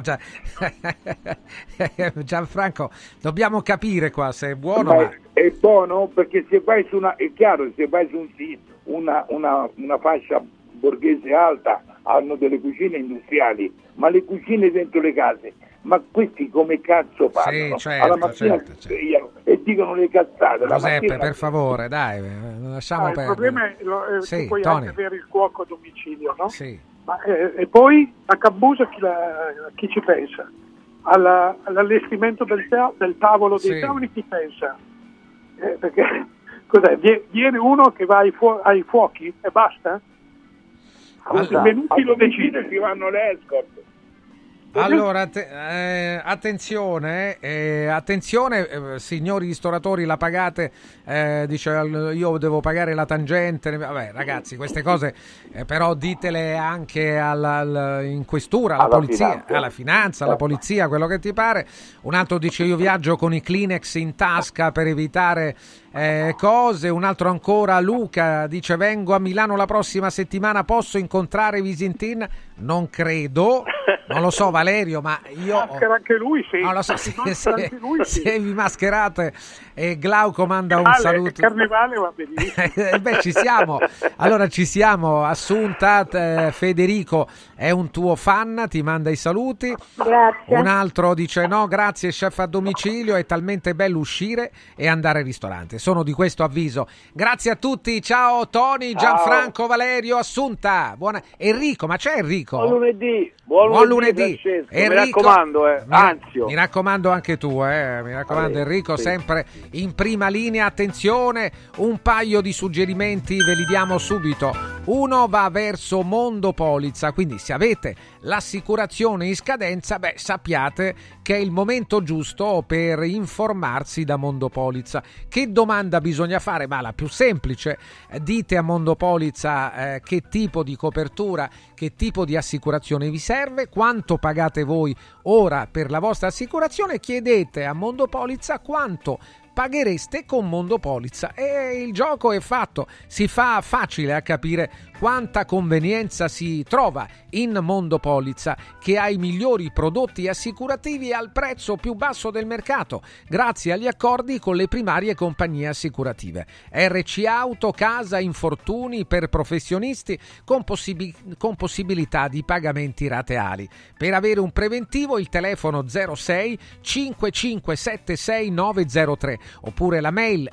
Gianfranco, dobbiamo capire qua se è buono. Ma è buono perché se vai su è chiaro, se vai su una fascia borghese alta hanno delle cucine industriali, ma le cucine dentro le case, ma questi come cazzo fanno? Sì, alla mattina e dicono le cazzate. Giuseppe, per favore, dai, lasciamo perdere. Il problema è che puoi anche avere il cuoco a domicilio, no? Sì. Ma, e poi a Cambusa chi ci pensa? All'allestimento del tavolo dei tavoli chi pensa? Perché cos'è? Viene uno che va ai fuochi e basta? I minuti lo decide, si vanno le escort. Allora, attenzione, signori ristoratori, la pagate, dice io devo pagare la tangente, vabbè ragazzi, queste cose però ditele anche in questura, alla polizia, alla finanza, alla polizia, quello che ti pare. Un altro dice io viaggio con i Kleenex in tasca per evitare cose. Un altro ancora, Luca, dice vengo a Milano la prossima settimana, posso incontrare Visintin? Non credo, non lo so Valerio, ma io anche lui sì. Non lo so, se vi mascherate e Glauco manda un saluto. Il carnevale va benissimo. Beh, ci siamo. Allora ci siamo. Assunta, Federico è un tuo fan, ti manda i saluti. Grazie. Un altro dice no, grazie chef a domicilio, è talmente bello uscire e andare al ristorante. Sono di questo avviso. Grazie a tutti. Ciao Tony, Gianfranco, Valerio, Assunta. Buona Enrico, ma c'è Enrico? Buon lunedì. Buon lunedì. Enrico, mi raccomando, Anzio. Mi raccomando anche tu, mi raccomando Enrico, sempre in prima linea. Attenzione, un paio di suggerimenti ve li diamo subito. Uno va verso Mondopolizza, quindi se avete l'assicurazione in scadenza, sappiate che è il momento giusto per informarsi da Mondopolizza. Che domanda bisogna fare? La più semplice: dite a Mondopolizza che tipo di copertura, che tipo di assicurazione vi serve, quanto pagate voi ora per la vostra assicurazione, chiedete a Mondopolizza quanto paghereste con Mondopolizza e il gioco è fatto. Si fa facile a capire quanta convenienza si trova in Mondopolizza, che ha i migliori prodotti assicurativi al prezzo più basso del mercato, grazie agli accordi con le primarie compagnie assicurative. RC Auto, casa, infortuni per professionisti con possibilità di pagamenti rateali. Per avere un preventivo il telefono 06 5576 903 oppure la mail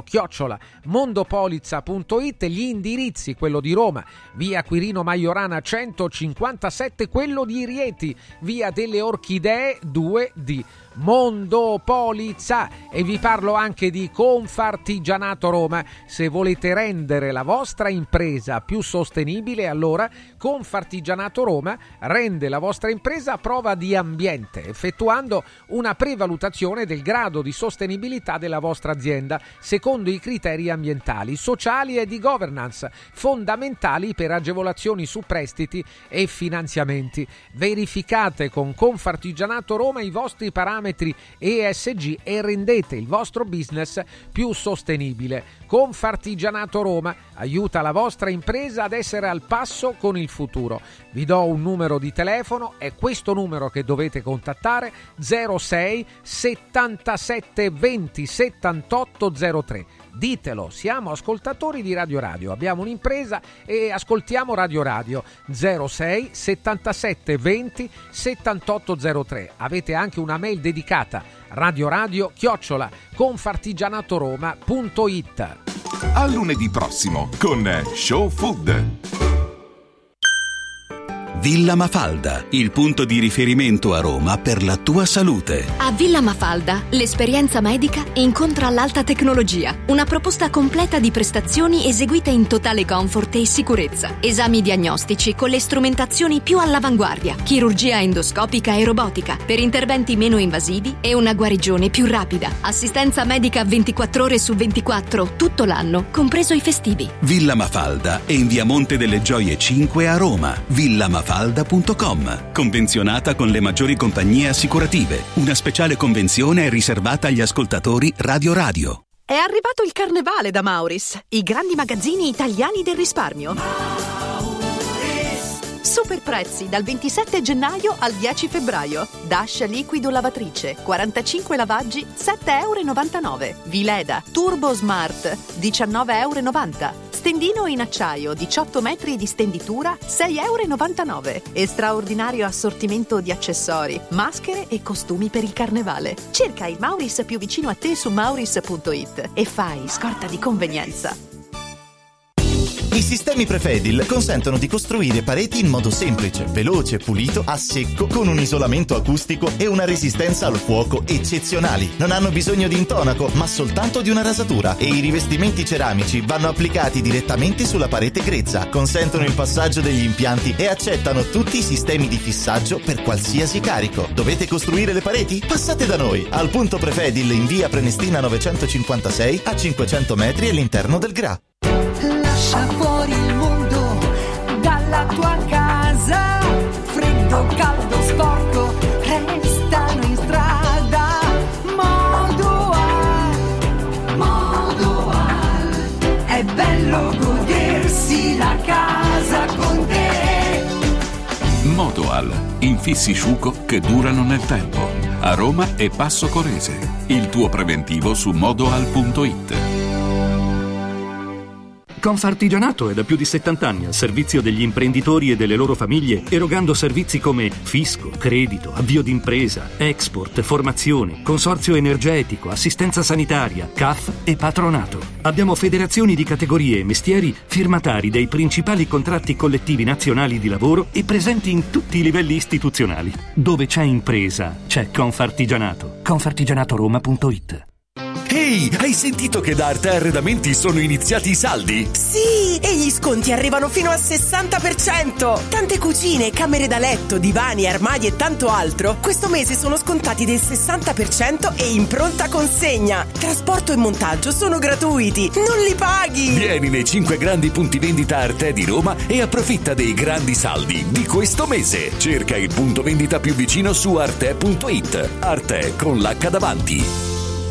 info@mondopolizza.it, gli indirizzi: quello di Roma, via Quirino Maiorana 157, quello di Rieti, via delle Orchidee 2D. Mondopolizza. E vi parlo anche di Confartigianato Roma. Se volete rendere la vostra impresa più sostenibile, allora Confartigianato Roma rende la vostra impresa a prova di ambiente, effettuando una prevalutazione del grado di sostenibilità della vostra azienda secondo i criteri ambientali, sociali e di governance fondamentali per agevolazioni su prestiti e finanziamenti. Verificate con Confartigianato Roma i vostri parametri ESG e rendete il vostro business più sostenibile. Confartigianato Roma aiuta la vostra impresa ad essere al passo con il futuro. Vi do un numero di telefono, è questo numero che dovete contattare: 06 77 20 78 03. Ditelo, siamo ascoltatori di Radio Radio, abbiamo un'impresa e ascoltiamo Radio Radio. 06 77 20 78 03. Avete anche una mail dedicata: radioradio@confartigianatoroma.it. A lunedì prossimo con Show Food. Villa Mafalda, il punto di riferimento a Roma per la tua salute. A Villa Mafalda l'esperienza medica incontra l'alta tecnologia. Una proposta completa di prestazioni eseguite in totale comfort e sicurezza. Esami diagnostici con le strumentazioni più all'avanguardia. Chirurgia endoscopica e robotica per interventi meno invasivi e una guarigione più rapida. Assistenza medica 24 ore su 24 tutto l'anno, compreso i festivi. Villa Mafalda è in via Monte delle Gioie 5 a Roma. villamafalda.com. Convenzionata con le maggiori compagnie assicurative. Una speciale convenzione è riservata agli ascoltatori Radio Radio. È arrivato il Carnevale da Mauris, i grandi magazzini italiani del risparmio. Super prezzi dal 27 gennaio al 10 febbraio. Dash liquido lavatrice, 45 lavaggi, 7,99 €. Vileda Turbo Smart, 19,90 €. Stendino in acciaio, 18 metri di stenditura, 6,99 €. E straordinario assortimento di accessori, maschere e costumi per il carnevale. Cerca il Mauris più vicino a te su mauris.it e fai scorta di convenienza. I sistemi Prefedil consentono di costruire pareti in modo semplice, veloce, pulito, a secco, con un isolamento acustico e una resistenza al fuoco eccezionali. Non hanno bisogno di intonaco, ma soltanto di una rasatura, e i rivestimenti ceramici vanno applicati direttamente sulla parete grezza, consentono il passaggio degli impianti e accettano tutti i sistemi di fissaggio per qualsiasi carico. Dovete costruire le pareti? Passate da noi, al punto Prefedil in via Prenestina 956 a 500 metri all'interno del GRA. Lascia fuori il mondo dalla tua casa, freddo, caldo, sporco, restano in strada. Modoal, è bello godersi la casa con te. Modoal, infissi Sciuco che durano nel tempo. A Roma e Passo Corese. Il tuo preventivo su modoal.it. Confartigianato è da più di 70 anni al servizio degli imprenditori e delle loro famiglie, erogando servizi come fisco, credito, avvio d'impresa, export, formazione, consorzio energetico, assistenza sanitaria, CAF e patronato. Abbiamo federazioni di categorie e mestieri firmatari dei principali contratti collettivi nazionali di lavoro e presenti in tutti i livelli istituzionali. Dove c'è impresa, c'è Confartigianato. Confartigianatoroma.it. Ehi, hai sentito che da Arte Arredamenti sono iniziati i saldi? Sì, e gli sconti arrivano fino al 60%. Tante cucine, camere da letto, divani, armadi e tanto altro questo mese sono scontati del 60% e in pronta consegna. Trasporto e montaggio sono gratuiti, non li paghi. Vieni nei 5 grandi punti vendita Arte di Roma e approfitta dei grandi saldi di questo mese. Cerca il punto vendita più vicino su arte.it. Arte con l'H davanti.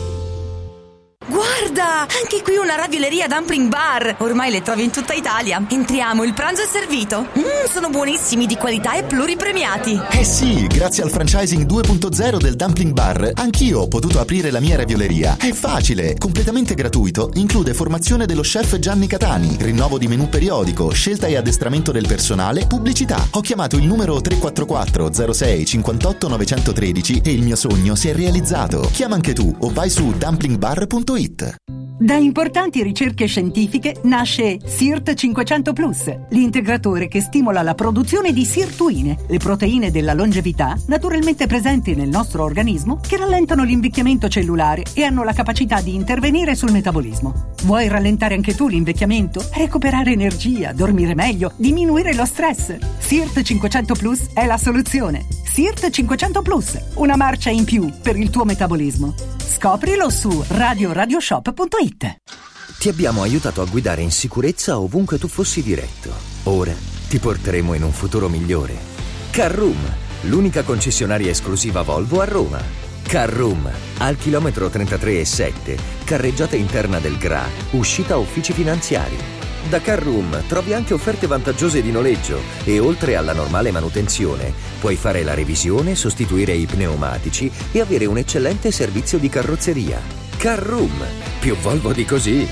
Guarda, anche qui una ravioleria Dumpling Bar. Ormai le trovi in tutta Italia. Entriamo, il pranzo è servito. Sono buonissimi, di qualità e pluripremiati. Eh sì, grazie al franchising 2.0 del Dumpling Bar, anch'io ho potuto aprire la mia ravioleria. È facile, completamente gratuito, include formazione dello chef Gianni Catani, rinnovo di menù periodico, scelta e addestramento del personale, pubblicità. Ho chiamato il numero 344 06 58 913 e il mio sogno si è realizzato. Chiama anche tu o vai su dumplingbar.it. Da importanti ricerche scientifiche nasce SIRT 500 Plus, l'integratore che stimola la produzione di sirtuine, le proteine della longevità naturalmente presenti nel nostro organismo che rallentano l'invecchiamento cellulare e hanno la capacità di intervenire sul metabolismo. Vuoi rallentare anche tu l'invecchiamento? Recuperare energia, dormire meglio, diminuire lo stress? SIRT 500 Plus è la soluzione. SIRT 500 Plus, una marcia in più per il tuo metabolismo. Scoprilo su radioshop.it. Ti abbiamo aiutato a guidare in sicurezza ovunque tu fossi diretto. Ora ti porteremo in un futuro migliore. Carroom, l'unica concessionaria esclusiva Volvo a Roma. Carroom, al chilometro 33,7, carreggiata interna del GRA, uscita uffici finanziari. Da Carroom trovi anche offerte vantaggiose di noleggio e oltre alla normale manutenzione puoi fare la revisione, sostituire i pneumatici e avere un eccellente servizio di carrozzeria. Carroom, più Volvo di così.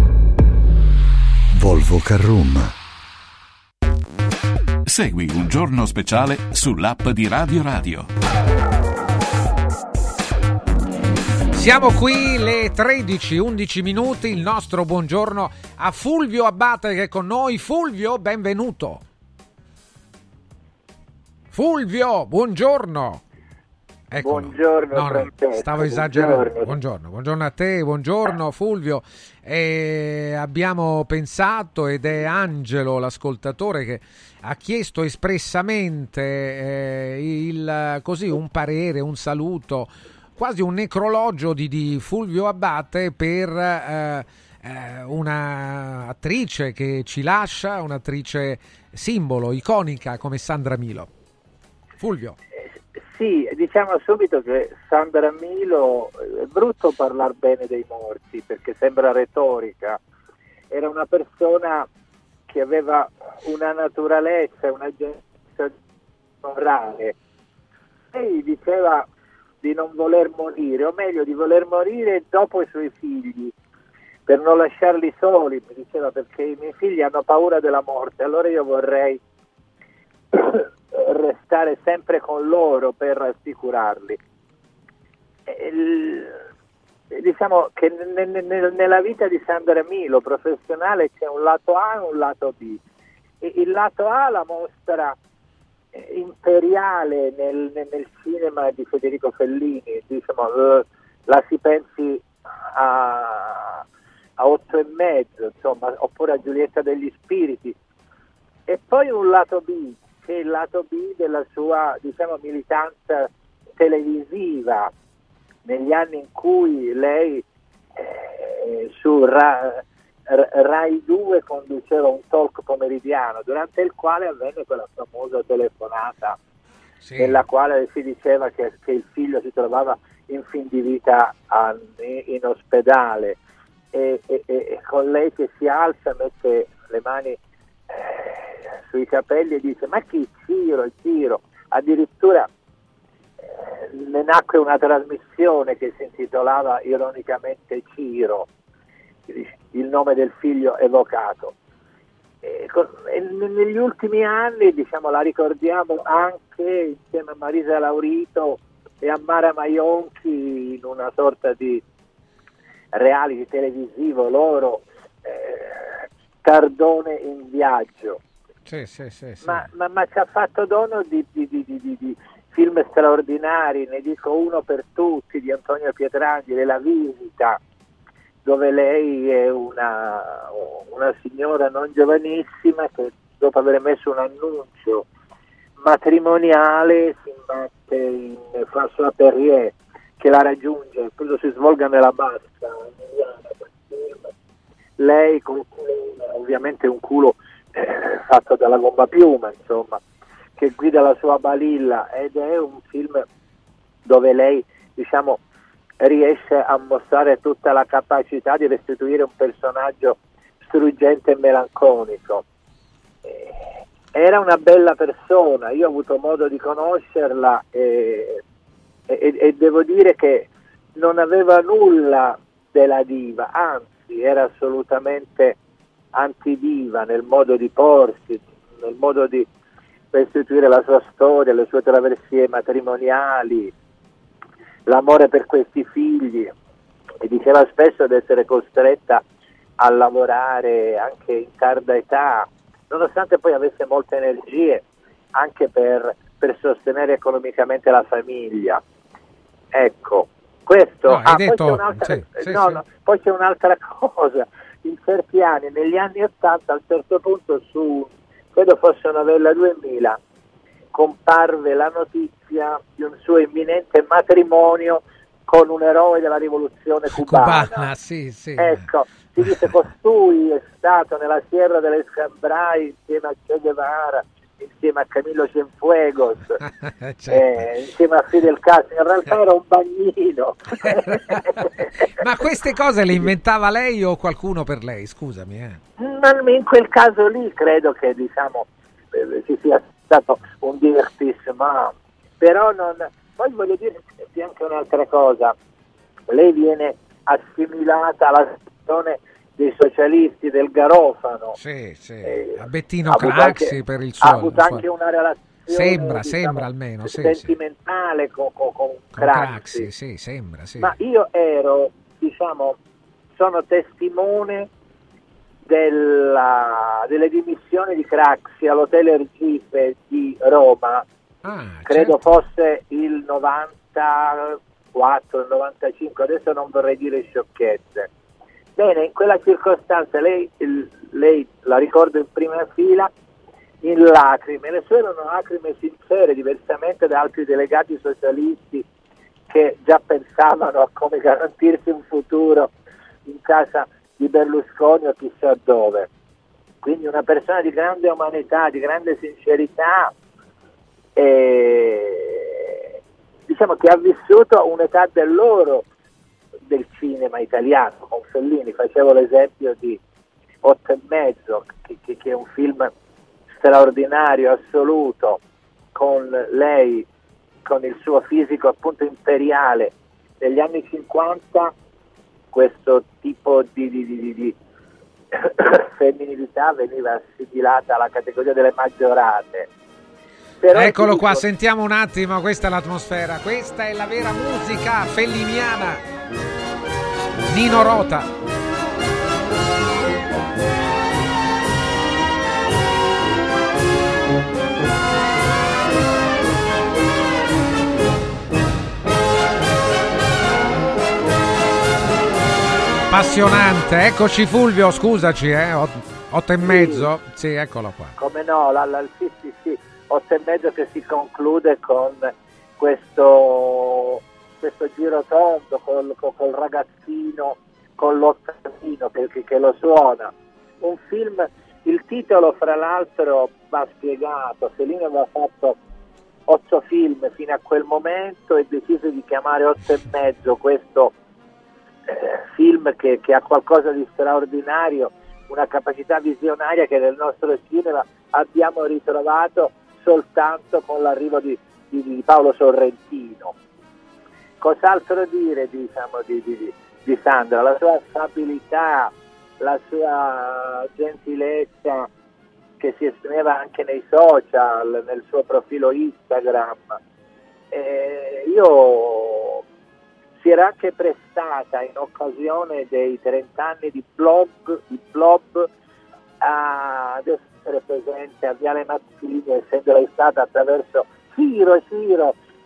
Volvo Carroom. Segui Un Giorno Speciale sull'app di Radio Radio. Siamo qui, le 13:11 minuti, il nostro buongiorno a Fulvio Abbate che è con noi. Fulvio, benvenuto. Fulvio, buongiorno. Eccolo. Buongiorno, no, stavo esagerando. Buongiorno a te, buongiorno Fulvio. Abbiamo pensato, ed è Angelo l'ascoltatore che ha chiesto espressamente un parere, un saluto, quasi un necrologio di Fulvio Abbate per una attrice che ci lascia, un'attrice simbolo, iconica come Sandra Milo. Fulvio. Sì, diciamo subito che Sandra Milo, è brutto parlare bene dei morti perché sembra retorica, era una persona che aveva una naturalezza, una gentilezza morale. Lei diceva di non voler morire, o meglio di voler morire dopo i suoi figli, per non lasciarli soli, mi diceva, perché i miei figli hanno paura della morte, allora io vorrei restare sempre con loro per rassicurarli. Diciamo che nella vita di Sandra Milo professionale c'è un lato A e un lato B. E il lato A la mostra imperiale nel cinema di Federico Fellini, diciamo, la si pensi a 8,5, insomma, oppure a Giulietta degli Spiriti. E poi un lato B, che è il lato B della sua, diciamo, militanza televisiva, negli anni in cui lei su Rai 2 conduceva un talk pomeridiano, durante il quale avvenne quella famosa telefonata, sì, nella quale si diceva che il figlio si trovava in fin di vita in ospedale, e con lei che si alza, mette le mani sui capelli e dice: ma chi? Ciro. Addirittura ne nacque una trasmissione che si intitolava ironicamente Ciro, il nome del figlio evocato. Negli ultimi anni, diciamo, la ricordiamo anche insieme a Marisa Laurito e a Mara Maionchi in una sorta di reality televisivo loro, Tardone in viaggio. Sì. Ma ci ha fatto dono di film straordinari, ne dico uno per tutti, di Antonio Pietrangeli, La visita, dove lei è una signora non giovanissima che dopo aver messo un annuncio matrimoniale si imbatte in François Perrier che la raggiunge, credo si svolga nella bassa lei con ovviamente un culo fatto dalla gomma piuma, insomma, che guida la sua balilla, ed è un film dove lei, diciamo, riesce a mostrare tutta la capacità di restituire un personaggio struggente e melanconico. Era una bella persona, io ho avuto modo di conoscerla e devo dire che non aveva nulla della diva, anzi era assolutamente antidiva nel modo di porsi, nel modo di restituire la sua storia, le sue traversie matrimoniali, l'amore per questi figli, e diceva spesso di essere costretta a lavorare anche in tarda età, nonostante poi avesse molte energie anche per sostenere economicamente la famiglia. Ecco, questo. Poi c'è un'altra cosa. In certi anni, negli anni 80, a un certo punto credo fosse una Novella 2000, comparve la notizia di un suo imminente matrimonio con un eroe della rivoluzione cubana. Sì. Ecco, si dice costui è stato nella Sierra delle Escambray insieme a Che Guevara, insieme a Camilo Cienfuegos, insieme a Fidel Castro, in realtà era un bagnino. Ma queste cose le inventava lei o qualcuno per lei? Scusami. Ma in quel caso lì credo che, diciamo, ci sia stato un divertissement, però poi voglio dire anche un'altra cosa, lei viene assimilata alla situazione dei socialisti del Garofano, a Bettino Craxi per il suo, ha avuto anche una relazione sembra almeno sentimentale con Craxi. Sembra. Ma io ero, diciamo, sono testimone delle dimissioni di Craxi all'Hotel Ergife di Roma, credo fosse il 94, il 95, adesso non vorrei dire sciocchezze. Bene, in quella circostanza lei la ricordo in prima fila, in lacrime, le sue erano lacrime sincere, diversamente da altri delegati socialisti che già pensavano a come garantirsi un futuro in casa di Berlusconi o chissà dove. Quindi una persona di grande umanità, di grande sincerità, diciamo che ha vissuto un'età dell'oro del cinema italiano. Con Fellini facevo l'esempio di 8,5, che è un film straordinario, assoluto, con lei, con il suo fisico appunto imperiale. Negli anni 50 questo tipo di femminilità veniva assimilata alla categoria delle maggiorate. Però eccolo qua, sentiamo un attimo, questa è l'atmosfera, questa è la vera musica felliniana. Nino Rota. Appassionante, eccoci Fulvio, scusaci, 8,5, sì, eccolo qua. Come no, sì, 8,5 che si conclude con questo giro tondo col ragazzino, con l'ottavino che lo suona. Un film, il titolo fra l'altro va spiegato. Fellini aveva fatto 8 film fino a quel momento e decise di chiamare 8,5 questo film che ha qualcosa di straordinario, una capacità visionaria che nel nostro cinema abbiamo ritrovato soltanto con l'arrivo di Paolo Sorrentino. Cos'altro dire, diciamo, di Sandra? La sua affabilità, la sua gentilezza che si esprimeva anche nei social, nel suo profilo Instagram. Si era anche prestata in occasione dei 30 anni di Blob ad essere presente a Viale Mazzini, essendo lei stata attraverso Ciro,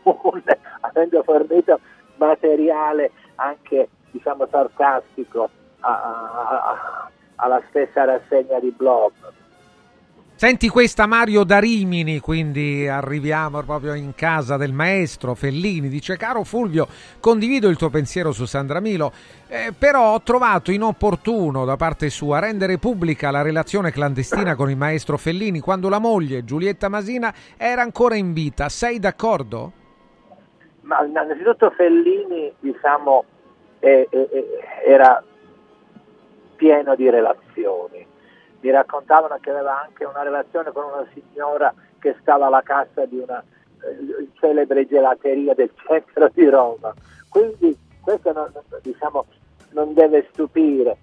avendo fornito materiale anche, diciamo, sarcastico alla stessa rassegna di Blob. Senti questa, Mario da Rimini, quindi arriviamo proprio in casa del maestro Fellini. Dice: caro Fulvio, condivido il tuo pensiero su Sandra Milo, però ho trovato inopportuno da parte sua rendere pubblica la relazione clandestina con il maestro Fellini quando la moglie Giulietta Masina era ancora in vita. Sei d'accordo? Ma innanzitutto Fellini, diciamo, era pieno di relazioni. Mi raccontavano che aveva anche una relazione con una signora che stava alla cassa di una celebre gelateria del centro di Roma. Quindi questo non deve stupire.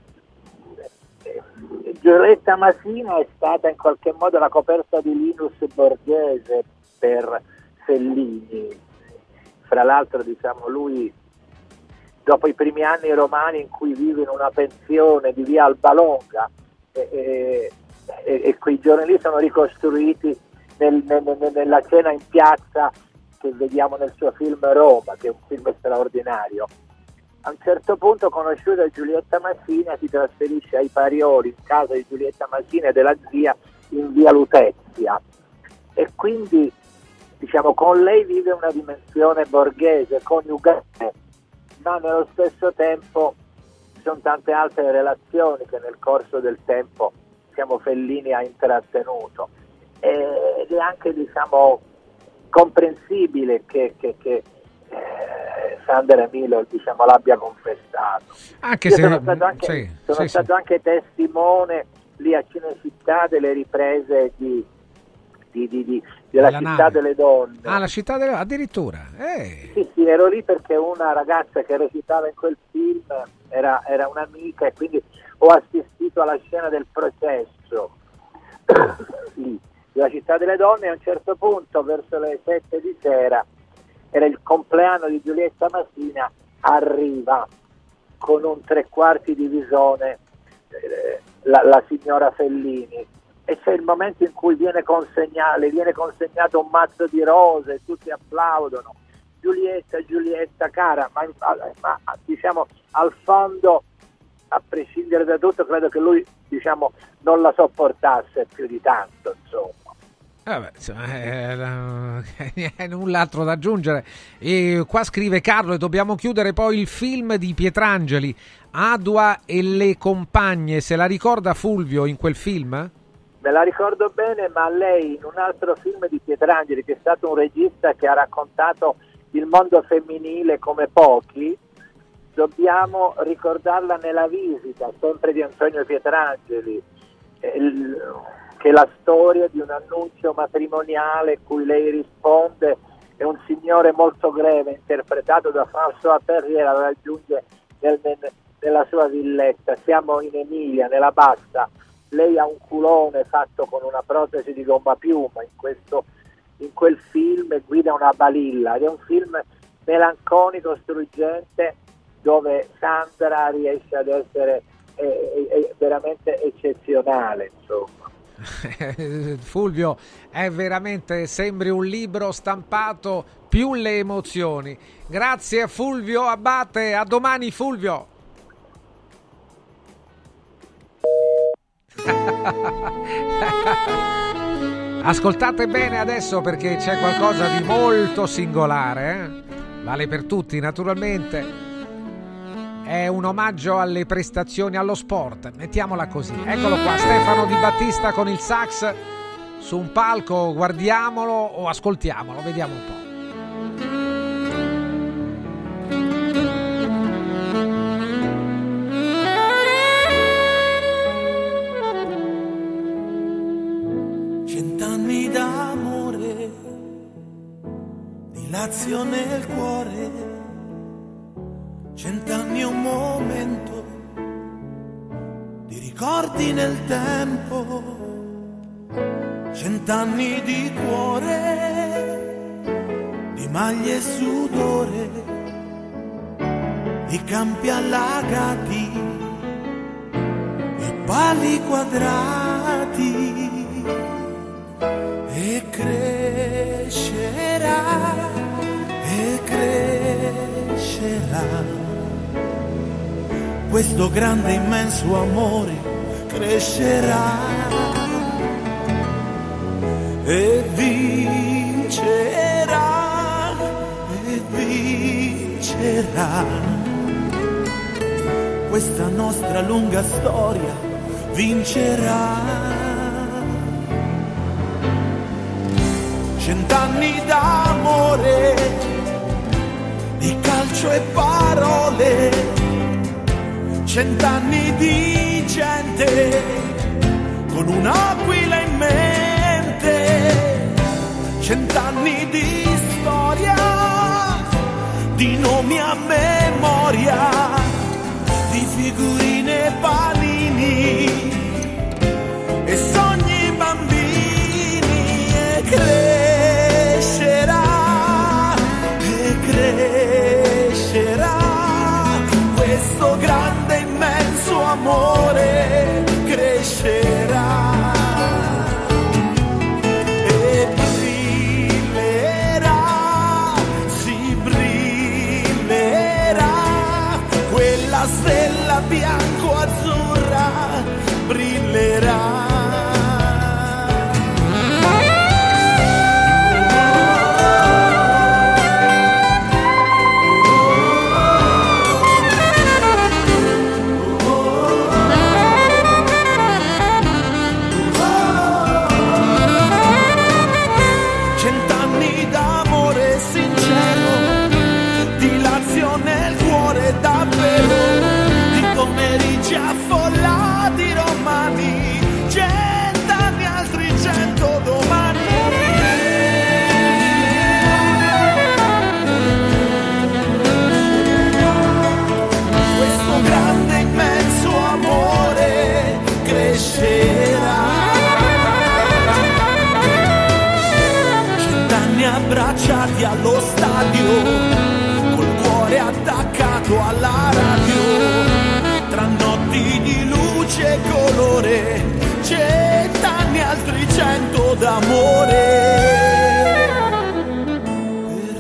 Giulietta Masina è stata in qualche modo la coperta di Linus Borghese per Fellini. Fra l'altro, diciamo, lui dopo i primi anni romani in cui vive in una pensione di via Albalonga, e quei giorni lì sono ricostruiti nella cena in piazza che vediamo nel suo film Roma, che è un film straordinario. A un certo punto, conosciuta Giulietta Masina, si trasferisce ai Parioli, in casa di Giulietta Masina e della zia, in via Lutezia, e quindi, diciamo, con lei vive una dimensione borghese, coniugale, ma nello stesso tempo ci sono tante altre relazioni che nel corso del tempo, diciamo, Fellini ha intrattenuto, ed è anche, diciamo, comprensibile che Sandra Milo, diciamo, l'abbia confessato. Anche Io se sono stato anche testimone lì a Cinecittà delle riprese della Città nave delle Donne. Ah, la Città delle Donne, addirittura. Sì, ero lì perché una ragazza che recitava in quel film era un'amica, e quindi ho assistito alla scena del processo lì, della Città delle Donne. E a un certo punto, verso le 7 di sera, era il compleanno di Giulietta Masina, arriva con un 3/4 di visone la signora Fellini, e c'è il momento in cui viene consegnato un mazzo di rose, tutti applaudono. Giulietta cara, ma diciamo, al fondo, a prescindere da tutto, credo che lui, diciamo, non la sopportasse più di tanto, insomma. Null'altro da aggiungere. Qua scrive Carlo: e dobbiamo chiudere poi il film di Pietrangeli, Adua e le compagne. Se la ricorda Fulvio in quel film? Me la ricordo bene, ma lei, in un altro film di Pietrangeli, che è stato un regista che ha raccontato il mondo femminile come pochi, dobbiamo ricordarla nella visita, sempre di Antonio Pietrangeli, che è la storia di un annuncio matrimoniale cui lei risponde, e un signore molto greve, interpretato da François Perrier, la raggiunge nella sua villetta. Siamo in Emilia, nella Bassa. Lei ha un culone fatto con una protesi di gomma piuma in quel film, guida una balilla, ed è un film melanconico, struggente, dove Sandra riesce ad essere veramente eccezionale, insomma. Fulvio, è veramente, sembri un libro stampato, più le emozioni. Grazie a Fulvio Abbate, a domani Fulvio. Ascoltate bene adesso, perché c'è qualcosa di molto singolare, vale per tutti naturalmente, è un omaggio alle prestazioni, allo sport, mettiamola così. Eccolo qua, Stefano Di Battista con il sax su un palco. Guardiamolo o ascoltiamolo, vediamo un po'. D'amore, di Lazio nel cuore, 100 anni è un momento, di ricordi nel tempo, 100 anni di cuore, di maglie e sudore, di campi allagati e pali quadrati. E crescerà, questo grande immenso amore crescerà e vincerà, e vincerà. Questa nostra lunga storia vincerà. 100 anni d'amore, di calcio e parole, 100 anni di gente con un'aquila in mente, 100 anni di storia, di nomi a memoria, di figurine e panini e sogni bambini, e crescerà, e crescerà questo grande immenso amore, crescerà e brillerà, si brillerà, quella stella bianco-azzurra brillerà. Affollati romani, 100 anni, altri 100 domani. Questo grande immenso amore crescerà. 100 anni abbracciati allo stadio, col cuore attaccato alla radio, tra notti di luce e colore, 100 anni, altri 100 d'amore. Per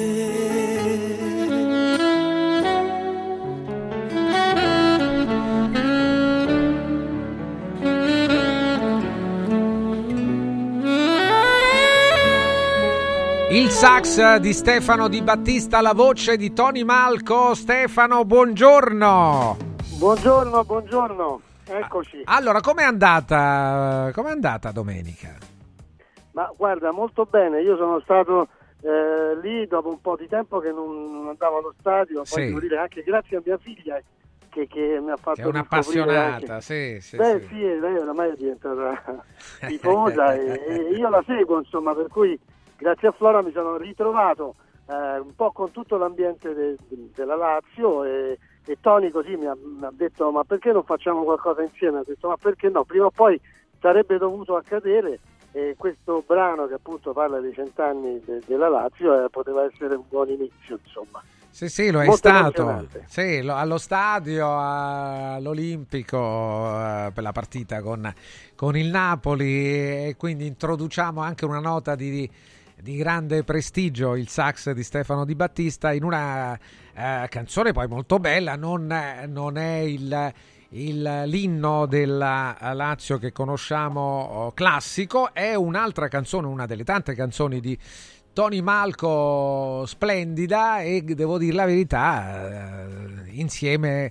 Il sax di Stefano Di Battista, la voce di Tony Malco. Stefano, buongiorno. Buongiorno, eccoci. Allora, com'è andata domenica? Ma guarda, molto bene, io sono stato lì dopo un po' di tempo che non andavo allo stadio, poi Sì. devo dire anche grazie a mia figlia che mi ha fatto È un'appassionata, sì. Sì, lei oramai è diventata tifosa e io la seguo, insomma, per cui grazie a Flora mi sono ritrovato un po' con tutto l'ambiente della Lazio e Tony così mi ha detto: ma perché non facciamo qualcosa insieme? Ho detto: ma perché no? Prima o poi sarebbe dovuto accadere, e questo brano che appunto parla dei 100 anni della Lazio poteva essere un buon inizio, insomma. Sì, lo è Molto stato. emozionante. Sì, allo stadio, all'Olimpico, per la partita con il Napoli, e quindi introduciamo anche una nota di grande prestigio, il sax di Stefano Di Battista, in una canzone poi molto bella. Non è l'inno della Lazio che conosciamo classico, è un'altra canzone, una delle tante canzoni di Tony Malco, splendida, e devo dire la verità, insieme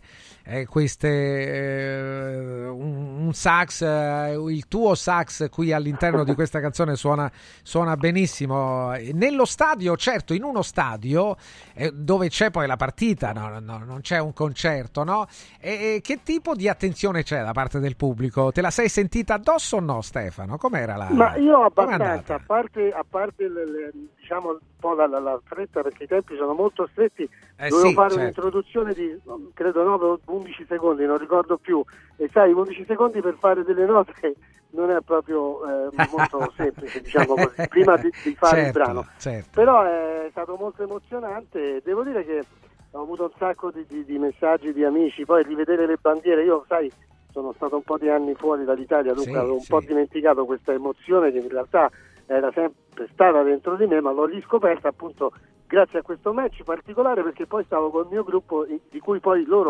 un sax, il tuo sax qui all'interno di questa canzone suona benissimo. Nello stadio, certo, in uno stadio dove c'è poi la partita, non c'è un concerto, no? E che tipo di attenzione c'è da parte del pubblico? Te la sei sentita addosso o no, Stefano? Com'era la... Ma io com'è abbastanza, andata? a parte diciamo un po' la fretta, perché i tempi sono molto stretti, dovevo fare certo. un'introduzione di credo 9-11 secondi, non ricordo più, e sai, 11 secondi per fare delle note non è proprio molto semplice, diciamo così, prima di fare il brano. Certo. Però è stato molto emozionante, devo dire che ho avuto un sacco di messaggi di amici, poi rivedere le bandiere, io sai, sono stato un po' di anni fuori dall'Italia, dunque avevo un po' dimenticato questa emozione che in realtà era sempre stata dentro di me, ma l'ho riscoperta appunto grazie a questo match particolare, perché poi stavo col mio gruppo di cui poi loro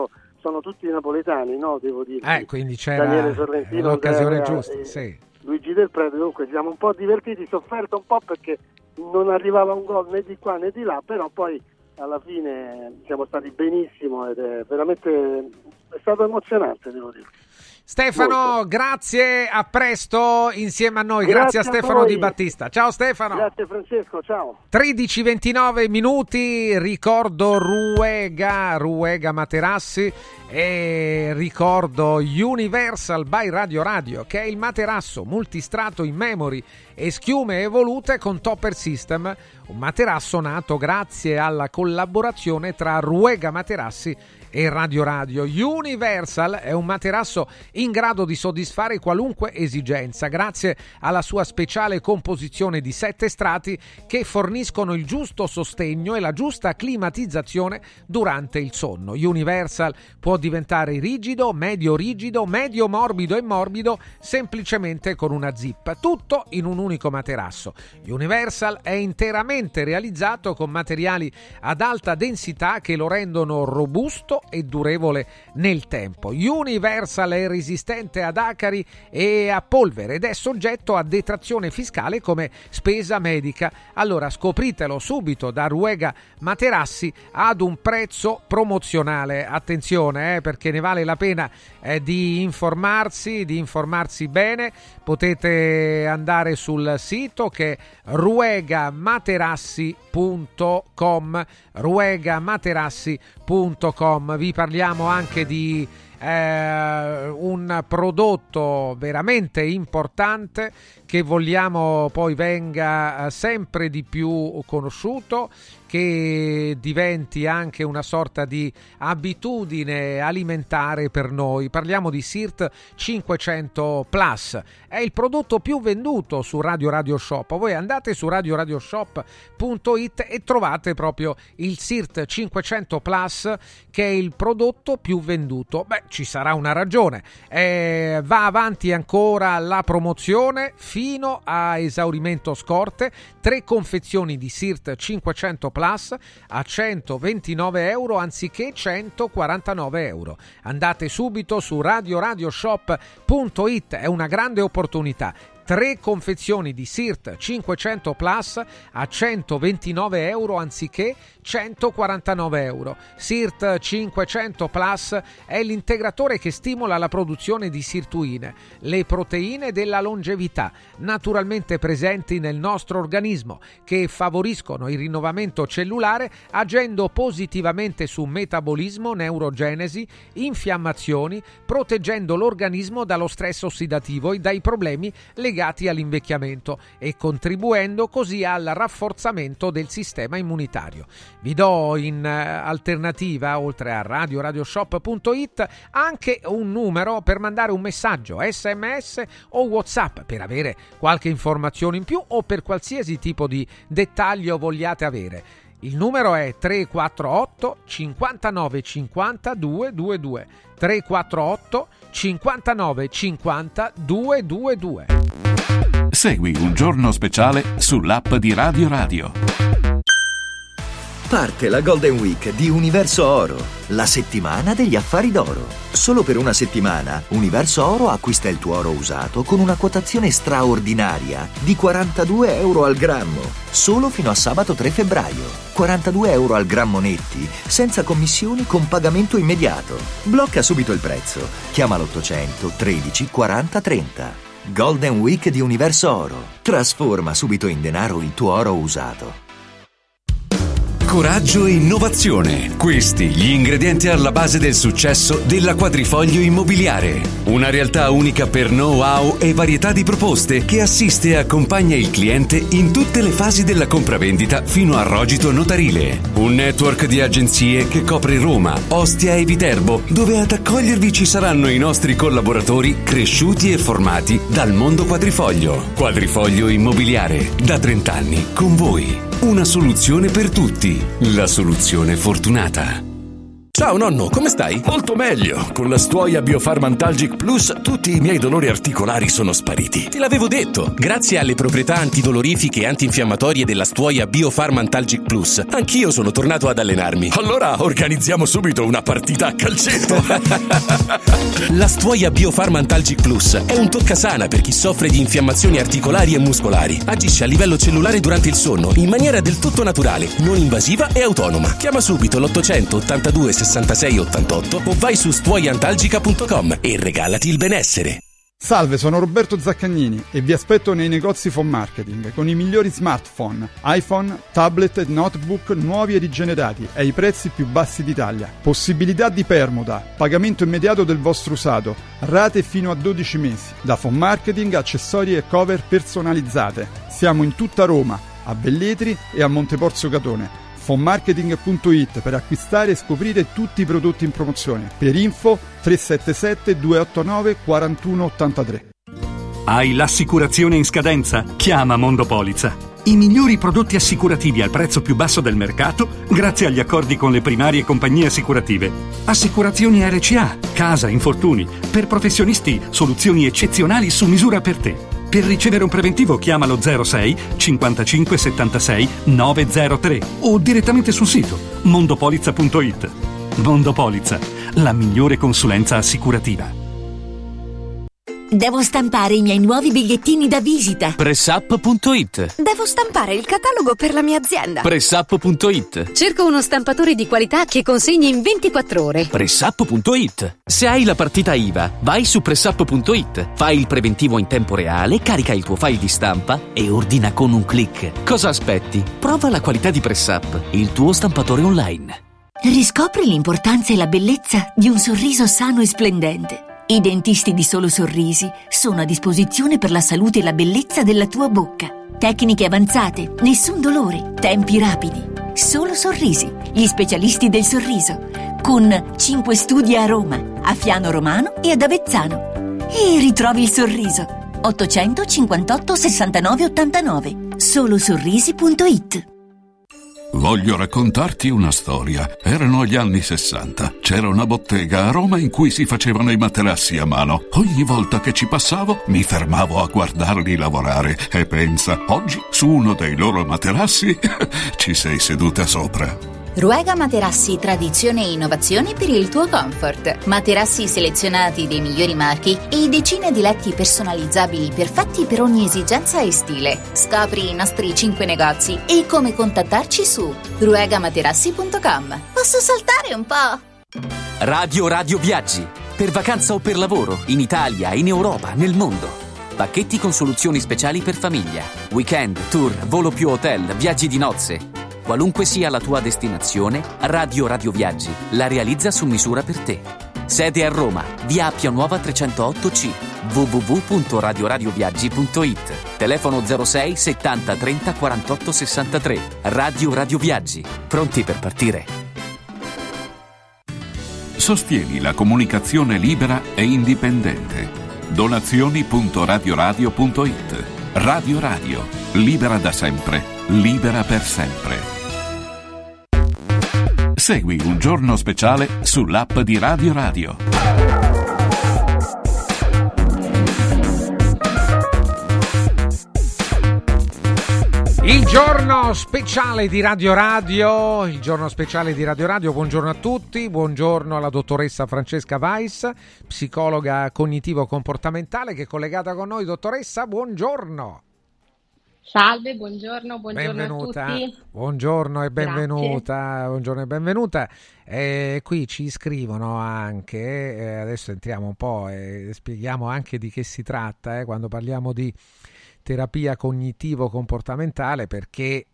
sono tutti napoletani, no? Devo dire. Quindi c'era Daniele Sorrentino, l'occasione Andrea, giusta, sì. Luigi Del Prete, dunque ci siamo un po' divertiti, sofferto un po' perché non arrivava un gol né di qua né di là, però poi alla fine siamo stati benissimo ed è stato emozionante, devo dire. Stefano, molto. Grazie, a presto insieme a noi, grazie a Stefano Di Battista. Ciao Stefano. Grazie Francesco, ciao. 13:29 minuti, ricordo Ruega Materassi e ricordo Universal by Radio, che è il materasso multistrato in memory e schiume evolute con Topper System, un materasso nato grazie alla collaborazione tra Ruega Materassi e Radio. Universal è un materasso in grado di soddisfare qualunque esigenza grazie alla sua speciale composizione di 7 strati che forniscono il giusto sostegno e la giusta climatizzazione durante il sonno. Universal può diventare rigido, medio morbido e morbido semplicemente con una zip, tutto in un unico materasso. Universal è interamente realizzato con materiali ad alta densità che lo rendono robusto e durevole nel tempo. Universal è resistente ad acari e a polvere ed è soggetto a detrazione fiscale come spesa medica. Allora scopritelo subito da Ruega Materassi ad un prezzo promozionale. Attenzione, perché ne vale la pena di informarsi bene. Potete andare sul sito che è ruegamaterassi.com. Vi parliamo anche di un prodotto veramente importante che vogliamo poi venga sempre di più conosciuto, che diventi anche una sorta di abitudine alimentare per noi. Parliamo di SIRT 500 Plus, è il prodotto più venduto su Radio Shop. Voi andate su radioradioshop.it e trovate proprio il SIRT 500 Plus, che è il prodotto più venduto. Ci sarà una ragione. Va avanti ancora la promozione fino a esaurimento scorte. 3 confezioni di SIRT 500 Plus a 129 euro anziché 149 euro. Andate subito su radioradioshop.it, è una grande opportunità. 3 confezioni di SIRT 500 Plus a 129 euro anziché 149 euro. SIRT 500 Plus è l'integratore che stimola la produzione di sirtuine, le proteine della longevità, naturalmente presenti nel nostro organismo, che favoriscono il rinnovamento cellulare agendo positivamente su metabolismo, neurogenesi, infiammazioni, proteggendo l'organismo dallo stress ossidativo e dai problemi legati all'invecchiamento e contribuendo così al rafforzamento del sistema immunitario. Vi do in alternativa, oltre a radioradioshop.it, anche un numero per mandare un messaggio SMS o WhatsApp per avere qualche informazione in più o per qualsiasi tipo di dettaglio vogliate avere. Il numero è 348 59 50 222 348 59 50 222. Segui Un Giorno Speciale sull'app di Radio. Parte la Golden Week di Universo Oro, la settimana degli affari d'oro. Solo per una settimana Universo Oro acquista il tuo oro usato con una quotazione straordinaria di 42 euro al grammo, solo fino a sabato 3 febbraio. 42 euro al grammo netti, senza commissioni, con pagamento immediato. Blocca subito il prezzo. Chiama l'800 13 40 30. Golden Week di Universo Oro. Trasforma subito in denaro il tuo oro usato. Coraggio e innovazione. Questi gli ingredienti alla base del successo della Quadrifoglio Immobiliare. Una realtà unica per know-how e varietà di proposte che assiste e accompagna il cliente in tutte le fasi della compravendita fino al rogito notarile. Un network di agenzie che copre Roma, Ostia e Viterbo, dove ad accogliervi ci saranno i nostri collaboratori cresciuti e formati dal mondo Quadrifoglio. Quadrifoglio Immobiliare, da 30 anni con voi. Una soluzione per tutti, la soluzione fortunata. Ciao nonno, come stai? Molto meglio. Con la Stuoia Biofarm Antalgic Plus tutti i miei dolori articolari sono spariti. Te l'avevo detto. Grazie alle proprietà antidolorifiche e antinfiammatorie della Stuoia Biofarm Antalgic Plus, anch'io sono tornato ad allenarmi. Allora organizziamo subito una partita a calcetto. La Stuoia Biofarm Antalgic Plus è un toccasana per chi soffre di infiammazioni articolari e muscolari. Agisce a livello cellulare durante il sonno in maniera del tutto naturale, non invasiva e autonoma. Chiama subito l'882 66 88 o vai su stuoiantalgica.com e regalati il benessere. Salve, sono Roberto Zaccagnini e vi aspetto nei negozi Phone Marketing con i migliori smartphone, iPhone, tablet e notebook nuovi e rigenerati ai prezzi più bassi d'Italia. Possibilità di permuta, pagamento immediato del vostro usato, rate fino a 12 mesi. Da Phone Marketing, accessori e cover personalizzate. Siamo in tutta Roma, a Velletri e a Monteporzio Catone. Fonmarketing.it per acquistare e scoprire tutti i prodotti in promozione. Per info 377 289 4183. Hai l'assicurazione in scadenza? Chiama Mondopolizza. I migliori prodotti assicurativi al prezzo più basso del mercato grazie agli accordi con le primarie compagnie assicurative. Assicurazioni RCA, casa, infortuni. Per professionisti, soluzioni eccezionali su misura per te. Per ricevere un preventivo chiamalo 06 55 76 903 o direttamente sul sito mondopolizza.it. Mondopolizza, la migliore consulenza assicurativa. Devo stampare i miei nuovi bigliettini da visita. Pressup.it. Devo stampare il catalogo per la mia azienda. Pressup.it. Cerco uno stampatore di qualità che consegni in 24 ore. Pressup.it. Se hai la partita IVA, vai su Pressup.it, fai il preventivo in tempo reale, carica il tuo file di stampa e ordina con un click. Cosa aspetti? Prova la qualità di Pressup, il tuo stampatore online. Riscopri l'importanza e la bellezza di un sorriso sano e splendente. I dentisti di Solo Sorrisi sono a disposizione per la salute e la bellezza della tua bocca. Tecniche avanzate, nessun dolore, tempi rapidi. Solo Sorrisi, gli specialisti del sorriso, con 5 studi a Roma, a Fiano Romano e ad Avezzano. E ritrovi il sorriso. 858 69 89. Solosorrisi.it. Voglio raccontarti una storia. Erano gli anni 60. C'era una bottega a Roma in cui si facevano i materassi a mano. Ogni volta che ci passavo mi fermavo a guardarli lavorare e pensa, oggi su uno dei loro materassi ci sei seduta sopra. Ruega Materassi, tradizione e innovazione per il tuo comfort. Materassi selezionati dei migliori marchi e decine di letti personalizzabili perfetti per ogni esigenza e stile. Scopri i nostri 5 negozi e come contattarci su ruegamaterassi.com. Posso saltare un po'? Radio Viaggi. Per vacanza o per lavoro, in Italia, in Europa, nel mondo. Pacchetti con soluzioni speciali per famiglia. Weekend, tour, volo più hotel, viaggi di nozze. Qualunque sia la tua destinazione, Radio Viaggi la realizza su misura per te. Sede a Roma, via Appia Nuova 308C, www.radioradioviaggi.it. Telefono 06 70 30 48 63. Radio Viaggi, pronti per partire. Sostieni la comunicazione libera e indipendente. Donazioni.radioradio.it. Radio, libera da sempre, libera per sempre. Segui Un Giorno Speciale sull'app di Radio. Il giorno speciale di Radio, il giorno speciale di Radio, buongiorno a tutti, buongiorno alla dottoressa Francesca Weiss, psicologa cognitivo-comportamentale che è collegata con noi. Dottoressa, buongiorno. Salve, buongiorno benvenuta. A tutti. Buongiorno e benvenuta. Buongiorno e benvenuta. Qui ci scrivono anche, adesso entriamo un po' e spieghiamo anche di che si tratta quando parliamo di terapia cognitivo-comportamentale, perché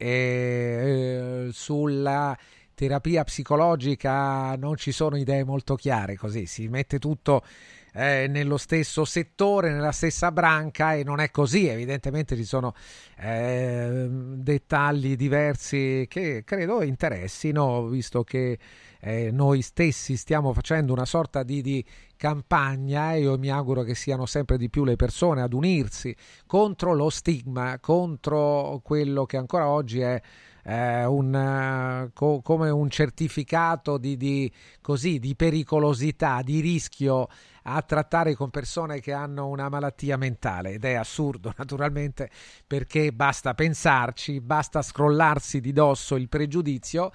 sulla terapia psicologica non ci sono idee molto chiare, così si mette tutto nello stesso settore, nella stessa branca, e non è così. Evidentemente ci sono dettagli diversi che credo interessino, visto che noi stessi stiamo facendo una sorta di campagna, e io mi auguro che siano sempre di più le persone ad unirsi contro lo stigma, contro quello che ancora oggi è come un certificato di pericolosità, di rischio a trattare con persone che hanno una malattia mentale, ed è assurdo naturalmente, perché basta pensarci, basta scrollarsi di dosso il pregiudizio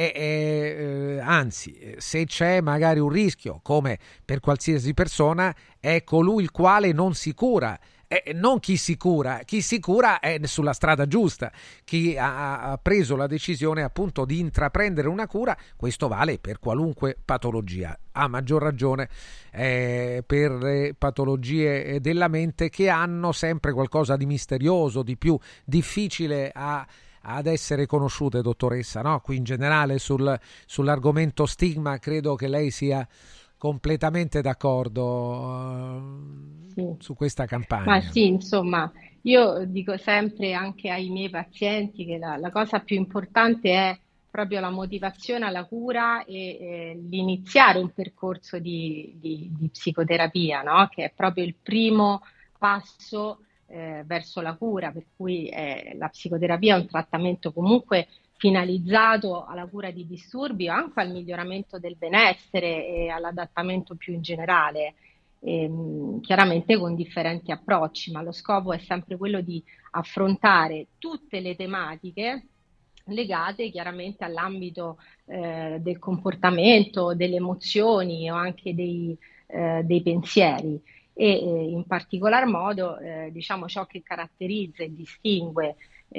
e anzi, se c'è magari un rischio, come per qualsiasi persona, è colui il quale non si cura. Non chi si cura è sulla strada giusta, chi ha preso la decisione appunto di intraprendere una cura. Questo vale per qualunque patologia, a maggior ragione per le patologie della mente, che hanno sempre qualcosa di misterioso, di più difficile ad essere conosciute, dottoressa, no? Qui in generale sull'argomento stigma credo che lei sia completamente d'accordo su questa campagna. Ma sì, insomma, io dico sempre anche ai miei pazienti che la cosa più importante è proprio la motivazione alla cura e l'iniziare un percorso di psicoterapia, no? Che è proprio il primo passo verso la cura, per cui la psicoterapia è un trattamento comunque finalizzato alla cura di disturbi o anche al miglioramento del benessere e all'adattamento più in generale, chiaramente con differenti approcci, ma lo scopo è sempre quello di affrontare tutte le tematiche legate chiaramente all'ambito del comportamento, delle emozioni o anche dei pensieri. E in particolar modo diciamo ciò che caratterizza e distingue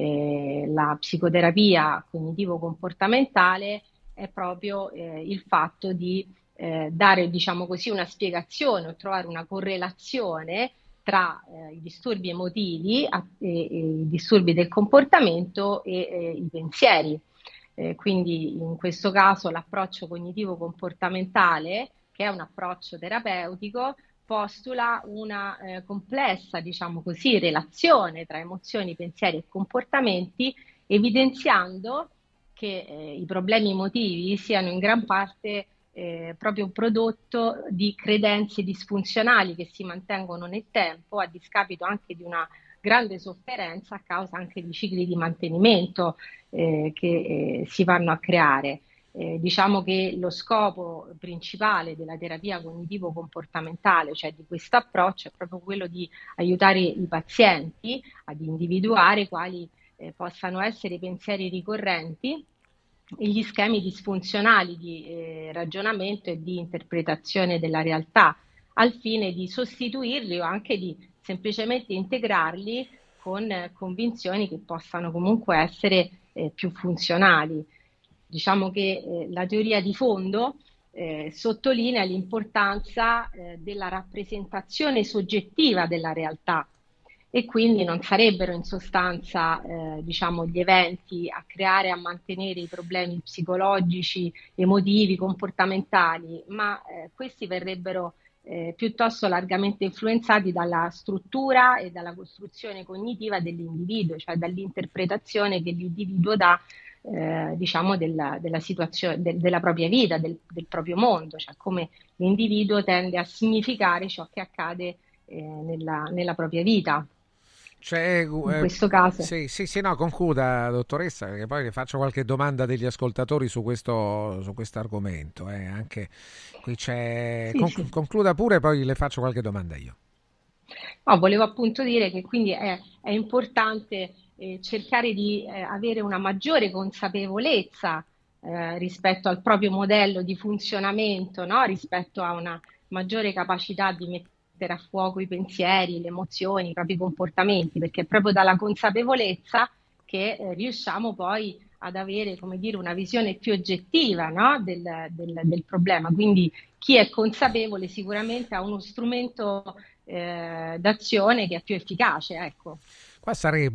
la psicoterapia cognitivo-comportamentale è proprio il fatto di dare, diciamo così, una spiegazione o trovare una correlazione tra i disturbi emotivi e i disturbi del comportamento e i pensieri. Quindi in questo caso l'approccio cognitivo-comportamentale, che è un approccio terapeutico, postula una complessa, diciamo così, relazione tra emozioni, pensieri e comportamenti, evidenziando che i problemi emotivi siano in gran parte proprio un prodotto di credenze disfunzionali che si mantengono nel tempo, a discapito anche di una grande sofferenza a causa anche di cicli di mantenimento che si vanno a creare. Diciamo che lo scopo principale della terapia cognitivo-comportamentale, cioè di questo approccio, è proprio quello di aiutare i pazienti ad individuare quali possano essere i pensieri ricorrenti e gli schemi disfunzionali di ragionamento e di interpretazione della realtà, al fine di sostituirli o anche di semplicemente integrarli con convinzioni che possano comunque essere più funzionali. Diciamo che la teoria di fondo sottolinea l'importanza della rappresentazione soggettiva della realtà, e quindi non sarebbero in sostanza diciamo gli eventi a creare e a mantenere i problemi psicologici, emotivi, comportamentali, ma questi verrebbero piuttosto largamente influenzati dalla struttura e dalla costruzione cognitiva dell'individuo, cioè dall'interpretazione che l'individuo dà diciamo della situazione, della propria vita, del proprio mondo, cioè come l'individuo tende a significare ciò che accade nella propra vita. Cioè, in questo caso sì, no, concluda, dottoressa, perché poi le faccio qualche domanda degli ascoltatori su questo argomento, anche qui c'è concluda pure, poi le faccio qualche domanda io. No, volevo appunto dire che quindi è importante cercare di avere una maggiore consapevolezza rispetto al proprio modello di funzionamento, no? Rispetto a una maggiore capacità di mettere a fuoco i pensieri, le emozioni, i propri comportamenti, perché è proprio dalla consapevolezza che riusciamo poi ad avere, come dire, una visione più oggettiva, no? del problema. Quindi chi è consapevole sicuramente ha uno strumento d'azione che è più efficace, ecco. Qua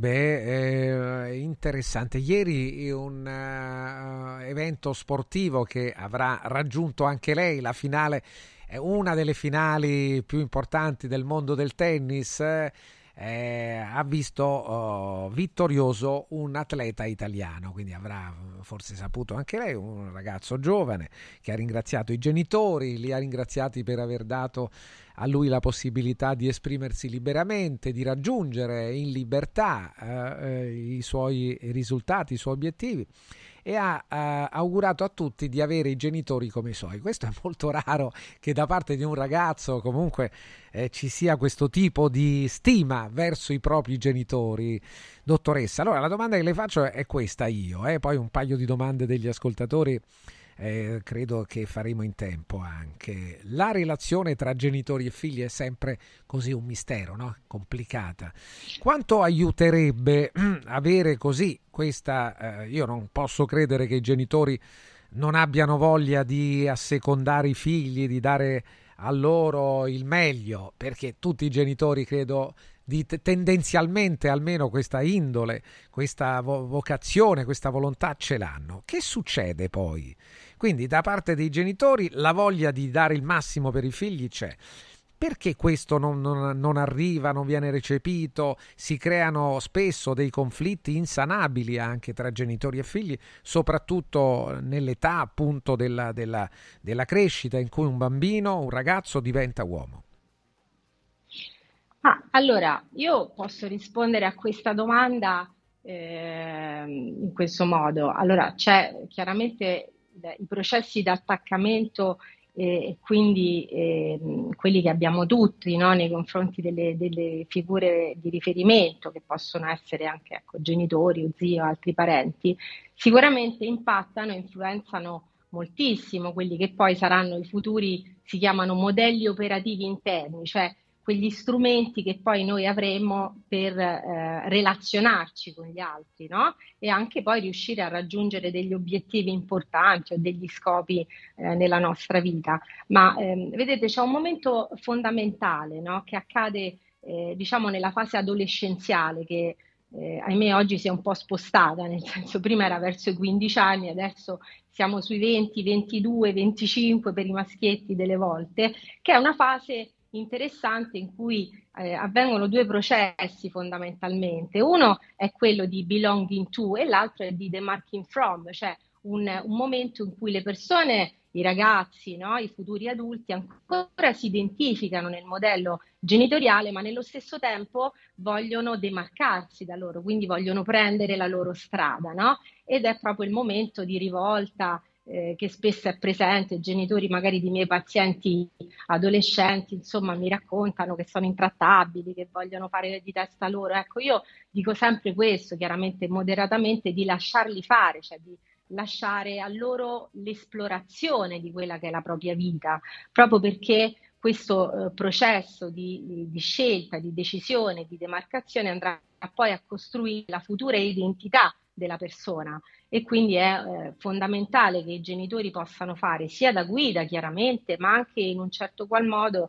sarebbe interessante. Ieri un evento sportivo che avrà raggiunto anche lei, la finale, una delle finali più importanti del mondo del tennis, ha visto vittorioso un atleta italiano, quindi avrà forse saputo anche lei, un ragazzo giovane che ha ringraziato i genitori, li ha ringraziati per aver dato a lui la possibilità di esprimersi liberamente, di raggiungere in libertà i suoi risultati, i suoi obiettivi, e ha augurato a tutti di avere i genitori come i suoi. Questo è molto raro, che da parte di un ragazzo comunque ci sia questo tipo di stima verso i propri genitori, dottoressa. Allora la domanda che le faccio è questa io, poi un paio di domande degli ascoltatori credo che faremo in tempo anche. La relazione tra genitori e figli è sempre così un mistero, no? Complicata. Quanto aiuterebbe avere così questa io non posso credere che i genitori non abbiano voglia di assecondare i figli, di dare a loro il meglio, perché tutti i genitori credo tendenzialmente almeno questa indole, questa vocazione, questa volontà ce l'hanno. Che succede poi? Quindi da parte dei genitori la voglia di dare il massimo per i figli c'è. Perché questo non arriva, non viene recepito? Si creano spesso dei conflitti insanabili anche tra genitori e figli, soprattutto nell'età appunto della crescita in cui un bambino, un ragazzo diventa uomo. Allora, io posso rispondere a questa domanda in questo modo. Allora, c'è chiaramente i processi di attaccamento e quindi quelli che abbiamo tutti, no, nei confronti delle figure di riferimento, che possono essere anche genitori o zii o altri parenti, sicuramente impattano e influenzano moltissimo quelli che poi saranno i futuri, si chiamano modelli operativi interni, cioè quegli strumenti che poi noi avremo per relazionarci con gli altri, no? E anche poi riuscire a raggiungere degli obiettivi importanti o degli scopi nella nostra vita. Ma vedete, c'è un momento fondamentale, no? Che accade diciamo nella fase adolescenziale, che ahimè oggi si è un po' spostata, nel senso prima era verso i 15 anni, adesso siamo sui 20, 22, 25 per i maschietti delle volte, che è una fase interessante in cui avvengono due processi fondamentalmente. Uno è quello di belonging to e l'altro è di demarking from, cioè un momento in cui le persone, i ragazzi, no, i futuri adulti ancora si identificano nel modello genitoriale, ma nello stesso tempo vogliono demarcarsi da loro, quindi vogliono prendere la loro strada, no? Ed è proprio il momento di rivolta che spesso è presente. Genitori magari di miei pazienti adolescenti, insomma, mi raccontano che sono intrattabili, che vogliono fare di testa loro. Ecco, io dico sempre questo, chiaramente moderatamente, di lasciarli fare, cioè di lasciare a loro l'esplorazione di quella che è la propria vita, proprio perché questo processo di scelta, di decisione, di demarcazione andrà poi a costruire la futura identità della persona, e quindi è fondamentale che i genitori possano fare sia da guida chiaramente, ma anche in un certo qual modo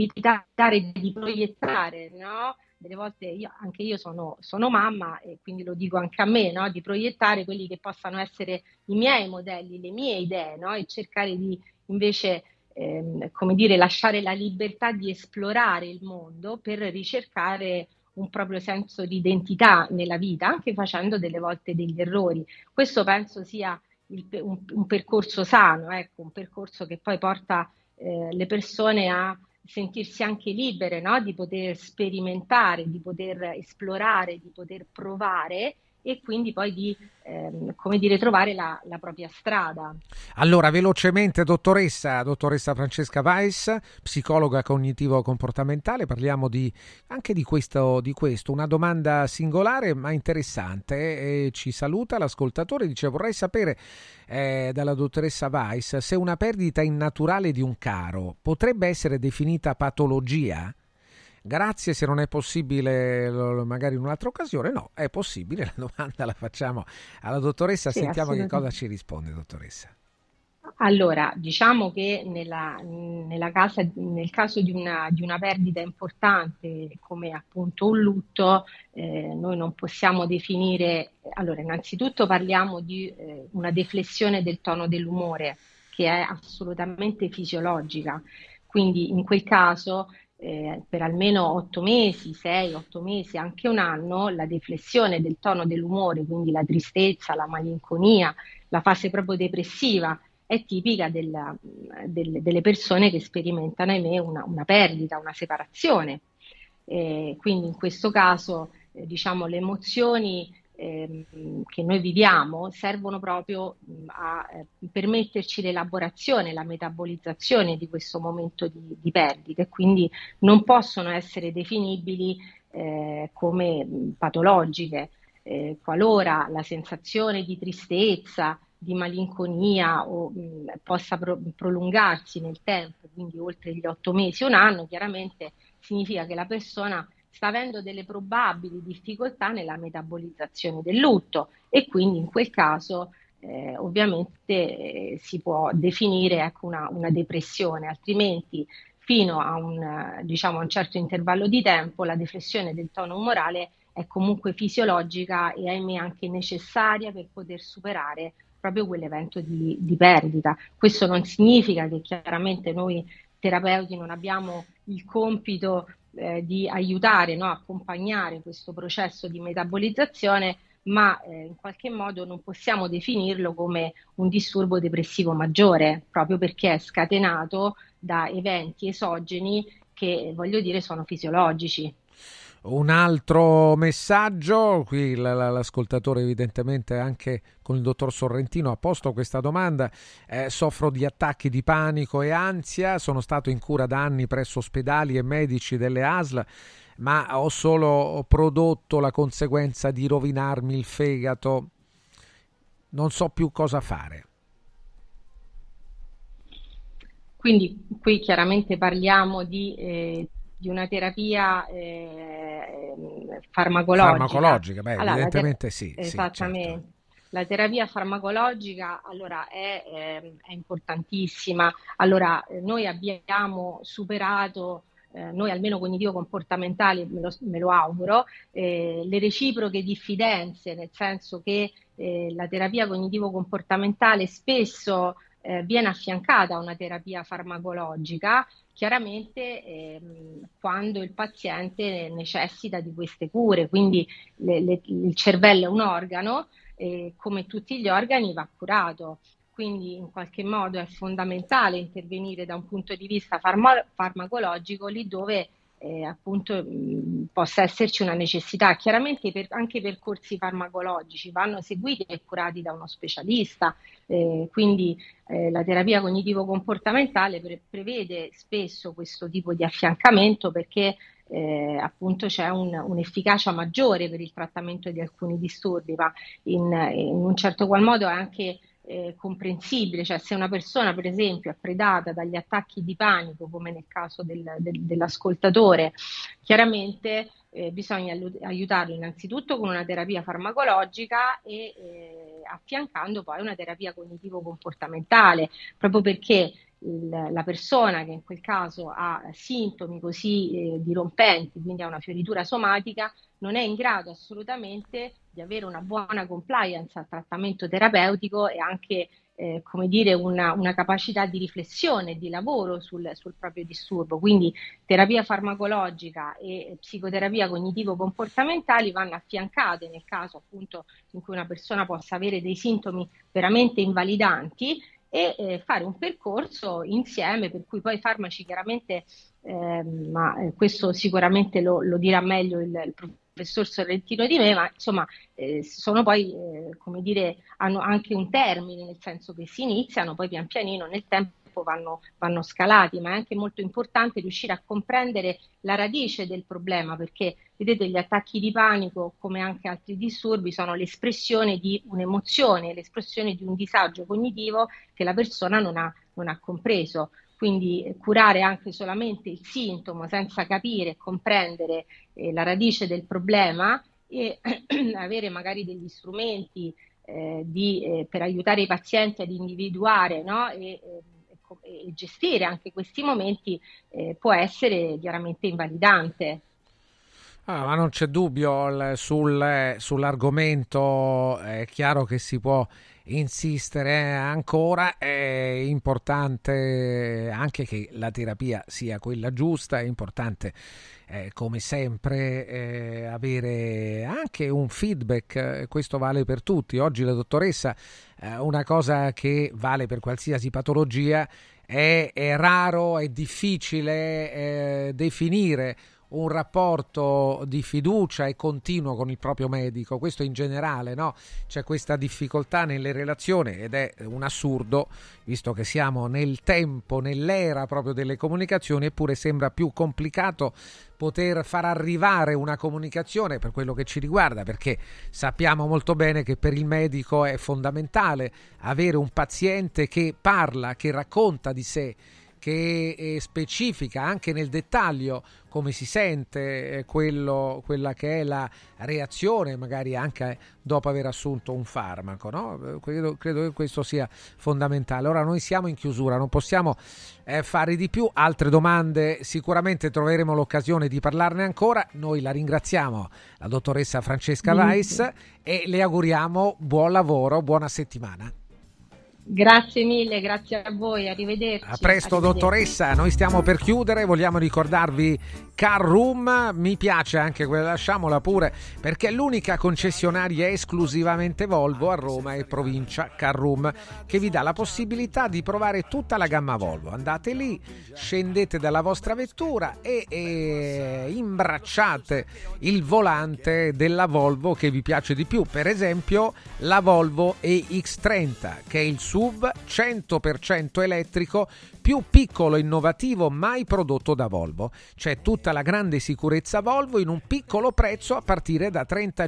evitare di proiettare, no? Delle volte anche io sono mamma e quindi lo dico anche a me, no? Di proiettare quelli che possano essere i miei modelli, le mie idee, no? E cercare di invece come dire, lasciare la libertà di esplorare il mondo per ricercare un proprio senso di identità nella vita, anche facendo delle volte degli errori. Questo penso sia un percorso sano, ecco, un percorso che poi porta le persone a sentirsi anche libere, no? Di poter sperimentare, di poter esplorare, di poter provare e quindi poi di come dire, trovare la propria strada. Allora, velocemente, dottoressa Francesca Weiss, psicologa cognitivo-comportamentale, parliamo anche di questo, una domanda singolare ma interessante. Ci saluta l'ascoltatore, dice: vorrei sapere dalla dottoressa Weiss se una perdita innaturale di un caro potrebbe essere definita patologia. Grazie, se non è possibile magari in un'altra occasione. No, è possibile, la domanda la facciamo alla dottoressa, sì, sentiamo che cosa ci risponde, dottoressa. Allora, diciamo che nel caso di una perdita importante come appunto un lutto, noi non possiamo definire, allora innanzitutto parliamo di una deflessione del tono dell'umore che è assolutamente fisiologica, quindi in quel caso per almeno 8 mesi, 6-8 mesi, anche un anno, la deflessione del tono dell'umore, quindi la tristezza, la malinconia, la fase proprio depressiva, è tipica delle persone che sperimentano, ahimè, una perdita, una separazione. Quindi in questo caso, diciamo, le emozioni che noi viviamo servono proprio a permetterci l'elaborazione, la metabolizzazione di questo momento di perdita, e quindi non possono essere definibili come patologiche. Qualora la sensazione di tristezza, di malinconia possa prolungarsi nel tempo, quindi oltre gli 8 mesi, un anno, chiaramente significa che la persona sta avendo delle probabili difficoltà nella metabolizzazione del lutto, e quindi in quel caso ovviamente si può definire, ecco, una depressione, altrimenti fino a un certo intervallo di tempo la deflessione del tono umorale è comunque fisiologica e, ahimè, anche necessaria per poter superare proprio quell'evento di perdita. Questo non significa che chiaramente noi terapeuti non abbiamo il compito di aiutare, no, accompagnare questo processo di metabolizzazione, ma in qualche modo non possiamo definirlo come un disturbo depressivo maggiore, proprio perché è scatenato da eventi esogeni che, voglio dire, sono fisiologici. Un altro messaggio, qui l'ascoltatore evidentemente anche con il dottor Sorrentino ha posto questa domanda: soffro di attacchi di panico e ansia, sono stato in cura da anni presso ospedali e medici delle ASL, ma ho solo prodotto la conseguenza di rovinarmi il fegato, non so più cosa fare. Quindi qui chiaramente parliamo di una terapia farmacologica. Beh, allora, evidentemente sì. Esattamente. Sì, certo. La terapia farmacologica, allora, è importantissima. Allora, noi abbiamo superato, noi almeno cognitivo-comportamentali, me lo auguro, le reciproche diffidenze, nel senso che la terapia cognitivo-comportamentale spesso viene affiancata a una terapia farmacologica, chiaramente quando il paziente necessita di queste cure. Quindi il cervello è un organo, come tutti gli organi va curato, quindi in qualche modo è fondamentale intervenire da un punto di vista farmacologico lì dove appunto possa esserci una necessità. Chiaramente anche i percorsi farmacologici vanno seguiti e curati da uno specialista, quindi la terapia cognitivo-comportamentale prevede spesso questo tipo di affiancamento perché appunto c'è un'efficacia maggiore per il trattamento di alcuni disturbi, ma in un certo qual modo è anche comprensibile, cioè se una persona per esempio è predata dagli attacchi di panico, come nel caso dell'ascoltatore, chiaramente bisogna aiutarlo innanzitutto con una terapia farmacologica e affiancando poi una terapia cognitivo-comportamentale, proprio perché la persona che in quel caso ha sintomi così dirompenti, quindi ha una fioritura somatica, non è in grado assolutamente di avere una buona compliance al trattamento terapeutico e anche come dire una capacità di riflessione, di lavoro sul proprio disturbo. Quindi terapia farmacologica e psicoterapia cognitivo-comportamentali vanno affiancate nel caso appunto in cui una persona possa avere dei sintomi veramente invalidanti e fare un percorso insieme, per cui poi i farmaci chiaramente, ma questo sicuramente lo dirà meglio il professor Sorrentino di me, ma insomma sono poi, come dire, hanno anche un termine, nel senso che si iniziano, poi pian pianino nel tempo vanno scalati, ma è anche molto importante riuscire a comprendere la radice del problema, perché vedete gli attacchi di panico, come anche altri disturbi, sono l'espressione di un'emozione, l'espressione di un disagio cognitivo che la persona non ha compreso. Quindi curare anche solamente il sintomo senza capire e comprendere la radice del problema e avere magari degli strumenti per aiutare i pazienti ad individuare, no? e gestire anche questi momenti può essere chiaramente invalidante. Ma non c'è dubbio sull'argomento, è chiaro che si può insistere ancora, è importante anche che la terapia sia quella giusta, è importante come sempre avere anche un feedback, questo vale per tutti. Oggi la dottoressa, una cosa che vale per qualsiasi patologia, è raro, è difficile definire un rapporto di fiducia e continuo con il proprio medico, questo in generale, no? C'è questa difficoltà nelle relazioni ed è un assurdo, visto che siamo nel tempo, nell'era proprio delle comunicazioni, eppure sembra più complicato poter far arrivare una comunicazione per quello che ci riguarda, perché sappiamo molto bene che per il medico è fondamentale avere un paziente che parla, che racconta di sé, che specifica anche nel dettaglio come si sente, quella che è la reazione, magari anche dopo aver assunto un farmaco, no? Credo che questo sia fondamentale. Ora noi siamo in chiusura, non possiamo fare di più. Altre domande sicuramente troveremo l'occasione di parlarne ancora. Noi la ringraziamo, la dottoressa Francesca Weiss, e le auguriamo buon lavoro, buona settimana. Grazie mille, grazie a voi, arrivederci. A presto dottoressa, noi stiamo per chiudere, vogliamo ricordarvi Car Room, mi piace anche quella, lasciamola pure, perché è l'unica concessionaria esclusivamente Volvo a Roma e provincia, Car Room, che vi dà la possibilità di provare tutta la gamma Volvo. Andate lì, scendete dalla vostra vettura e imbracciate il volante della Volvo che vi piace di più, per esempio la Volvo EX30, che è il SUV 100% elettrico più piccolo e innovativo mai prodotto da Volvo. C'è tutta la grande sicurezza Volvo in un piccolo prezzo a partire da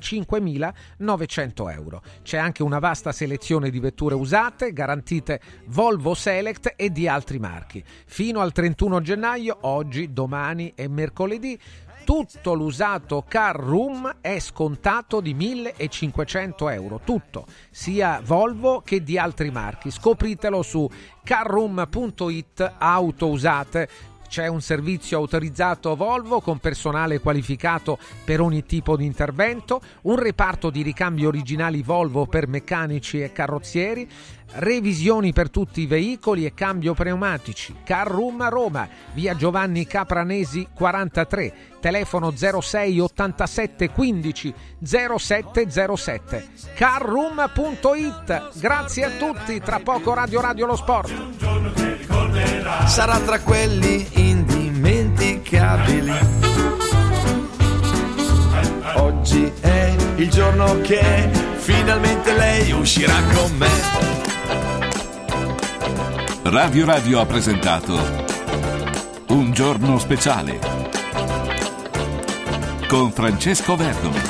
35.900 euro. C'è anche una vasta selezione di vetture usate, garantite Volvo Select e di altri marchi. Fino al 31 gennaio, oggi, domani e mercoledì, tutto l'usato Car Room è scontato di 1.500 euro, tutto, sia Volvo che di altri marchi. Scopritelo su carroom.it, auto usate. C'è un servizio autorizzato Volvo con personale qualificato per ogni tipo di intervento, un reparto di ricambi originali Volvo per meccanici e carrozzieri, revisioni per tutti i veicoli e cambio pneumatici. Car Room a Roma, via Giovanni Capranesi 43, telefono 06 87 15 0707. Carroom.it. Grazie a tutti, tra poco Radio lo Sport. Sarà tra quelli indimenticabili. Oggi è il giorno che finalmente lei uscirà con me. Radio ha presentato Un giorno speciale con Francesco Verdomi.